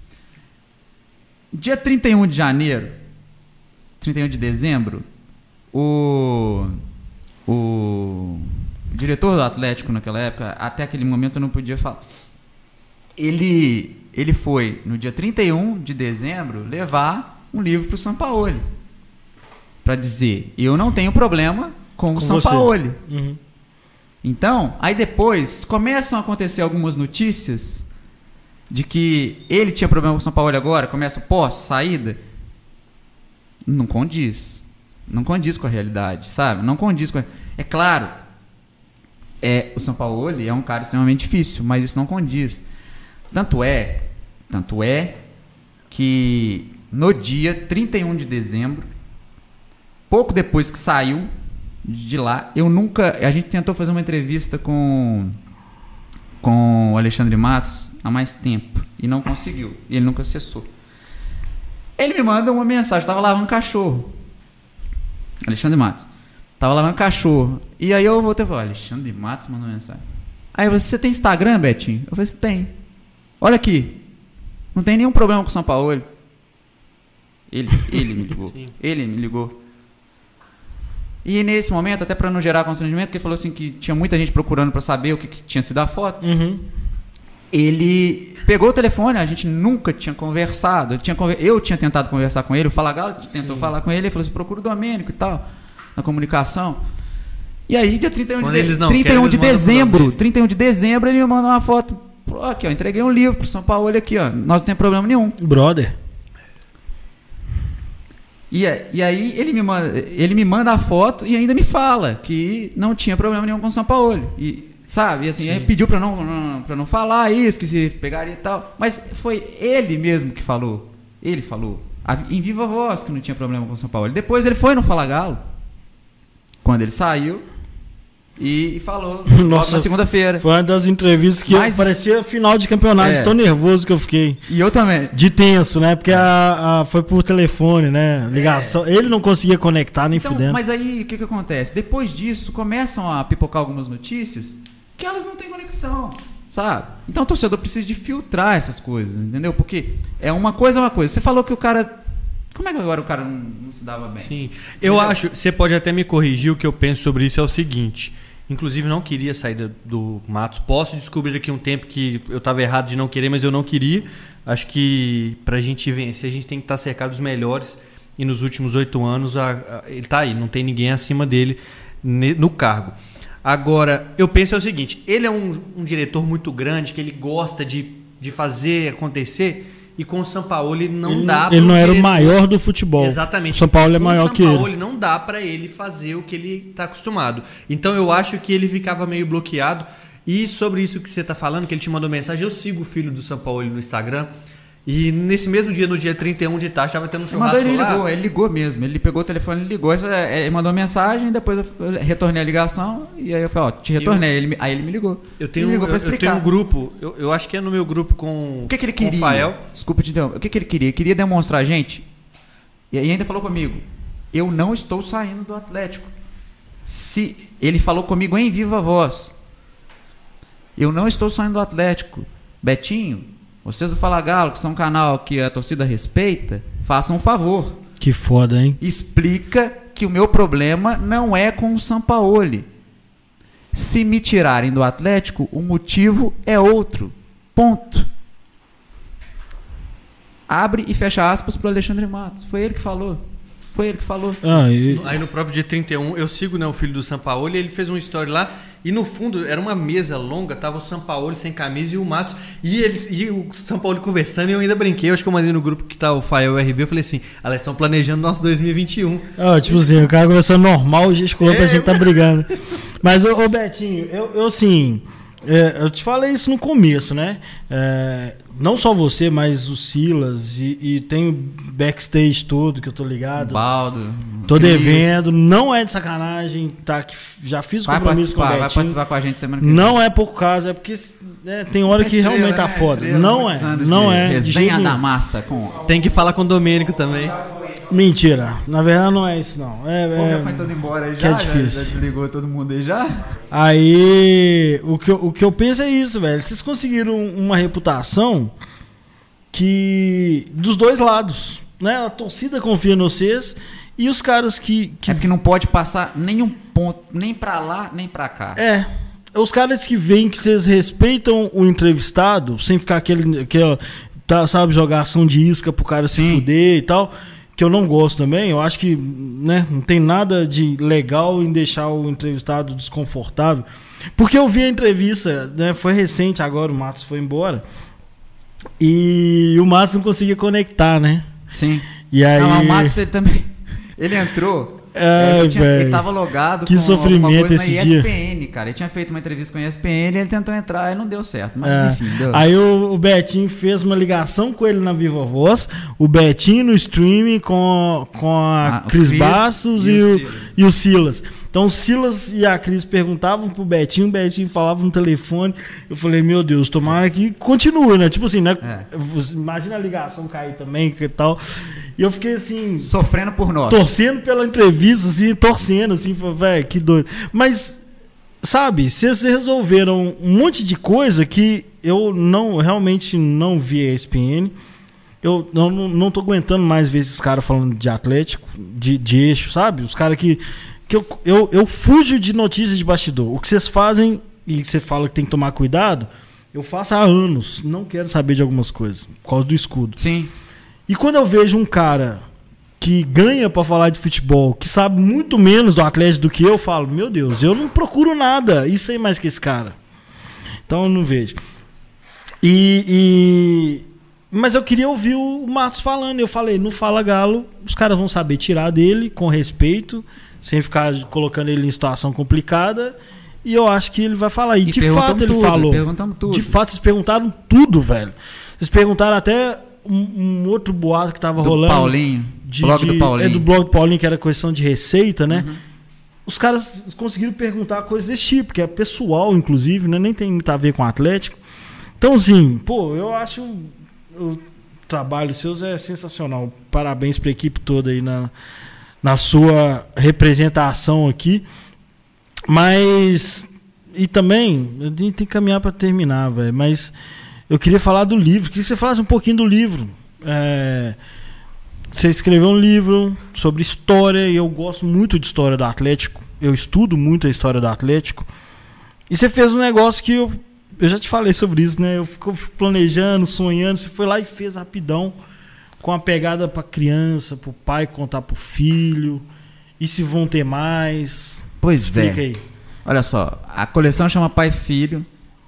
C: Dia trinta e um de janeiro, trinta e um de dezembro, o, o diretor do Atlético naquela época, até aquele momento eu não podia falar, ele, ele foi, no dia trinta e um de dezembro, levar um livro para o Sampaoli, para dizer, eu não tenho problema com,
A: Com
C: o Sampaoli.
A: Uhum.
C: Então, aí depois começam a acontecer algumas notícias de que ele tinha problema com o São Paulo agora, começa pós-saída. Não condiz. Não condiz com a realidade, sabe? Não condiz com a... É claro, é, o São Paulo é um cara extremamente difícil, mas isso não condiz. Tanto é, tanto é que no dia trinta e um de dezembro, pouco depois que saiu de lá, eu nunca... A gente tentou fazer uma entrevista com, com o Alexandre Matos há mais tempo e não conseguiu. E ele nunca acessou. Ele me manda uma mensagem, estava lavando cachorro. Alexandre Matos. Tava lavando cachorro. E aí eu voltei e falei, Alexandre Matos mandou mensagem. Aí eu falei, você tem Instagram, Betinho? Eu falei, você tem. Olha aqui. Não tem nenhum problema com o São Paulo. Ele, ele me ligou. Ele me ligou. E nesse momento, até para não gerar constrangimento, porque ele falou assim que tinha muita gente procurando para saber o que, que tinha sido a foto.
A: Uhum.
C: Ele pegou o telefone, a gente nunca tinha conversado. Eu tinha, conver... eu tinha tentado conversar com ele, o Fala Galo tentou
B: Sim.
C: falar com ele, ele falou assim: procura o Domênico e tal, na comunicação. E aí, dia trinta e um
B: Quando
C: de,
B: eles não
C: trinta e
B: querem,
C: um de
B: eles mandam pro
C: dezembro,
B: Domênico.
C: trinta e um de dezembro, ele me mandou uma foto. Pô, aqui, ó, entreguei um livro pro São Paulo aqui, ó. Nós não tem problema nenhum.
A: Brother.
C: E, e aí ele me, manda, ele me manda a foto e ainda me fala que não tinha problema nenhum com o São Paulo. E, sabe, e assim, aí pediu pra não, não, pra não falar isso, que se pegaria e tal. Mas foi ele mesmo que falou. Ele falou. A, em viva voz que não tinha problema com o São Paulo. Depois ele foi no Fala Galo. Quando ele saiu. E, e falou.
A: Nossa,
C: na segunda-feira.
A: Foi uma das entrevistas que
C: Mas-
A: eu, parecia final de campeonato,
C: É.
A: de tão nervoso que eu fiquei.
C: E eu também.
A: De tenso, né? Porque a, a- foi por telefone, né? Ligação. Ele não conseguia conectar nem
C: Então,
A: fudendo.
C: mas aí o que, que acontece? Depois disso, começam a pipocar algumas notícias que elas não têm conexão, sabe? Então o torcedor precisa de filtrar essas coisas, entendeu? Porque é uma coisa é uma coisa. Você falou que o cara. Como é que agora o cara não, não se dava bem?
B: Sim. Eu acho, você pode até me corrigir, o que eu penso sobre isso é o seguinte. Inclusive, não queria sair do, do Matos. Posso descobrir aqui um tempo que eu estava errado de não querer, mas eu não queria. Acho que pra gente vencer, a gente tem que estar cercado dos melhores. E nos últimos oito anos, a, a, ele tá aí. Não tem ninguém acima dele ne, no cargo. Agora, eu penso é o seguinte. Ele é um, um diretor muito grande, que ele gosta de, de fazer acontecer. E com o Sampaoli não
A: ele,
B: dá
A: ele
B: pro
A: não era o
B: diretor-
A: maior do futebol.
B: Exatamente.
A: O São Paulo é
B: Com
A: maior
B: o
A: que
B: Sampaoli
A: ele.
B: não dá pra ele fazer o que ele tá acostumado. Então eu acho que ele ficava meio bloqueado. E sobre isso que você tá falando, que ele te mandou mensagem, eu sigo o filho do Sampaoli no Instagram. E nesse mesmo dia, no dia trinta e um de tarde, estava tendo um
C: Ele mandou,
B: churrasco
C: ele
B: lá.
C: ligou, ele ligou mesmo. Ele pegou o telefone, ele ligou, ele mandou uma mensagem, depois eu retornei a ligação e aí eu falei, ó, te retornei. Ele, me- aí ele me ligou.
B: Eu tenho,
C: ele ligou
B: eu,
C: pra
B: eu tenho
C: explicar.
B: um grupo, eu, eu acho que é no meu grupo com
C: O que, que ele
B: com o
C: queria?
B: Fael.
C: Desculpa te interromper. O que, que ele queria? Ele queria demonstrar, gente. E aí ainda falou comigo. Eu não estou saindo do Atlético. Se ele falou comigo em viva voz. Eu não estou saindo do Atlético. Betinho, vocês do Fala Galo, que são um canal que a torcida respeita, façam um favor.
A: Que foda, hein?
C: Explica que o meu problema não é com o Sampaoli. Se me tirarem do Atlético, o motivo é outro. Ponto. Abre e fecha aspas para o Alexandre Matos. Foi ele que falou. Foi ele que falou.
A: Ah, e...
B: Aí no próprio dia trinta e um, eu sigo, né, o filho do Sampaoli, e ele fez uma story lá, e no fundo era uma mesa longa, tava o Sampaoli sem camisa e o Matos, e eles e o Sampaoli conversando, e eu ainda brinquei, eu acho que eu mandei no grupo que tá o Fael e o R B, eu falei assim, ah, eles estão planejando nosso dois mil e vinte e um.
A: Ah, tipo assim, o cara conversando normal, gesticulando é, pra gente tá brigando. Mas, ô, ô Betinho, eu, eu assim, é, eu te falei isso no começo, né? É, não só você, mas o Silas, e, e tem o backstage todo que eu tô ligado.
C: Baldo.
A: Tô Cris. devendo, não é de sacanagem, tá? Que já fiz o
C: vai
A: compromisso com o Betinho.
C: Vai participar com a gente semana que vem.
A: Não é pouco caso, é porque é, tem hora que estrela, realmente tá né? foda. Estrela, não é, não é.
C: Resenha da massa. Com...
B: Tem que falar com o Domênico também.
A: Mentira, na verdade não é isso não. É,
C: Pô,
A: é,
C: já foi todo embora aí
A: que
C: já?
A: É difícil.
C: Já, já desligou todo mundo aí já?
A: Aí, o que, eu, o que eu penso é isso, velho. Vocês conseguiram uma reputação que dos dois lados, né? A torcida confia em vocês e os caras que, que...
C: É porque não pode passar nenhum ponto, nem pra lá, nem pra cá.
A: É, os caras que veem que vocês respeitam o entrevistado, sem ficar aquele, aquele tá, sabe, jogar ação de isca pro cara se Sim. fuder e tal, que eu não gosto também. Eu acho que, né, não tem nada de legal em deixar o entrevistado desconfortável. Porque eu vi a entrevista, né, foi recente agora, o Matos foi embora, e o Matos não conseguia conectar, né?
C: Sim.
A: E aí...
C: Não, o Matos ele também... Ele entrou...
A: É,
C: ele, tinha,
A: véio,
C: ele tava logado
A: que
C: com
A: sofrimento
C: coisa
A: esse
C: na
A: dia.
C: E S P N, cara. Ele tinha feito uma entrevista com a E S P N e ele tentou entrar e não deu certo. Mas
A: é.
C: enfim, deu.
A: Aí o, o Betinho fez uma ligação com ele na Viva Voz, o Betinho no streaming com, com a
C: ah,
A: Cris,
C: Cris
A: Bastos e,
C: e,
A: o,
C: o
A: e o Silas. Então o Silas e a Cris perguntavam pro Betinho, o Betinho falava no telefone. Eu falei, meu Deus, tomara que continue, né? Tipo assim, né? É. Imagina a ligação cair também e tal. E eu fiquei assim...
C: Sofrendo por nós.
A: Torcendo pela entrevista, assim, torcendo, assim, velho, que doido. Mas, sabe, vocês resolveram um monte de coisa que eu não, realmente não vi a E S P N. Eu não, não tô aguentando mais ver esses caras falando de Atlético, de, de eixo, sabe? Os caras que... que eu, eu, eu fujo de notícias de bastidor. O que vocês fazem, e você fala que tem que tomar cuidado, eu faço há anos. Não quero saber de algumas coisas, por causa do escudo.
C: Sim.
A: E quando eu vejo um cara que ganha pra falar de futebol, que sabe muito menos do Atlético do que eu, eu falo, meu Deus, eu não procuro nada e sei mais que esse cara. Então eu não vejo. E, e... Mas eu queria ouvir o Matos falando. Eu falei, no Fala Galo, os caras vão saber tirar dele com respeito, sem ficar colocando ele em situação complicada. E eu acho que ele vai falar. E, e de fato ele
C: tudo,
A: falou.
C: Tudo.
A: De fato, vocês perguntaram tudo, velho. Vocês perguntaram até um, um outro boato que tava
C: do
A: rolando.
C: Paulinho.
A: De,
C: blog
A: de,
C: do Paulinho.
A: É do blog do Paulinho, que era questão de receita, né?
C: Uhum.
A: Os caras conseguiram perguntar coisas desse tipo, que é pessoal, inclusive, né? Nem tem muito a ver com o Atlético. Então, assim, pô, eu acho o trabalho seus é sensacional. Parabéns pra equipe toda aí na, na sua representação aqui. Mas... E também, a gente tem que caminhar pra terminar, velho. Mas eu queria falar do livro. Queria que você falasse um pouquinho do livro. É... Você escreveu um livro sobre história, e eu gosto muito de história do Atlético. Eu estudo muito a história do Atlético. E você fez um negócio que eu, eu já te falei sobre isso, né? Eu fico planejando, sonhando. Você foi lá e fez rapidão, com a pegada pra criança, pro pai contar pro filho. E se vão ter mais?
C: Pois
A: Explica
C: é.
A: aí.
C: Olha só, a coleção chama Pai e Filho.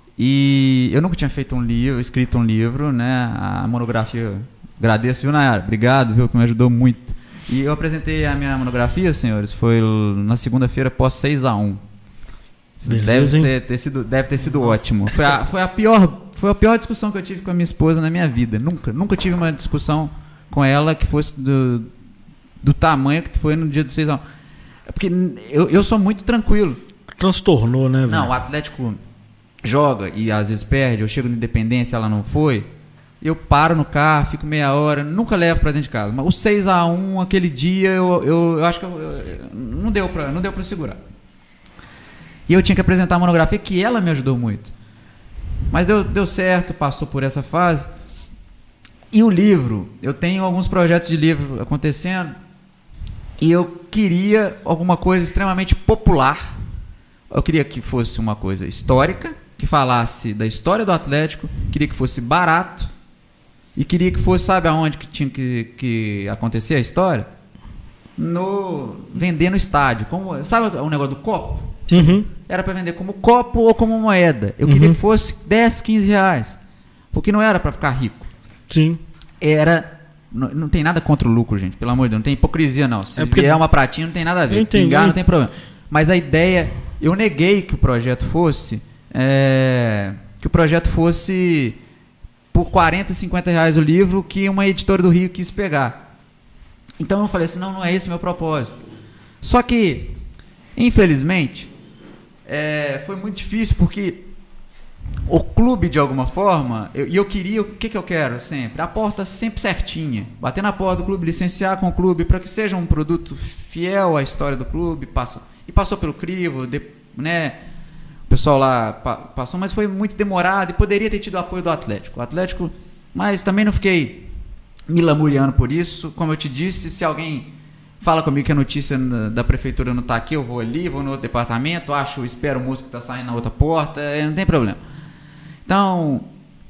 C: E eu nunca tinha feito um livro, escrito um livro, né? A monografia... Agradeço, viu, Nayara? Obrigado, viu, que me ajudou muito. E eu apresentei a minha monografia, senhores, foi na segunda-feira após seis a um. Deve, ser, ter sido, deve ter sido ótimo. Foi a, foi, a pior, foi a pior discussão que eu tive com a minha esposa na minha vida. Nunca, nunca tive uma discussão com ela que fosse do, do tamanho que foi no dia do seis a um. Porque eu, eu sou muito tranquilo.
A: Transtornou, né, velho?
C: Não, o Atlético joga e às vezes perde. Eu chego na Independência, ela não foi. Eu paro no carro, fico meia hora, nunca levo pra dentro de casa. Mas o seis a um, aquele dia, eu, eu, eu acho que eu, eu, não deu pra, não deu pra segurar. E eu tinha que apresentar a monografia, que ela me ajudou muito. Mas deu, deu certo, passou por essa fase. E o livro, eu tenho alguns projetos de livro acontecendo, e eu queria alguma coisa extremamente popular. Eu queria que fosse uma coisa histórica, que falasse da história do Atlético, queria que fosse barato, e queria que fosse, sabe aonde que tinha que, que acontecer a história? no vender no estádio. Como, sabe o negócio do copo?
A: Uhum.
C: Era para vender como copo ou como moeda. Eu uhum. queria que fosse dez, quinze reais. Porque não era para ficar rico.
A: Sim.
C: Era... Não, não tem nada contra o lucro, gente. Pelo amor de Deus. Não tem hipocrisia, não. Se
A: é porque...
C: vier uma pratinha, não tem nada a ver.
A: Entendi.
C: Pingar, não tem problema. Mas a ideia... Eu neguei que o projeto fosse... É, que o projeto fosse por quarenta, cinquenta reais o livro que uma editora do Rio quis pegar. Então eu falei assim, não, não é esse o meu propósito. Só que, infelizmente, é, foi muito difícil porque o clube, de alguma forma, e eu, eu queria, o que, que eu quero sempre? A porta sempre certinha. Bater na porta do clube, licenciar com o clube, para que seja um produto fiel à história do clube. Passa, e passou pelo crivo, de, né? O pessoal lá pa, passou, mas foi muito demorado e poderia ter tido o apoio do Atlético. O Atlético, mas também não fiquei me lamuriando por isso. Como eu te disse, se alguém fala comigo que a notícia da prefeitura não está aqui, eu vou ali, vou no outro departamento, acho, espero o moço que está saindo na outra porta, não tem problema. Então,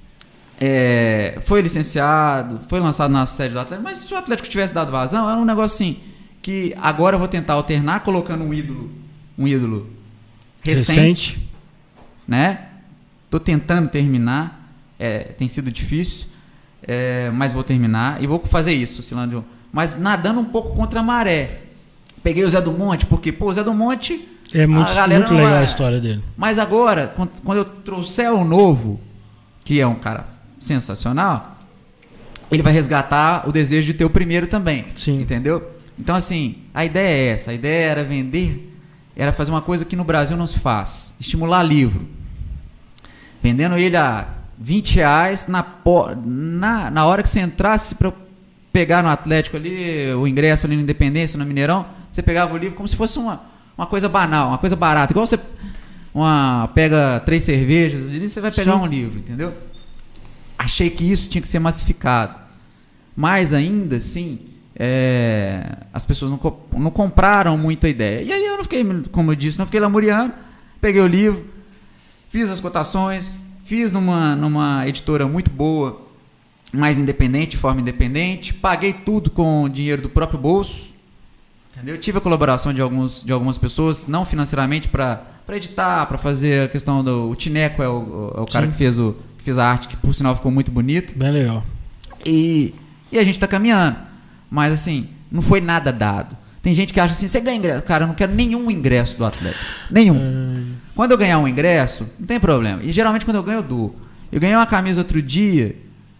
C: é, foi licenciado, foi lançado na sede do Atlético, mas se o Atlético tivesse dado vazão, era um negócio assim, que agora eu vou tentar alternar colocando um ídolo, um ídolo recente, recente. Né? Tô tentando terminar, é, tem sido difícil, é, mas vou terminar e vou fazer isso, Cilandio, mas nadando um pouco contra a maré. Peguei o Zé do Monte, porque, pô, o Zé do Monte...
A: É muito, muito legal é... a história dele.
C: Mas agora, quando eu trouxer o novo, que é um cara sensacional, ele vai resgatar o desejo de ter o primeiro também.
A: Sim.
C: Entendeu? Então, assim, a ideia é essa. A ideia era vender, era fazer uma coisa que no Brasil não se faz. Estimular livro. Vendendo ele a vinte reais na, na, na hora que você entrasse para pegar no Atlético ali, o ingresso ali na Independência, no Mineirão, você pegava o livro como se fosse uma... Uma coisa banal, uma coisa barata. Igual você uma, pega três cervejas e você vai pegar Sim. um livro, entendeu? Achei que isso tinha que ser massificado. Mas ainda assim, é, as pessoas não, não compraram muito a ideia. E aí eu não fiquei, como eu disse, não fiquei lamuriando. Peguei o livro, fiz as cotações, fiz numa, numa editora muito boa, mais independente, de forma independente. Paguei tudo com o dinheiro do próprio bolso. Eu tive a colaboração de, alguns, de algumas pessoas, não financeiramente, para editar, para fazer a questão do... O Tineco é o, é o cara que fez, o, que fez a arte, que por sinal ficou muito bonito.
A: Bem legal.
C: E, e a gente está caminhando. Mas assim, não foi nada dado. Tem gente que acha assim, você ganha ingresso. Cara, eu não quero nenhum ingresso do Atlético. Nenhum. Hum. Quando eu ganhar um ingresso, não tem problema. E geralmente quando eu ganho, eu dou. Eu ganhei uma camisa outro dia,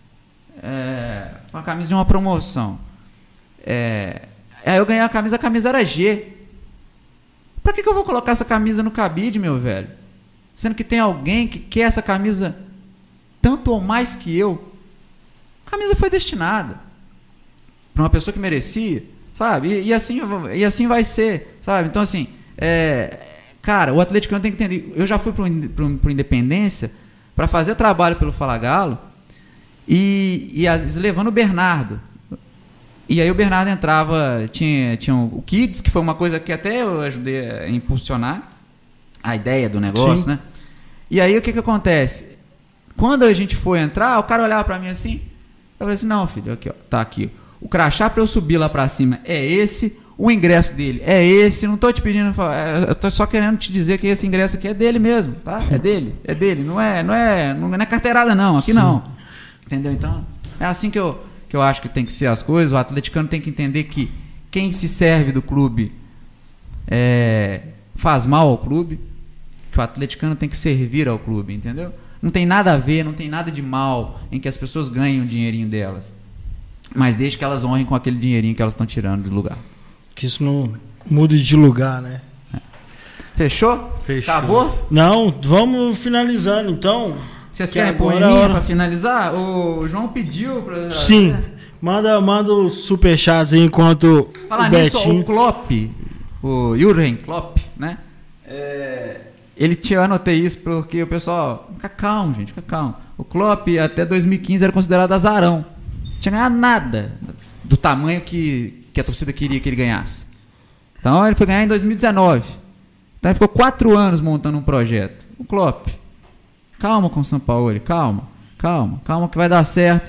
C: é, uma camisa de uma promoção. É... Aí eu ganhei a camisa, a camisa era G. Pra que, que eu vou colocar essa camisa no cabide, meu velho? Sendo que tem alguém que quer essa camisa tanto ou mais que eu. A camisa foi destinada pra uma pessoa que merecia, sabe? E, e, assim, e assim vai ser, sabe? Então, assim, é, cara, o atleticano tem que entender. Eu já fui pro, pro, pro Independência pra fazer trabalho pelo Fala Galo e, e às vezes levando o Bernardo. E aí o Bernardo entrava, tinha, tinha o Kids, que foi uma coisa que até eu ajudei a impulsionar a ideia do negócio, Sim. né? E aí o que que acontece? Quando a gente foi entrar, o cara olhava pra mim assim, eu falei assim, não, filho, aqui, ó, tá aqui. O crachá pra eu subir lá pra cima é esse, o ingresso dele é esse, não tô te pedindo, eu tô só querendo te dizer que esse ingresso aqui é dele mesmo, tá? É dele, é dele, não é, não é, não é carteirada não, aqui Sim. não. Entendeu? Então, é assim que eu... que eu acho que tem que ser as coisas. O atleticano tem que entender que quem se serve do clube é, faz mal ao clube, que o atleticano tem que servir ao clube, entendeu? Não tem nada a ver, não tem nada de mal em que as pessoas ganhem o dinheirinho delas, mas desde que elas honrem com aquele dinheirinho que elas estão tirando do lugar.
A: Que isso não mude de lugar, né?
C: É. Fechou?
A: Fechou.
C: Acabou?
A: Não, vamos finalizando então.
C: Vocês querem poeminha para finalizar? O João pediu para...
A: Sim, manda, manda os superchats aí enquanto
C: Falar
A: o
C: nisso,
A: Betinho...
C: o Klopp, o Jürgen Klopp, né? É, ele tinha, anotei isso porque o pessoal... Fica calmo, gente, fica calmo. O Klopp até dois mil e quinze era considerado azarão. Não tinha ganhado nada do tamanho que, que a torcida queria que ele ganhasse. Então ele foi ganhar em dois mil e dezenove. Então ele ficou quatro anos montando um projeto. O Klopp... Calma com o São Paulo, calma, calma, calma que vai dar certo.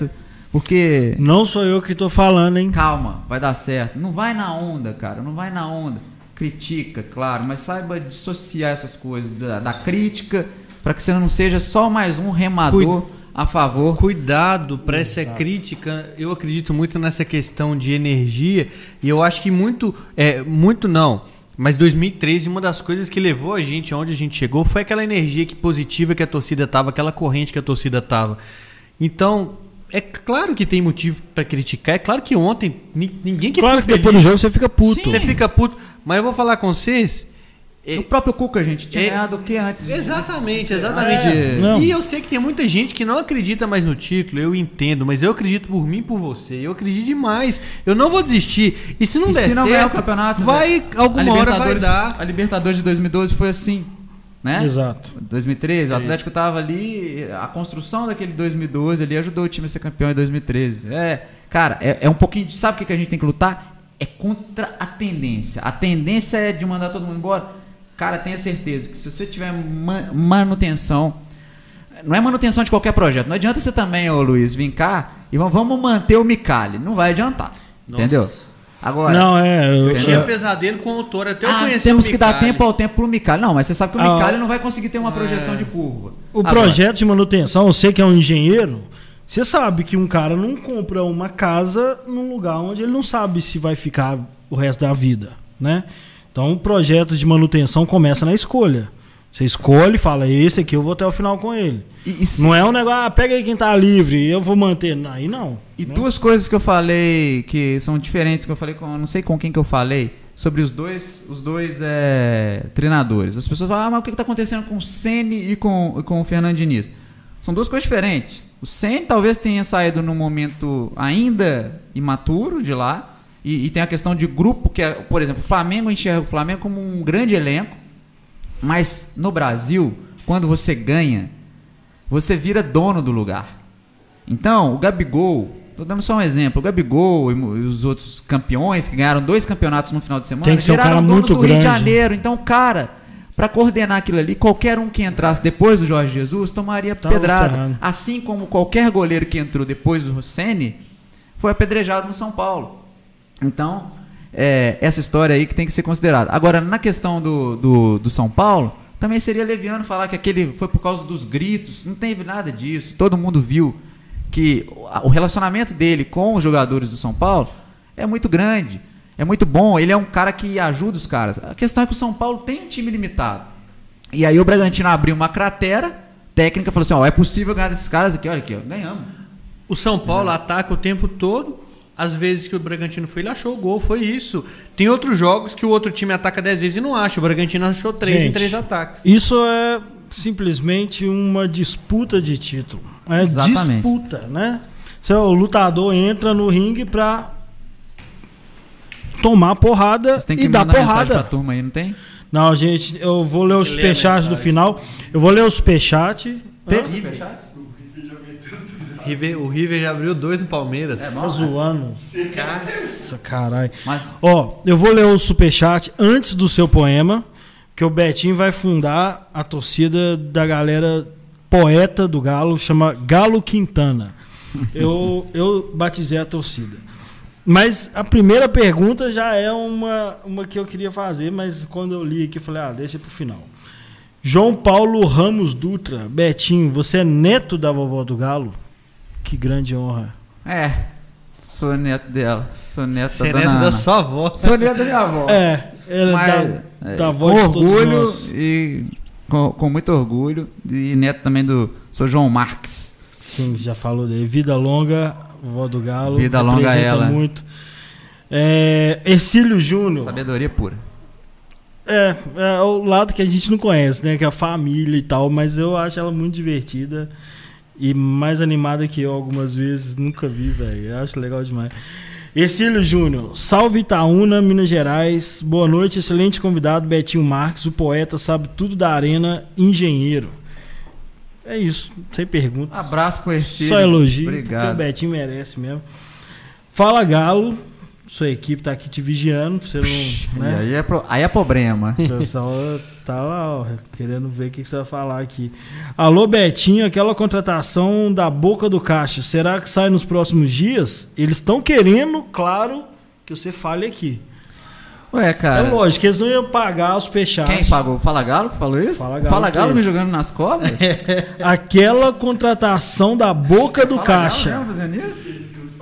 C: Porque...
A: Não sou eu que tô falando, hein?
C: Calma, vai dar certo. Não vai na onda, cara. Não vai na onda. Critica, claro, mas saiba dissociar essas coisas da, da crítica para que você não seja só mais um remador
B: Cuid-
C: a favor.
B: Cuidado para essa
A: Exato.
B: crítica. Eu acredito muito nessa questão de energia e eu acho que muito, é, muito não. Mas dois mil e treze, uma das coisas que levou a gente aonde a gente chegou foi aquela energia que positiva que a torcida tava, aquela corrente que a torcida tava. Então, é claro que tem motivo para criticar. É claro que ontem ni- ninguém que
A: Claro que
B: fica
A: depois do
B: feliz,
A: jogo você fica puto.
B: você fica puto. Mas eu vou falar com vocês. é-
C: O próprio Cuca, gente, tinha
B: É-
C: ganhado o que antes?
B: Exatamente, exatamente.
A: É, não.
B: E eu sei que tem muita gente que não acredita mais no título, eu entendo, mas eu acredito por mim e por você. Eu acredito demais. Eu não vou desistir. E se não
C: E
B: der
C: se não
B: certo,
C: ganhar o campeonato,
B: vai,
C: né?
B: alguma
C: A
B: hora vai
C: Libertadores-
B: dar.
C: A Libertadores de dois mil e doze foi assim, né?
A: Exato.
C: dois mil e treze, o Atlético tava ali, a construção daquele dois mil e doze ali ajudou o time a ser campeão em dois mil e treze. É, cara, é, é um pouquinho de, sabe o que que a gente tem que lutar? É contra a tendência. A tendência é de mandar todo mundo embora. Cara, tenha certeza que se você tiver ma- manutenção, não é manutenção de qualquer projeto. Não adianta você também, ô Luiz, vir cá e vamos, vamos manter o Micali. Não vai adiantar.
B: Nossa.
C: Entendeu? Agora,
A: Não, é. Eu,
B: Eu tinha
A: eu-
B: pesadelo com o autor até eu
C: ah,
B: conhecer
C: temos
B: o
C: que dar
B: Micali.
C: tempo ao tempo pro Micali. Não, mas você sabe que o
A: Ah,
C: Micali não vai conseguir ter uma projeção
B: é.
C: de curva.
A: o
C: Agora,
A: projeto de manutenção, você que é um engenheiro, você sabe que um cara não compra uma casa num lugar onde ele não sabe se vai ficar o resto da vida, né? Então o projeto de manutenção começa na escolha. Você escolhe e fala, esse aqui eu vou até o final com ele.
C: E, e se-
A: Não é um negócio, ah, pega aí quem tá livre e eu vou manter. Aí não.
C: E
A: né?
C: duas coisas que eu falei que são diferentes, que eu falei com, eu não sei com quem que eu falei, sobre os dois, os dois é, treinadores. As pessoas falam, ah, mas o que está acontecendo com o Ceni e com, e com o Fernando Diniz? São duas coisas diferentes. O Ceni talvez tenha saído num momento ainda imaturo de lá, e, e tem a questão de grupo, que é, por exemplo, o Flamengo enxerga o Flamengo como um grande elenco, mas no Brasil, quando você ganha, você vira dono do lugar. Então, o Gabigol, tô dando só um exemplo, o Gabigol e os outros campeões que ganharam dois campeonatos no final de semana,
A: Tem que ser um
C: viraram
A: cara
C: dono
A: muito
C: do Rio
A: grande.
C: de Janeiro. Então, cara, para coordenar aquilo ali, qualquer um que entrasse depois do Jorge Jesus tomaria
A: Tava
C: pedrada.
A: ferrado.
C: Assim como qualquer goleiro que entrou depois do Ceni foi apedrejado no São Paulo. Então, é, essa história aí que tem que ser considerada. Agora, na questão do, do, do São Paulo, também seria leviano falar que aquele foi por causa dos gritos. Não teve nada disso. Todo mundo viu que o relacionamento dele com os jogadores do São Paulo é muito grande, é muito bom. Ele é um cara que ajuda os caras. A questão é que o São Paulo tem um time limitado. E aí o Bragantino abriu uma cratera técnica e falou assim, ó, é possível ganhar desses caras aqui, olha aqui, ó, ganhamos.
B: O São Paulo ataca o tempo todo. Às vezes que o Bragantino foi, ele achou o gol, foi isso. Tem outros jogos que o outro time ataca dez vezes e não acha. O Bragantino achou três em
A: Gente,
B: três ataques.
A: Isso é simplesmente uma disputa de título. É
C: Exatamente.
A: disputa, né? Se o lutador entra no ringue pra tomar porrada
C: Vocês têm que
A: e dar
C: mandar mensagem pra
A: porrada.
C: turma aí, não tem?
A: Não, gente, eu vou ler o
B: Lê a
A: superchat do
B: mensagem.
A: final. Eu vou ler o superchat.
C: Teve
A: Hã?
C: superchat?
B: River- o River já abriu dois no Palmeiras.
A: Tá zoando. Nossa, caralho.
C: Mas
A: Ó, eu vou ler o superchat antes do seu poema, que o Betinho vai fundar a torcida da galera poeta do Galo, chama Galo Quintana. Eu, eu batizei a torcida. Mas a primeira pergunta já é uma, uma que eu queria fazer, mas quando eu li aqui, eu falei, ah, deixa pro final. João Paulo Ramos Dutra, Betinho, você é neto da vovó do Galo? Que grande honra.
C: é, sou neto dela. Sou neto
B: Você é
C: da
B: neto
C: dona
B: da
C: Ana.
B: sua avó.
C: Sou neto da minha avó.
A: É, ela
C: Mas,
A: da,
C: é,
A: da
C: com
A: voz de todos
C: orgulho
A: nós.
C: e com, com muito orgulho. E neto também do sou João Marques.
A: Sim, já falou dele. Vida longa, vovó do Galo.
C: Vida longa
A: representa
C: ela.
A: muito. É, Ercílio Júnior.
C: Sabedoria pura.
A: É, é o lado que a gente não conhece, né? Que é a família e tal, mas eu acho ela muito divertida e mais animada que eu algumas vezes. Nunca vi, velho. Eu acho legal demais. Ercílio Júnior, salve Itaúna, Minas Gerais. Boa noite, excelente convidado, Betinho Marques, o poeta sabe tudo da arena, engenheiro. É isso, sem perguntas.
C: Abraço pro Ercílio.
A: Só elogio, porque o
C: Obrigado.
A: Betinho merece mesmo. Fala Galo, sua equipe tá aqui te vigiando, pra você não. Né?
C: E aí é, pro, aí é problema.
A: O pessoal tá lá, ó, querendo ver o que, que você vai falar aqui. Alô, Betinho, aquela contratação da Boca do Caixa, será que sai nos próximos dias? Eles estão querendo, claro, que você fale aqui.
C: Ué, cara.
A: É lógico, eles não iam pagar os peixados.
C: Quem pagou? Fala Galo que falou isso?
A: Fala Galo,
C: Fala Galo
A: que
C: me
A: isso?
C: jogando nas cobras?
A: Aquela contratação da Boca do
C: Fala
A: Caixa.
C: Galo mesmo fazendo isso?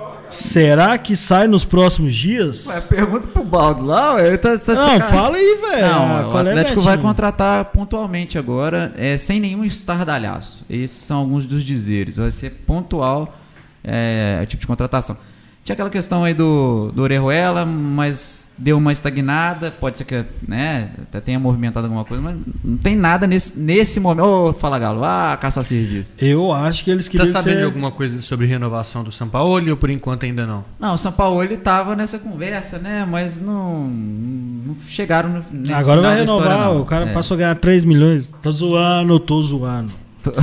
A: Será que sai nos próximos dias?
C: Ué, pergunta pro Baldo lá, ué. Tá, tá de
A: Não,
C: sacanagem.
A: fala aí, velho.
C: Não,
A: Ah,
C: o
A: qual é,
C: Atlético
A: Betinho?
C: vai contratar pontualmente agora, é, sem nenhum estardalhaço. Esses são alguns dos dizeres. Vai ser pontual é, o tipo de contratação. Tinha aquela questão aí do, do Orejuela, mas deu uma estagnada. Pode ser que, né, até tenha movimentado alguma coisa, mas não tem nada nesse, nesse momento. Ô, fala Galo, ah, caçar serviço.
A: Eu acho que eles
B: Tá
A: queriam
B: sabendo
A: ser...
B: de alguma coisa sobre renovação do Sampaoli ou por enquanto ainda não?
C: Não, o São Paulo ele tava nessa conversa, né? Mas não, não chegaram no, nesse
A: Agora
C: final
A: vai
C: da história,
A: renovar,
C: não.
A: o cara
C: É.
A: passou a ganhar três milhões. Tô zoando, tô zoando.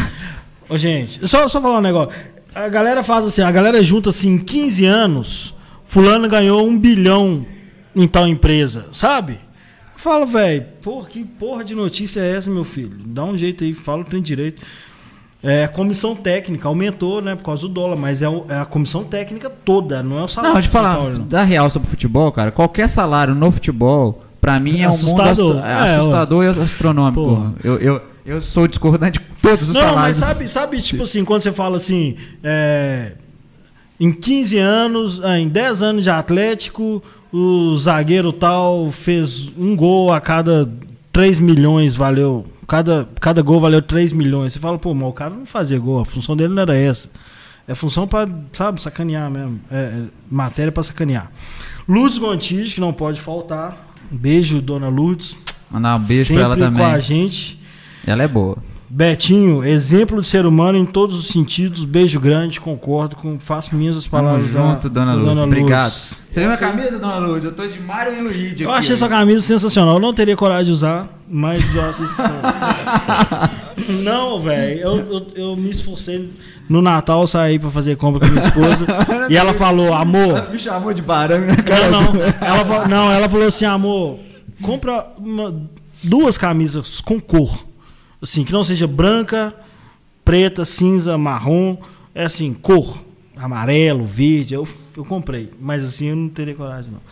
A: Ô, gente, só, só falar um negócio. A galera faz assim, a galera junta assim, em quinze anos, fulano ganhou um bilhão em tal empresa, sabe? Eu falo, velho, porra, que porra de notícia é essa, meu filho? Dá um jeito aí, fala, tem direito. É, a comissão técnica aumentou, né, por causa do dólar, mas é, o- é a comissão técnica toda, não é o salário.
C: Não, deixa eu
A: do São
C: falar,
A: Paulo, não.
C: da real sobre futebol, cara, qualquer salário no futebol, pra mim é um mundo
A: Assustador.
C: astro- é
A: É,
C: assustador e astronômico.
A: Porra.
C: Eu, eu, eu sou discordante de todos os
A: Não, mas
C: salários.
A: sabe, sabe, tipo assim, quando você fala assim, é, em quinze anos, ah, em dez anos de Atlético, o zagueiro tal fez um gol a cada três milhões, valeu. Cada, cada gol valeu três milhões. Você fala, pô, mas o cara não fazia gol, a função dele não era essa. É função pra, sabe, sacanear mesmo. É, é matéria pra sacanear. Lourdes Gontijo, que não pode faltar. Um beijo, dona Lourdes.
C: Mandar um beijo
A: Sempre
C: pra ela também.
A: com a gente.
C: Ela é boa.
A: Betinho, exemplo de ser humano em todos os sentidos. Beijo grande, concordo com. Faço minhas as
C: Tamo
A: palavras
C: junto,
A: da,
C: dona
A: da
C: Lourdes. Obrigado.
A: Lourdes.
C: Você viu minha
A: Essa aí-
C: camisa, dona Lourdes? Eu tô de Mário e Luigi.
A: Eu
C: aqui,
A: achei
C: ó.
A: essa camisa sensacional. Eu não teria coragem de usar, mas eu acho isso. Não, velho. Eu, eu, eu me esforcei no Natal, saí pra fazer compra com a minha esposa. E ela falou, amor.
C: Me chamou de barão, né?
A: Não, não. Ela, falou- não, ela falou assim, amor, compra uma- duas camisas com cor. Assim, que não seja branca, preta, cinza, marrom. É assim, cor. Amarelo, verde. Eu, eu comprei. Mas assim, eu não teria coragem, não.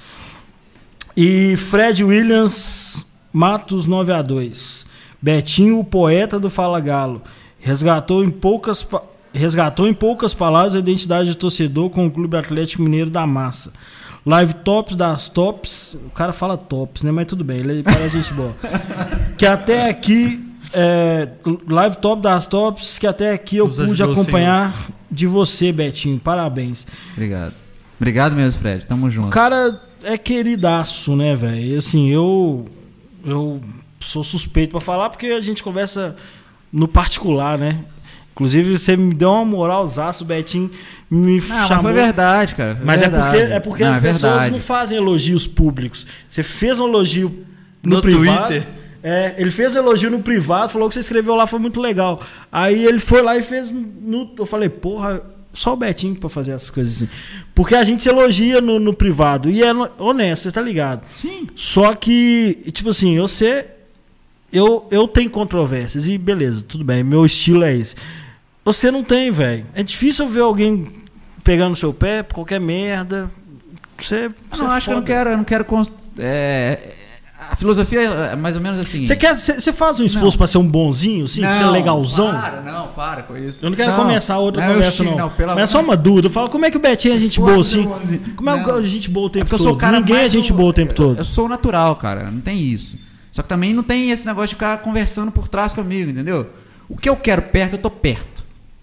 A: E Fred Williams, Matos nove a dois. Betinho, o poeta do Fala Galo. Resgatou em poucas, pa- resgatou em poucas palavras a identidade do torcedor com o Clube Atlético Mineiro da Massa. Live Tops das Tops. O cara fala Tops, né? Mas tudo bem, ele parece gente boa. Que até aqui. É, live Top das Tops, que até aqui eu
B: Nos
A: pude
B: ajudou,
A: acompanhar de você, Betinho. Parabéns.
C: Obrigado. Obrigado mesmo, Fred. Tamo junto.
A: O cara é queridaço, né, velho? Assim, eu eu sou suspeito pra falar porque a gente conversa no particular, né? Inclusive, você me deu uma moralzaço, o Betinho me
C: Não, mas
A: chamou.
C: foi verdade, cara. Foi
A: Mas é
C: verdade.
A: porque, é porque
C: Não,
A: as
C: é
A: pessoas
C: verdade.
A: não fazem elogios públicos. Você fez um elogio no,
B: No
A: privado.
B: Twitter.
A: É, ele fez um elogio no privado, falou que você escreveu lá, foi muito legal. Aí ele foi lá e fez no. Eu falei, porra, só o Betinho pra fazer essas coisas assim. Porque a gente se elogia no, no privado. E é no- honesto, você tá ligado?
C: Sim.
A: Só que, tipo assim, você. Eu, eu tenho controvérsias. E beleza, tudo bem, meu estilo é esse. Você não tem, velho. É difícil eu ver alguém pegando no seu pé por qualquer merda. Você.
C: Eu
A: você
C: não
A: é
C: acho que eu não
A: foda.
C: quero. Eu não quero cons- é, a filosofia é mais ou menos assim.
A: Você quer, você você faz um esforço
C: Não.
A: pra ser um bonzinho, assim, pra ser legalzão?
C: Para, não, para com isso.
A: Eu não quero começar outra
C: não, eu
A: conversa,
C: xingo,
A: não.
C: não, pelo
A: Mas é só
C: amor-
A: uma dúvida. Eu falo, como é que o Betinho é gente boa
C: Foda-se,
A: assim?
C: bonzinho.
A: Como é que
C: Não.
A: a gente boa o
C: É
A: tempo
C: porque eu
A: todo?
C: sou o cara
A: Ninguém é
C: mais
A: gente
C: do-
A: boa o tempo
C: eu-
A: todo.
C: Eu sou natural, cara. Não tem isso. Só que também não tem esse negócio de ficar conversando por trás comigo, entendeu? O que eu quero perto, eu tô perto.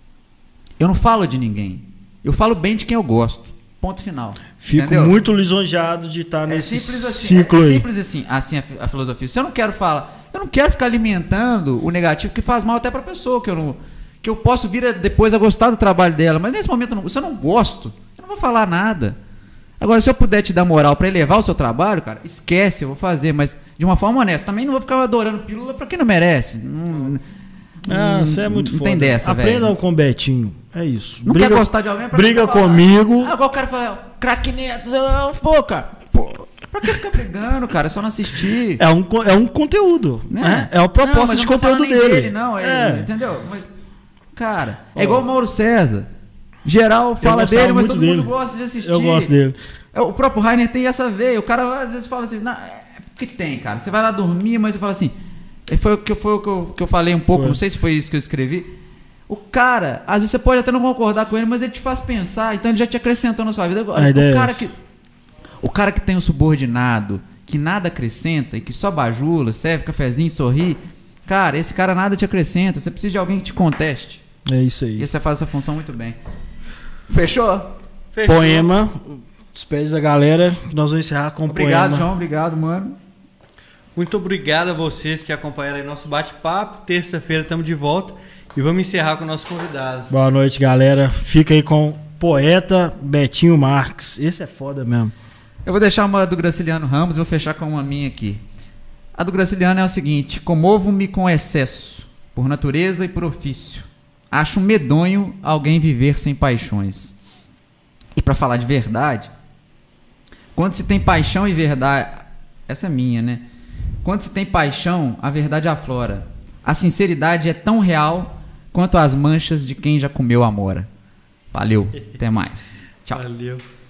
C: Eu não falo de ninguém. Eu falo bem de quem eu gosto. Ponto final.
A: Fico
C: Entendeu?
A: muito lisonjeado de estar
C: É
A: nesse
C: simples assim.
A: ciclo
C: é, é
A: aí.
C: simples assim, assim a, fi- a filosofia. Se eu não quero falar, eu não quero ficar alimentando o negativo que faz mal até pra pessoa, que eu não, que eu posso vir a- depois a gostar do trabalho dela, mas nesse momento eu não, se eu não gosto, eu não vou falar nada. Agora, se eu puder te dar moral pra elevar o seu trabalho, cara, esquece, eu vou fazer, mas de uma forma honesta. Também não vou ficar adorando pílula pra quem não merece. Não,
A: Ah,
C: não-
A: você é muito
C: não
A: foda.
C: tem dessa,
A: Aprendam
C: velho.
A: com o Betinho. É isso.
C: Não
A: briga,
C: quer gostar de alguém? Pra
A: briga
C: falar,
A: comigo.
C: Ah, agora o cara fala, craque Neto, pô, cara. Pô, pra que ficar brigando, cara? É só não assistir.
A: É um, é um conteúdo. Né? É a proposta
C: não,
A: de
C: não
A: conteúdo dele.
C: dele. Não, é,
A: É.
C: entendeu? Mas, cara, é igual o Mauro César. Geral fala
A: gostava
C: dele, mas
A: muito
C: todo
A: dele.
C: mundo gosta de assistir.
A: Eu gosto dele.
C: É, o próprio Rainer tem essa veia. O cara às vezes fala assim, não, é porque tem, cara. Você vai lá dormir, mas você fala assim. Foi o que, foi o que, eu, que eu falei um pouco,
A: Foi.
C: não sei se foi isso que eu escrevi. O cara, às vezes você pode até não concordar com ele, mas ele te faz pensar, então ele já te acrescentou na sua vida. Agora,
A: A ideia
C: o
A: é
C: cara
A: essa.
C: que o cara que tem um subordinado, que nada acrescenta e que só bajula, serve cafezinho, sorri, cara, esse cara nada te acrescenta. Você precisa de alguém que te conteste.
A: É isso aí.
C: E você faz essa função muito bem. Fechou?
B: Fechou.
A: Poema. Despede da galera. Nós vamos encerrar com o
C: Obrigado,
A: poema.
C: João. Obrigado, mano.
B: Muito obrigado a vocês que acompanharam aí nosso bate-papo. Terça-feira estamos de volta e vamos encerrar com o nosso convidado.
A: Boa noite, galera. Fica aí com o poeta Betinho Marques. Esse é foda mesmo.
C: Eu vou deixar uma do Graciliano Ramos e vou fechar com uma minha aqui. A do Graciliano é o seguinte: comovo-me com excesso, por natureza e por ofício. Acho medonho alguém viver sem paixões. E para falar de verdade, quando se tem paixão e verdade, essa é minha, né? Quando se tem paixão, a verdade aflora. A sinceridade é tão real quanto as manchas de quem já comeu amora. Valeu, até mais. Tchau.
B: Valeu.